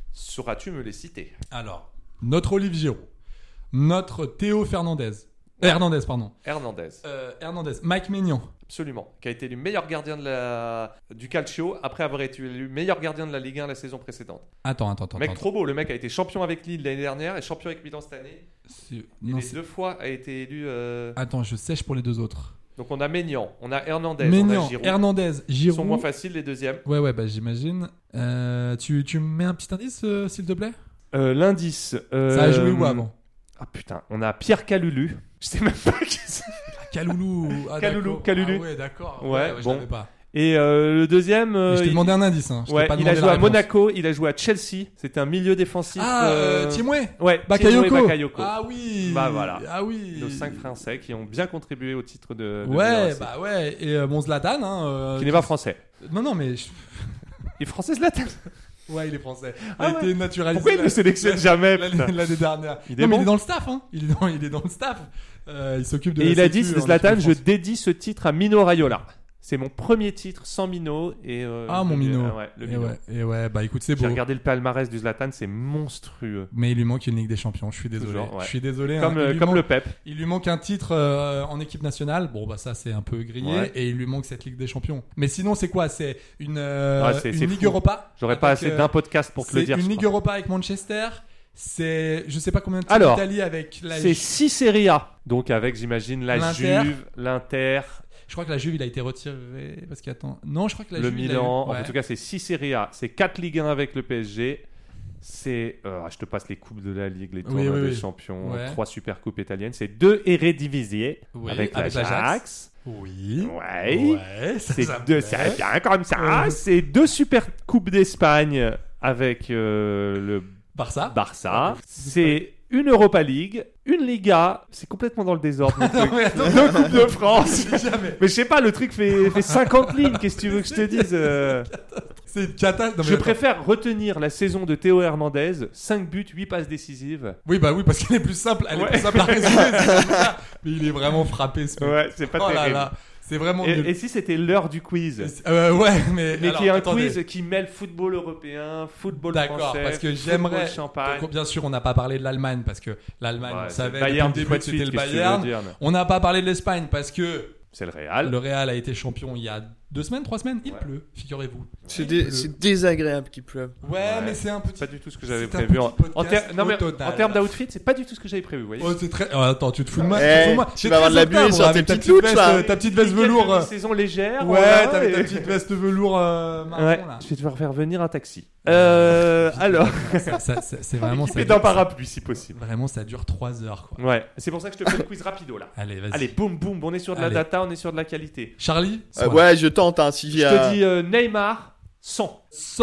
Sauras-tu me les citer? Alors, notre Olivier Giroud, notre Théo Fernandez, euh, Hernandez, pardon. Hernandez. Euh, Hernandez. Mike Maignan. Absolument. Qui a été élu meilleur gardien de la... du Calcio après avoir été élu meilleur gardien de la Ligue un la saison précédente. Attends, attends, attends. Mec attends. trop beau. Le mec a été champion avec Lille l'année dernière et champion avec Milan cette année. C'est... Il Non, est c'est... deux fois a été élu. Euh... Attends, je sèche pour les deux autres. Donc on a Maignan, on a Hernandez, on Maignan, a Giroud. Hernandez, Giroud. Ils sont moins faciles les deuxièmes. Ouais, ouais, bah j'imagine. Euh, tu, tu me mets un petit indice, euh, s'il te plaît? Euh, l'indice. Euh... Ça a joué où avant? Ah putain, on a Pierre Kaloulou. Je sais même pas qui c'est. Kaloulou. Ah, Kaloulou, d'accord. Kaloulou. Ah ouais, d'accord. Ouais, ouais, ouais, je bon. l'avais pas. Et euh, le deuxième. Euh, Mais je t'ai il... demandé un indice. Hein. Je ouais, t'ai pas il a demandé joué la à réponse. Monaco, il a joué à Chelsea. C'était un milieu défensif. Ah, euh, euh... Tiemoué. Ouais, Bakayoko. Tiemoué Bakayoko. Ah oui. Bah voilà. Ah oui. Nos cinq Français qui ont bien contribué au titre de. de Ouais, meilleur bah ouais. Et euh, mon Zlatan. Hein, euh, qui n'est pas français. Non, non, mais. Je... Il est français Zlatan. Ouais, il est français. Il Ah a ouais. été naturalisé. Pourquoi il ne sélectionne jamais putain L'année dernière. Il non, est mais bon il est dans le staff. Hein. Il, est dans, il est dans le staff. Euh, il s'occupe de Et la il a sécu dit, en Zlatan, équipe de je France. dédie ce titre à Mino Raiola. C'est mon premier titre sans Mino. Et, euh, Ah, mon le- Mino. euh, ouais, le et, Mino. ouais, et ouais, bah écoute, c'est beau. J'ai regardé le palmarès du Zlatan, c'est monstrueux. Mais il lui manque une Ligue des Champions, je suis désolé. Toujours, ouais. Je suis désolé. Comme, hein. Il euh, lui comme manque- le Pep. Il lui manque un titre euh, en équipe nationale. Bon, bah ça, c'est un peu grillé. Ouais. Et il lui manque cette Ligue des Champions. Mais sinon, c'est quoi? C'est une, euh, Ah, c'est- une c'est Ligue fou. Europa. J'aurais pas avec, assez euh, d'un podcast pour te le c'est dire. une je Ligue crois. Europa avec Manchester. C'est, je sais pas combien de titres Alors, d'Italie avec la c'est six Serie A. Donc avec, j'imagine, la L'Inter. Juve, l'Inter, Je crois que la Juve, il a été retiré parce qu'attends. Non, je crois que la le Juve, il a Milan. eu- ouais. En tout cas, c'est six Serie A. C'est quatre Ligue un avec le P S G. C'est, euh, je te passe les coupes de la Ligue, les Oui, tournois oui, des oui. champions, Ouais. trois super coupes italiennes. C'est deux Eredivisie Oui, avec, avec l'Ajax. l'Ajax. Oui. Ouais. Ouais, ça, C'est ça me deux, plaît. c'est bien comme ça. Euh. C'est deux super coupes d'Espagne avec euh, le Barça. Barça. C'est une Europa League, une Liga. C'est complètement dans le désordre. mon truc. mais attends. Deux coupes de France. Jamais. Mais je sais pas, le truc fait, fait cinquante lignes. Qu'est-ce que tu veux que je te dise euh C'est une cata. Non, mais Je attends. préfère retenir la saison de Théo Hernandez. cinq buts, huit passes décisives. Oui, bah oui, parce qu'elle est plus simple. Elle Ouais. est plus simple à résumer. c'est comme ça. Mais il est vraiment frappé, ce mec. Ouais, c'est pas Oh là terrible. là. C'est vraiment Et, nul. et si c'était l'heure du quiz Euh, ouais, mais. Mais alors, qui est un attendez. quiz qui mêle football européen, football D'accord, français, parce que football j'aimerais. champagne. Donc, bien sûr, on n'a pas parlé de l'Allemagne parce que l'Allemagne, Ouais, on c'est savait le Bayern, depuis le dis-moi début de que c'était suite, le qu'est-ce que tu veux Bayern. dire, On n'a pas parlé de l'Espagne parce que C'est le Real. le Real a été champion il y a deux semaines, trois semaines. Il pleut, figurez-vous. C'est, Il dé- pleut. c'est désagréable qu'il pleuve. Ouais, mais c'est un petit. Pas du tout ce que j'avais C'est un prévu. En, petit en ter- podcast non, mais automnal. en termes d'outfit, c'est pas du tout ce que j'avais prévu. Vous voyez. Oh, c'est très. Oh, attends, tu te fous de moi. Eh, tu te fous de moi. tu C'est vas avoir de la très buée octobre, sur tes avec ta petites petite louches, veste, là. euh, ta petite veste velours. euh, Saison légère. Ouais, voilà, t'avais et- ta petite veste velours euh, marron Ouais, là. je vais devoir faire venir un taxi. Euh, alors. Ça- ça- ça- c'est vraiment ça. Et d'un parapluie si possible. Vraiment, ça dure trois heures quoi. Ouais, c'est pour ça que je te fais le quiz rapido là. Allez, vas-y. Allez, boum boum, on est sur de la Allez. data, on est sur de la qualité. Charlie. Euh, soit. ouais, je tente, hein, si Je j'ai. te dis euh, Neymar, cent.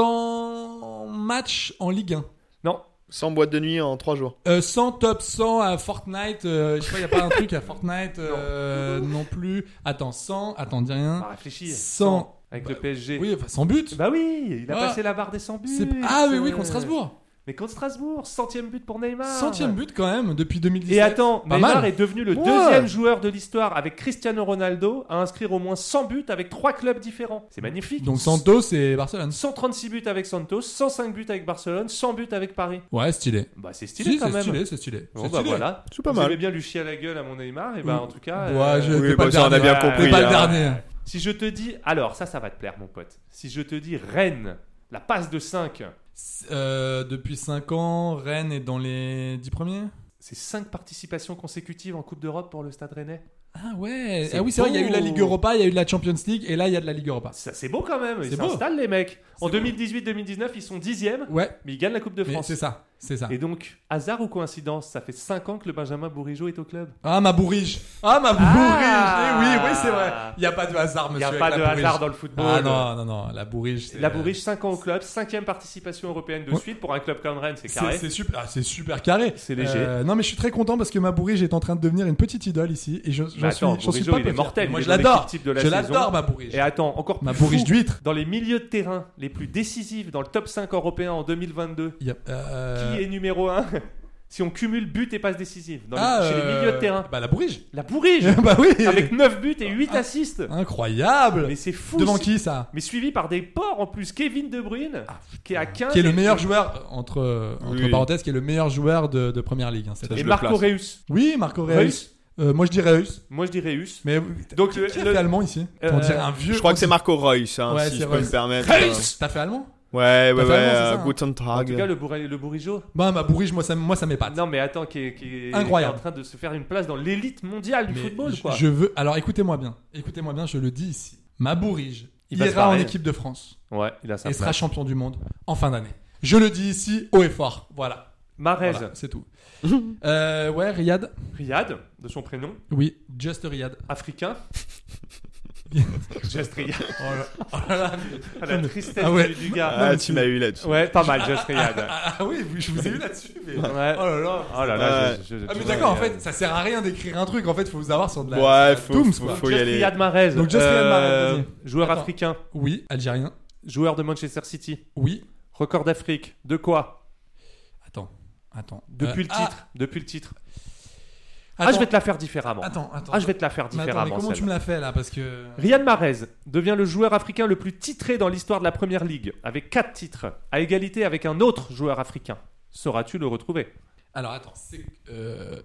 cent matchs en Ligue un. Non. Sans boîte de nuit en trois jours. Euh, cent top cent à Fortnite. Euh, je sais pas, y a pas un truc à Fortnite euh, non. plus. Attends, cent. Attends, dis rien. Bah, réfléchis. cent. Avec Bah, le P S G. Oui, enfin, sans but. Bah oui, il a Ah. passé la barre des cent buts. C'est- Ah, oui, oui, contre Strasbourg. Mais contre Strasbourg, centième but pour Neymar. Centième but quand même depuis deux mille dix-sept. Et attends, Pas Neymar mal. est devenu le Ouais. deuxième joueur de l'histoire avec Cristiano Ronaldo à inscrire au moins cent buts avec trois clubs différents. C'est magnifique. Donc Santos et Barcelone. cent trente-six buts avec Santos, cent cinq buts avec Barcelone, cent buts avec Paris. Ouais, stylé. Bah c'est stylé Si, quand c'est même. stylé, c'est stylé. Bon C'est bah stylé. voilà. C'est pas Vous mal. aimez bien lui chier à la gueule à mon Neymar, et bah Oui. en tout cas. Ouais, euh, je- oui, t'es bah, pas ça, on a le bien dernier. compris, T'es pas le hein. dernier. Si je te dis, alors ça, ça va te plaire mon pote. Si je te dis Rennes, la passe de cinq, Euh, depuis cinq ans, Rennes est dans les dix premiers. c'est cinq participations consécutives en Coupe d'Europe pour le Stade Rennais. Ah ouais. C'est Ah oui, c'est vrai, il y a eu la beau. Ligue Europa, il y a eu de la Champions League et là il y a de la Ligue Europa. Ça, c'est beau quand même, ils C'est beau. s'installent les mecs. En C'est deux mille dix-huit deux mille dix-neuf, ils sont dixièmes, Ouais. mais ils gagnent la Coupe de Mais France. c'est ça, c'est ça. Et donc, hasard ou coïncidence, ça fait cinq ans que le Benjamin Bourigeaud est au club. Ah ma bourrige. Ah ma bourrige. Eh oui, oui, c'est vrai. Il y a pas de hasard, Il n'y monsieur. a pas avec de la bourrige. hasard dans le football. Ah non, non, non, la bourrige. c'est- La Bourige, cinq ans au club, cinquième participation européenne de Ouais. suite pour un club comme Rennes, c'est C'est carré. c'est super, ah, c'est super carré. C'est léger. Euh, non mais je suis très content parce que ma bourrige est en train de devenir une petite idole ici et je- j'en Mais suis, attends, j'en suis Bourigeaud, pas il peu est fier. mortel. Moi il je est dans l'adore. l'équipe type de la Je saison. l'adore ma bourrige. Et attends, encore plus Ma bourrige fou, d'huître. dans les milieux de terrain les plus décisifs dans le top cinq européen en deux mille vingt-deux, Il y a, euh, qui est numéro un? si on cumule buts et passes décisives dans Ah, les, chez les euh, milieux de terrain. Bah la Bourrige. La Bourrige. Bah oui. Avec neuf buts et huit assists. Incroyable. Mais c'est fou. Devant c'est- qui ça? Mais suivi par des porcs en plus. Kevin De Bruyne, qui est à quinze. Qui est le et- meilleur joueur entre euh, entre Oui. parenthèses, qui est le meilleur joueur de, de première ligue. Hein, cette Et année. Marco Reus. Oui, Marco Reus. Reus. Euh, moi je dis Reus. Moi je dis Reus. Mais Donc qui, le, qui a le- fait allemand ici? Euh, On dirait un vieux. Je crois que c'est Marco Reus, hein, Ouais, si c'est je peux Reus. me permettre. Reus. T'as fait allemand? Ouais, ouais, T'as fait ouais. allemand, c'est euh, ça, hein Guten En Tag. tout cas, le, bourri- le bourrigeau. Bah ma Bourrige, moi ça, moi ça m'épate. Non, mais attends, qui est, qui est- Incroyable. qui est en train de se faire une place dans l'élite mondiale du Mais football, je, quoi. je veux. Alors écoutez-moi bien. Écoutez-moi bien, je le dis ici. Ma Bourrige Il va se ira en barrer. équipe de France Ouais, il a sa et sera place. champion du monde en fin d'année. Je le dis ici haut et fort. Voilà. Marez. Voilà, c'est tout. euh, ouais, Riyad. Riyad, de son prénom. Oui, Just Riyad. Africain. Just Riyad. Oh là, oh là là. Ah, la tristesse Ah ouais. du, du gars. Ah, tu m'as eu là-dessus. Ouais, pas mal, Just Riyad. Ah, ah oui, je vous ai eu là-dessus. Mais... Ouais. Oh là là. Oh là là. je- je- Ah je- mais je- d'accord, en Riyad. fait, ça sert à rien d'écrire un truc. En fait, il faut vous avoir sur de la, Ouais, sur de faut- la Dooms, faut- quoi. faut y Just aller. Riyad Mahrez. Donc, Just Riyad Mahrez, Euh, vas-y. Joueur Attends. africain. Oui, algérien. Joueur de Manchester City. Oui. Record d'Afrique. De quoi? Attends, attends. Depuis Euh, le titre. Depuis le titre. Attends. Ah, je vais te la faire différemment. Attends, attends. Ah, je vais te la faire Mais attends, différemment. mais comment tu celle-là. me l'as fait là? Parce que. Riyad Mahrez devient le joueur africain le plus titré dans l'histoire de la Première Ligue, avec quatre titres, à égalité avec un autre joueur africain. Sauras-tu le retrouver? Alors attends, c'est euh,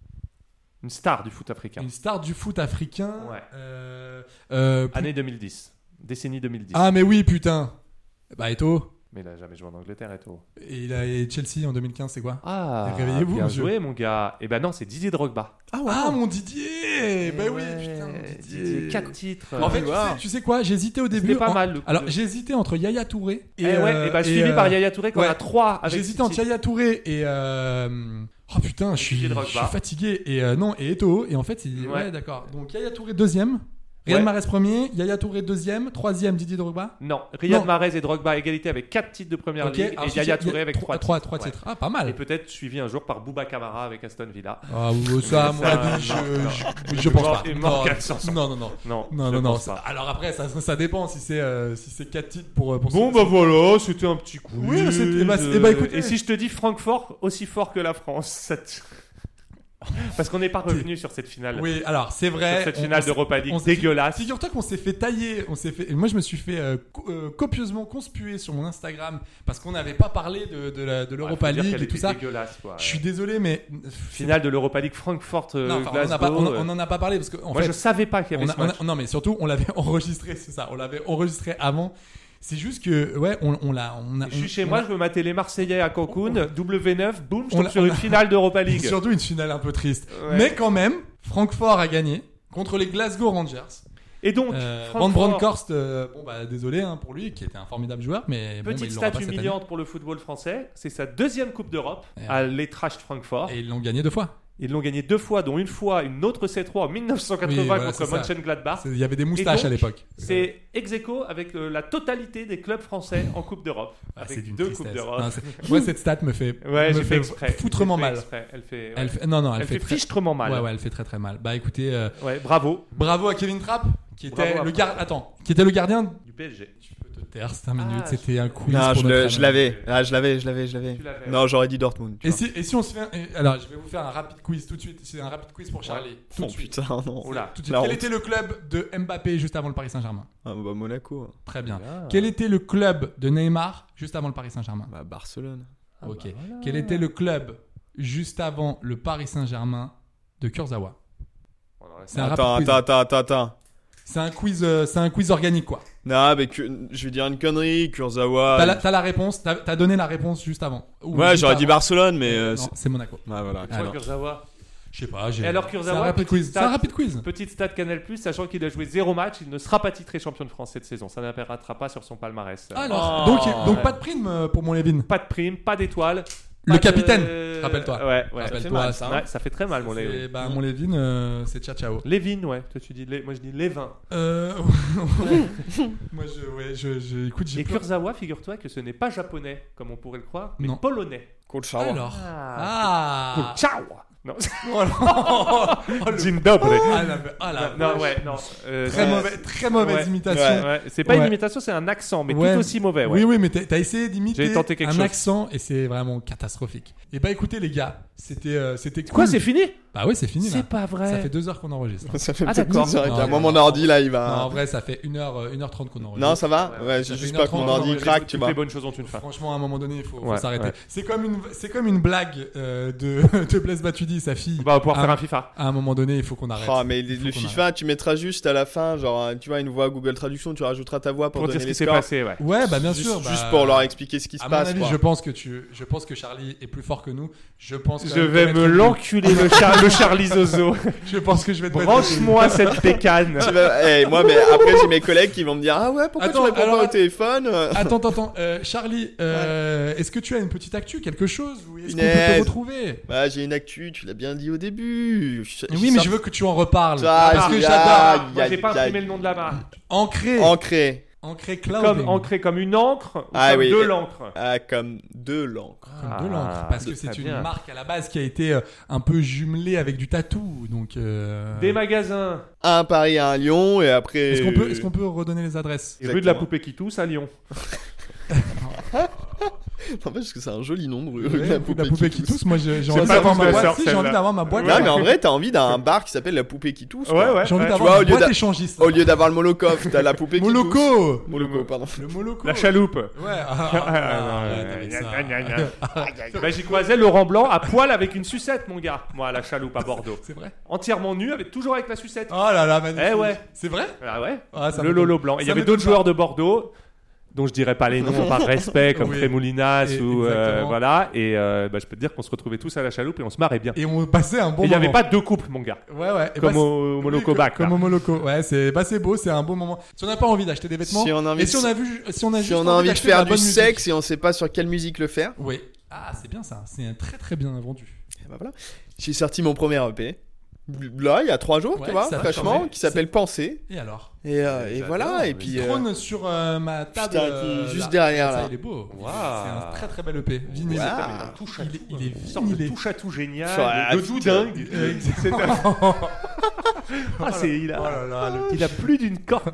Une star du foot africain. une star du foot africain. Ouais. Euh, euh, plus- Année deux mille dix. Décennie deux mille dix. Ah mais oui, putain. Bah Eto'o. Mais il a jamais joué en Angleterre, Eto'o. Et il a et Chelsea en deux mille quinze, c'est quoi? Ah, Réveillez-vous, bien monsieur. joué, mon gars. Eh ben non, c'est Didier Drogba. Ah, ah mon Didier. Bah Eh oui, ouais, putain, mon Didier. Didier, quatre titres. En fait, tu Wow. sais, tu sais quoi? J'hésitais au début. C'était pas en- mal, le coup Alors, de- j'hésitais entre Yaya Touré et. Eh ouais, euh, et bah et, suivi euh, par Yaya Touré, qu'on ouais. a trois avec J'hésitais entre City. Yaya Touré et. euh, Oh putain, je suis, Didier je Drogba. suis fatigué. Et euh, non, et Eto'o. Et en fait, c'est. Ouais, Ouais. d'accord. Donc Yaya Touré deuxième. Riyad Ouais. Mahrez premier. Yaya Touré deuxième. Troisième, Didier Drogba. Non, Riyad Non. Mahrez et Drogba à égalité avec quatre titres de Première Ok, Ligue alors et ensuite, Yaya il y a Touré avec trois- trois trois- titres. trois titres. Ah, pas mal. Et peut-être suivi un jour par Bouba Kamara avec Aston Villa. Ah, ou ça, à mon Ça, avis, je, non, je, non. je pense Mort- pas. et mort Non, quatre cents. non, non, non. Non, non, je non, non. pense ça- pas. Alors après, ça, ça dépend si c'est euh, si c'est quatre titres pour. pour Bon ce- bah voilà, c'était un petit coup. Oui, mais c'est- eh bah, c'est- eh bah, écoutez. Et si je te dis Francfort aussi fort que la France, ça te- parce qu'on n'est pas revenu sur cette finale. Oui, alors c'est vrai. Sur cette on- finale on d'Europa s'est- League on s'est- dégueulasse. Figure-toi qu'on s'est fait tailler, on s'est fait. et moi, je me suis fait euh, co- euh, copieusement conspuer sur mon Instagram parce qu'on n'avait pas parlé de, de la- de l'Europa faut dire League qu'elle et tout était ça. dégueulasse, quoi. Je suis désolé, mais Finale de l'Europa League Francfort euh, non, enfin, on Glasgow. en a pas- on- euh. on en a pas parlé parce que en Moi fait, je savais pas qu'il y avait on a- ce on a- match. non, mais surtout, on l'avait enregistré, c'est ça. On l'avait enregistré avant. C'est juste que, ouais, on, on l'a. On a, Je suis on- chez on moi, a- je veux mater les Marseillais à Cancun, W neuf, boum, je on tombe a- sur on une a- finale d'Europa League. Surtout une finale un peu triste. Ouais. Mais quand même, Francfort a gagné contre les Glasgow Rangers. Et donc, Euh, Francfort- Van Bronckhorst, euh, bon bah désolé hein, pour lui, qui était un formidable joueur, mais bon, Petite bah, il l'aura stat pas cette année. humiliante pour le football français, c'est sa deuxième Coupe d'Europe Et à l'Eintracht Francfort. Et ils l'ont gagné deux fois. Ils l'ont gagné deux fois, dont une fois une autre C trois en mille neuf cent quatre-vingts Oui, voilà, contre c'est ça. Mönchengladbach. C'est- il y avait des Et moustaches donc, à l'époque. C'est ex aequo avec euh, la totalité des clubs français en Coupe d'Europe. Ah, avec c'est d'une deux tristesse. Coupes d'Europe. Non, c'est- Moi, cette stat me fait, Ouais, me j'ai fait fait exprès. foutrement J'ai fait mal. exprès. Elle fait, ouais. Elle fait- non, non, elle, Elle fait très- fichtrement mal. Ouais, ouais, elle fait très très mal. Bah écoutez, euh, Ouais, bravo. bravo à Kevin Trapp, qui Bravo était à le Trapp. gardien. Attends, qui était le gardien. Du P S G. Tu peux te taire, cinq minutes. Ah, C'était un quiz. Non, pour je, notre le- ami. je l'avais. Ah, je l'avais, je l'avais, je l'avais. Tu l'avais, Non, j'aurais dit Dortmund. tu Et vois. si, et si on se fait. un- alors, je vais vous faire un rapide quiz tout de suite. C'est un rapide quiz pour Charlie. Tout Oh de suite. putain, non. Oula. Tout de suite. La Quel honte. était le club de Mbappé juste avant le Paris Saint-Germain? Ah, bah Monaco. Très bien. Ah. Quel était le club de Neymar juste avant le Paris Saint-Germain? Bah Barcelone. Ok. bah voilà. Quel était le club juste avant le Paris Saint-Germain de Kurzawa? C'est un Attends, rapide quiz. attends, attends, attends, attends. C'est un quiz, euh, c'est un quiz organique quoi. Non, mais que- je vais dire une connerie, Kurzawa. T'as la, t'as la réponse, t'as, t'as donné la réponse juste avant. Ou Ouais, juste j'aurais dit avant. Barcelone, mais. euh, Non, c'est- c'est Monaco. Ouais, voilà. Pourquoi alors. Kurzawa? Je sais pas. J'ai... Et alors c'est un Kurzawa, rapide petite quiz. C'est un stat- rapide quiz. Petite stat Canal+, sachant qu'il a joué zéro match, il ne sera pas titré champion de France cette saison. Ça n'apparaîtra pas sur son palmarès. Alors, Oh. donc, donc Ouais. pas de prime euh, pour mon Levin. Pas de prime, pas d'étoile. Le pas de- capitaine, rappelle-toi. Ouais, ouais. Ça fait Rappelle-toi, mal, ça. ça. Ouais, ça fait très mal, mon C'est- Lévin. bah, mon Levin, euh, c'est ciao ciao. Lévin, ouais. Toi, tu dis Lé- moi je dis Lévin. Euh, Moi, je, ouais, je, je, écoute, j'ai Et peur. Kurzawa, figure-toi que ce n'est pas japonais, comme on pourrait le croire, mais Non. polonais. Kurzawa. Alors. Ah. Ah. Ciao. Non. Oh, là. Oh, le- Dzień dobry. Ah, la, ah, la non, vache. ouais, non. Euh, Très, ouais. mauvais, très mauvaise Ouais. imitation. Ouais, ouais. C'est pas Ouais. une imitation, c'est un accent, mais Ouais. tout aussi mauvais. Ouais. Oui, oui, mais t'as, t'as essayé d'imiter J'ai tenté quelque un chose. accent et c'est vraiment catastrophique. Et bah écoutez les gars, c'était euh, c'était cool. Quoi, c'est fini? Bah oui, c'est fini. C'est là. pas vrai. Ça fait deux heures qu'on enregistre. Ça fait Ah, peut-être d'accord. deux heures et Non, quart. Moi, non, mon non. ordi, là, il va... Non, en vrai, ça fait une heure, une heure trente qu'on enregistre. Non, ça va. Ouais, Ça j'ai fait juste une pas heure que mon trente, ordi on enregistre craque, tu Toutes vois. les bonnes choses ont une fin. Franchement, à un moment donné, il faut, faut Ouais, s'arrêter. ouais. C'est comme une, c'est comme une blague euh, de de Blaise Matuidi, sa fille. On va pouvoir à, faire un FIFA. À un moment donné, il faut qu'on arrête. Oh, mais Il faut le qu'on FIFA, tu mettras juste à la fin, genre, tu vois, une voix Google Traduction, tu rajouteras ta voix pour, Pour dire donner ce les qui s'est scores. passé, ouais. Ouais, bah bien Juste- sûr. bah, Juste pour leur expliquer ce qui se à passe. mon avis, quoi. je pense que tu, je pense que Charlie est plus fort que nous. Je pense. quand Je même vais te me mettre une- l'enculer, le, char- le Charlie Zozo. Je pense que je vais te mettre- Branche-moi cette bécane. Tu vas- eh, moi, mais après, j'ai mes collègues qui vont me dire ah ouais, pourquoi Attends, tu réponds alors- pas au téléphone. Attends, attends, attends. Euh, Charlie, euh, est-ce que tu as une petite actu, quelque chose, ou est-ce qu'on peut Punaise. te retrouver? Bah, j'ai une actu, tu l'as bien dit au début. Je- Oui, mais je veux que tu en reparles. Ah, parce que aïe, j'adore. aïe, Moi, j'ai aïe, pas aïe. imprimé le nom de la marque. Ancré. Ancré. Ancré cloud. Comme ancré comme une encre ou Ah comme oui. de l'encre. Ah, comme de l'encre. Comme de l'encre, Ah, parce que très c'est une bien. marque à la base qui a été euh, un peu jumelée avec du tatou, donc. euh, Des magasins. Un Paris, un Lyon, et après. Est-ce qu'on peut, est-ce qu'on peut redonner les adresses? Et rue de la Poupée qui tousse à Lyon. En fait, parce que c'est un joli nom de rue. Ouais, rue de la poupée qui tousse. Moi, j'ai j'ai C'est envie pas d'avoir tous ma la boîte. sœur, Si, j'ai envie celle-là. d'avoir ma boîte. Non, mais en vrai, t'as envie d'un bar qui s'appelle la Poupée qui tousse. quoi. Ouais, ouais. J'ai envie ouais. d'avoir Tu vois, ma au lieu boîte d'a- échangiste. Au lieu d'avoir le Molokov, t'as la Poupée qui tousse. Moloko. Moloko, pardon. Le Moloko. La chaloupe. Ouais. Ah, ah, ah, arrête avec ça. Bah, j'y croisais Laurent Blanc à poil avec une sucette, mon gars. Moi, à la chaloupe à Bordeaux. C'est vrai. Entièrement nu, avec toujours avec la sucette. Oh là là, magnifique. Eh ouais. C'est vrai? Ah ouais. Ah, ça Le m'étonne. Lolo Blanc. Et il y Ça avait m'étonne d'autres pas. joueurs de Bordeaux dont je dirais pas les noms par respect, comme Oui. Trémoulinas Et- ou euh, exactement. voilà. Et euh, bah, je peux te dire qu'on se retrouvait tous à la chaloupe et on se marrait bien. Et on passait un bon Et il n'y avait moment. pas deux couples, mon gars. Ouais, ouais. Et Comme bah, au c'est- Moloko oui, Bac, Comme là. au Moloko. Ouais, c'est bah, c'est beau, c'est un beau moment. Si on n'a pas envie d'acheter des vêtements, Si on a envie et de- si on a vu, si on a Si juste on a envie de d'acheter faire la du bonne musique. sexe et on sait pas sur quelle musique le faire, Oui. Ah, c'est bien ça. C'est très très bien vendu. et bah voilà. J'ai sorti mon premier E P. Là, il y a trois jours, Ouais, tu vois, ça va fraîchement, changer. qui s'appelle Penser. Et alors? Et, euh, et voilà, et Il puis. euh, trône sur euh, ma table. putain, euh, juste là. derrière, Ça, là. Il est beau. Waouh. C'est un très très bel E P. Vinyle. Waouh. Un touche à Il est- tout, il est une sorte de vinylé. touche à tout génial, Ah, de, de putain. doudingue. Euh, C'est un- Ah, c'est il a, Oh là là, le- il a plus d'une corde.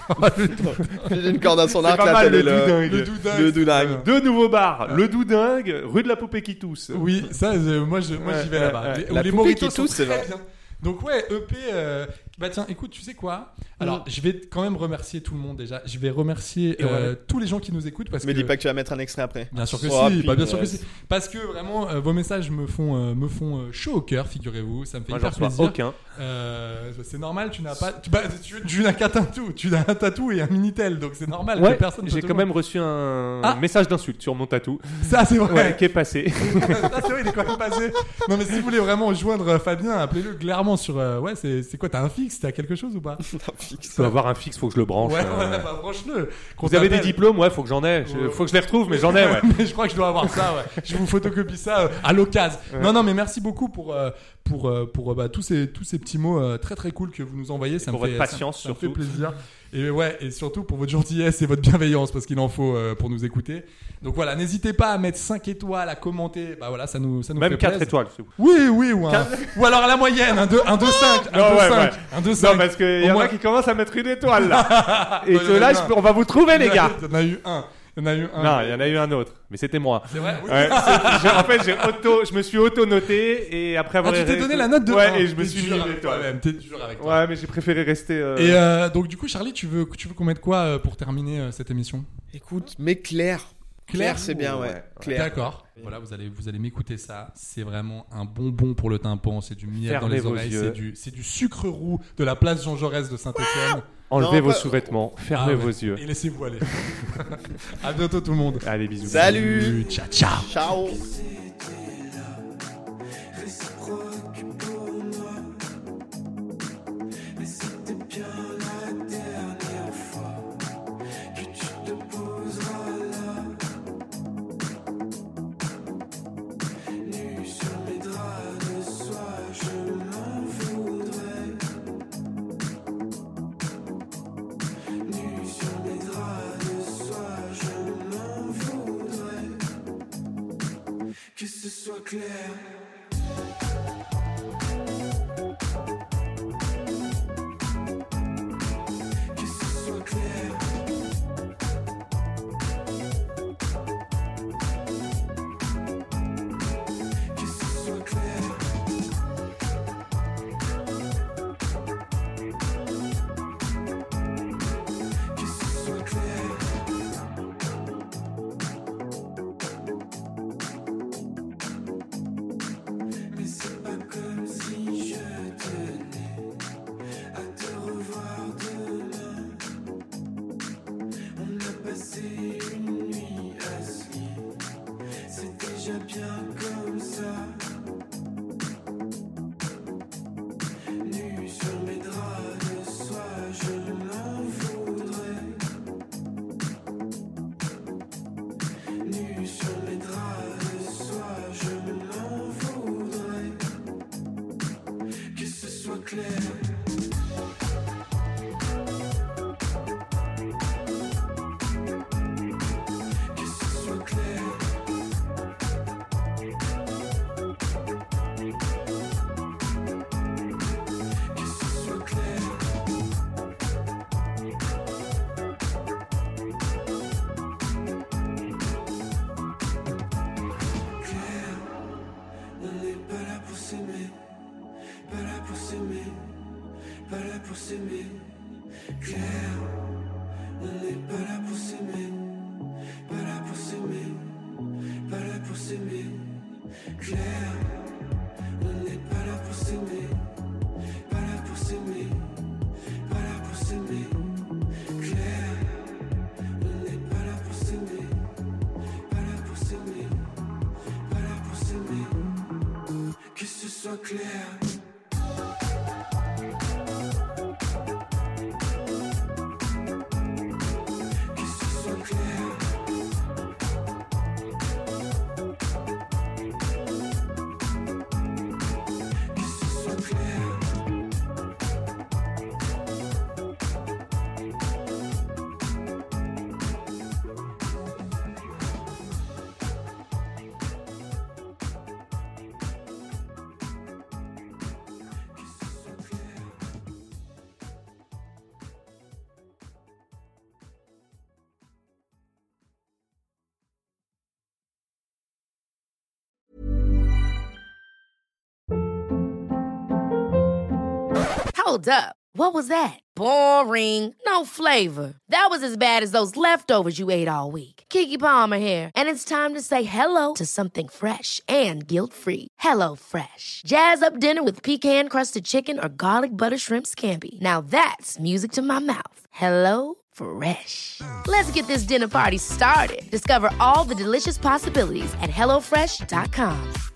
J'ai une corde à son C'est arc, pas là, mal, tel est le le. doudingue. Le doudingue. Le doudingue. Deux nouveaux bars, le doudingue, rue de la Poupée qui tousse. Oui, ça, euh, moi, je, moi, Ouais, j'y vais ouais, là-bas. ouais. Les, La les poupée moritos qui sont tousse, c'est très vrai. bien. Donc ouais, E P. euh, bah tiens, écoute, tu sais quoi? Alors, je vais quand même remercier tout le monde déjà. Je vais remercier Et euh, ouais. tous les gens qui nous écoutent parce Mais que. dis pas que tu vas mettre un extrait après. Bien sûr que Oh, si, bah, bien sûr que punaise. si. Parce que vraiment, euh, vos messages me font, euh, me font euh, chaud au cœur, figurez-vous. Ça me fait Moi, j'en hyper reçois plaisir. aucun. Euh, c'est normal, tu n'as pas. Tu, bah, tu, tu n'as qu'un tatou. Tu as un tatou et un minitel, donc c'est normal Ouais, que personne. j'ai te quand demande. même reçu un Ah. message d'insulte sur mon tatou. Ça, c'est vrai. Ouais, qui est passé. Ah, c'est vrai, il est quand même passé. Non, mais si vous voulez vraiment joindre euh, Fabien, appelez-le clairement sur. euh, ouais, c'est c'est quoi? T'as un fixe? T'as quelque chose ou pas? Je dois avoir un fixe, faut que je le branche. Ouais, euh. ouais, bah, branche-le. Qu'on Vous avez des t'appelle. diplômes? Ouais, faut que j'en ai. Je- Ouais. Faut que je les retrouve, mais j'en ai, ouais. Mais je crois que je dois avoir ça, ouais. Je vous photocopie ça euh, à l'occasion. Ouais. Non, non, mais merci beaucoup pour, euh, pour, euh, pour euh, bah, tous, ces, tous ces petits mots euh, très très cool que vous nous envoyez. Ça pour me fait, votre patience, ça, ça me fait surtout. plaisir. Et ouais, et surtout pour votre gentillesse et votre bienveillance, parce qu'il en faut euh, pour nous écouter. Donc voilà, n'hésitez pas à mettre cinq étoiles, à commenter. Bah voilà, ça nous, ça nous Même fait quatre plaisir. étoiles, c'est bon. Oui, oui, ou, un- Quatre- ou alors à la moyenne, un deux cinq. Un Non, deux ouais, cinq. ouais. Un deux Non, cinq. parce qu'il y Au en moins- a qui commencent à mettre une étoile, là. Et Ouais, que il y en là, a je un. peux- on va vous trouver, les gars. Il y en a eu un. Il y en a eu un. Non, il y en a eu un autre. Mais c'était moi. C'est vrai? Oui. Ouais, c'est- j'ai- en fait, j'ai auto, je me suis auto-noté et après Ah, avoir. tu t'es donné la note de un. Ouais, et je me T'es suis dur mis avec l'étoile. toi-même, t'es dur avec toi. Ouais, mais j'ai préféré rester. euh, Et euh, donc du coup, Charlie, tu veux, tu veux qu'on mette quoi euh, pour terminer euh, cette émission? Écoute, mais clair. Clair, c'est bien, ouais. Clair. D'accord. Voilà, vous allez, vous allez m'écouter ça. C'est vraiment un bonbon pour le tympan. C'est du miel Fermez dans les vos oreilles. yeux. C'est du, c'est du sucre roux de la place Jean Jaurès de Saint-Etienne. Enlevez Non, vos pas- sous-vêtements, fermez Ah ouais. vos yeux. Et laissez-vous aller. À bientôt tout le monde. Allez, bisous. Salut. Ciao, ciao. Ciao. Que ce soit clair. pas là pour s'aimer. Claire, on n'est pas là pour s'aimer. Pas là pour s'aimer. Pas là pour s'aimer. Claire, on n'est pas là pour s'aimer. Pas là pour s'aimer. Pas là pour s'aimer. Claire, on n'est pas là pour s'aimer. Pas là pour s'aimer. Pas là pour s'aimer. Que ce soit clair. Hold up. What was that? Boring. No flavor. That was as bad as those leftovers you ate all week. Keke Palmer here, and it's time to say hello to something fresh and guilt-free. Hello Fresh. Jazz up dinner with pecan-crusted chicken or garlic butter shrimp scampi. Now that's music to my mouth. Hello Fresh. Let's get this dinner party started. Discover all the delicious possibilities at hello fresh dot com.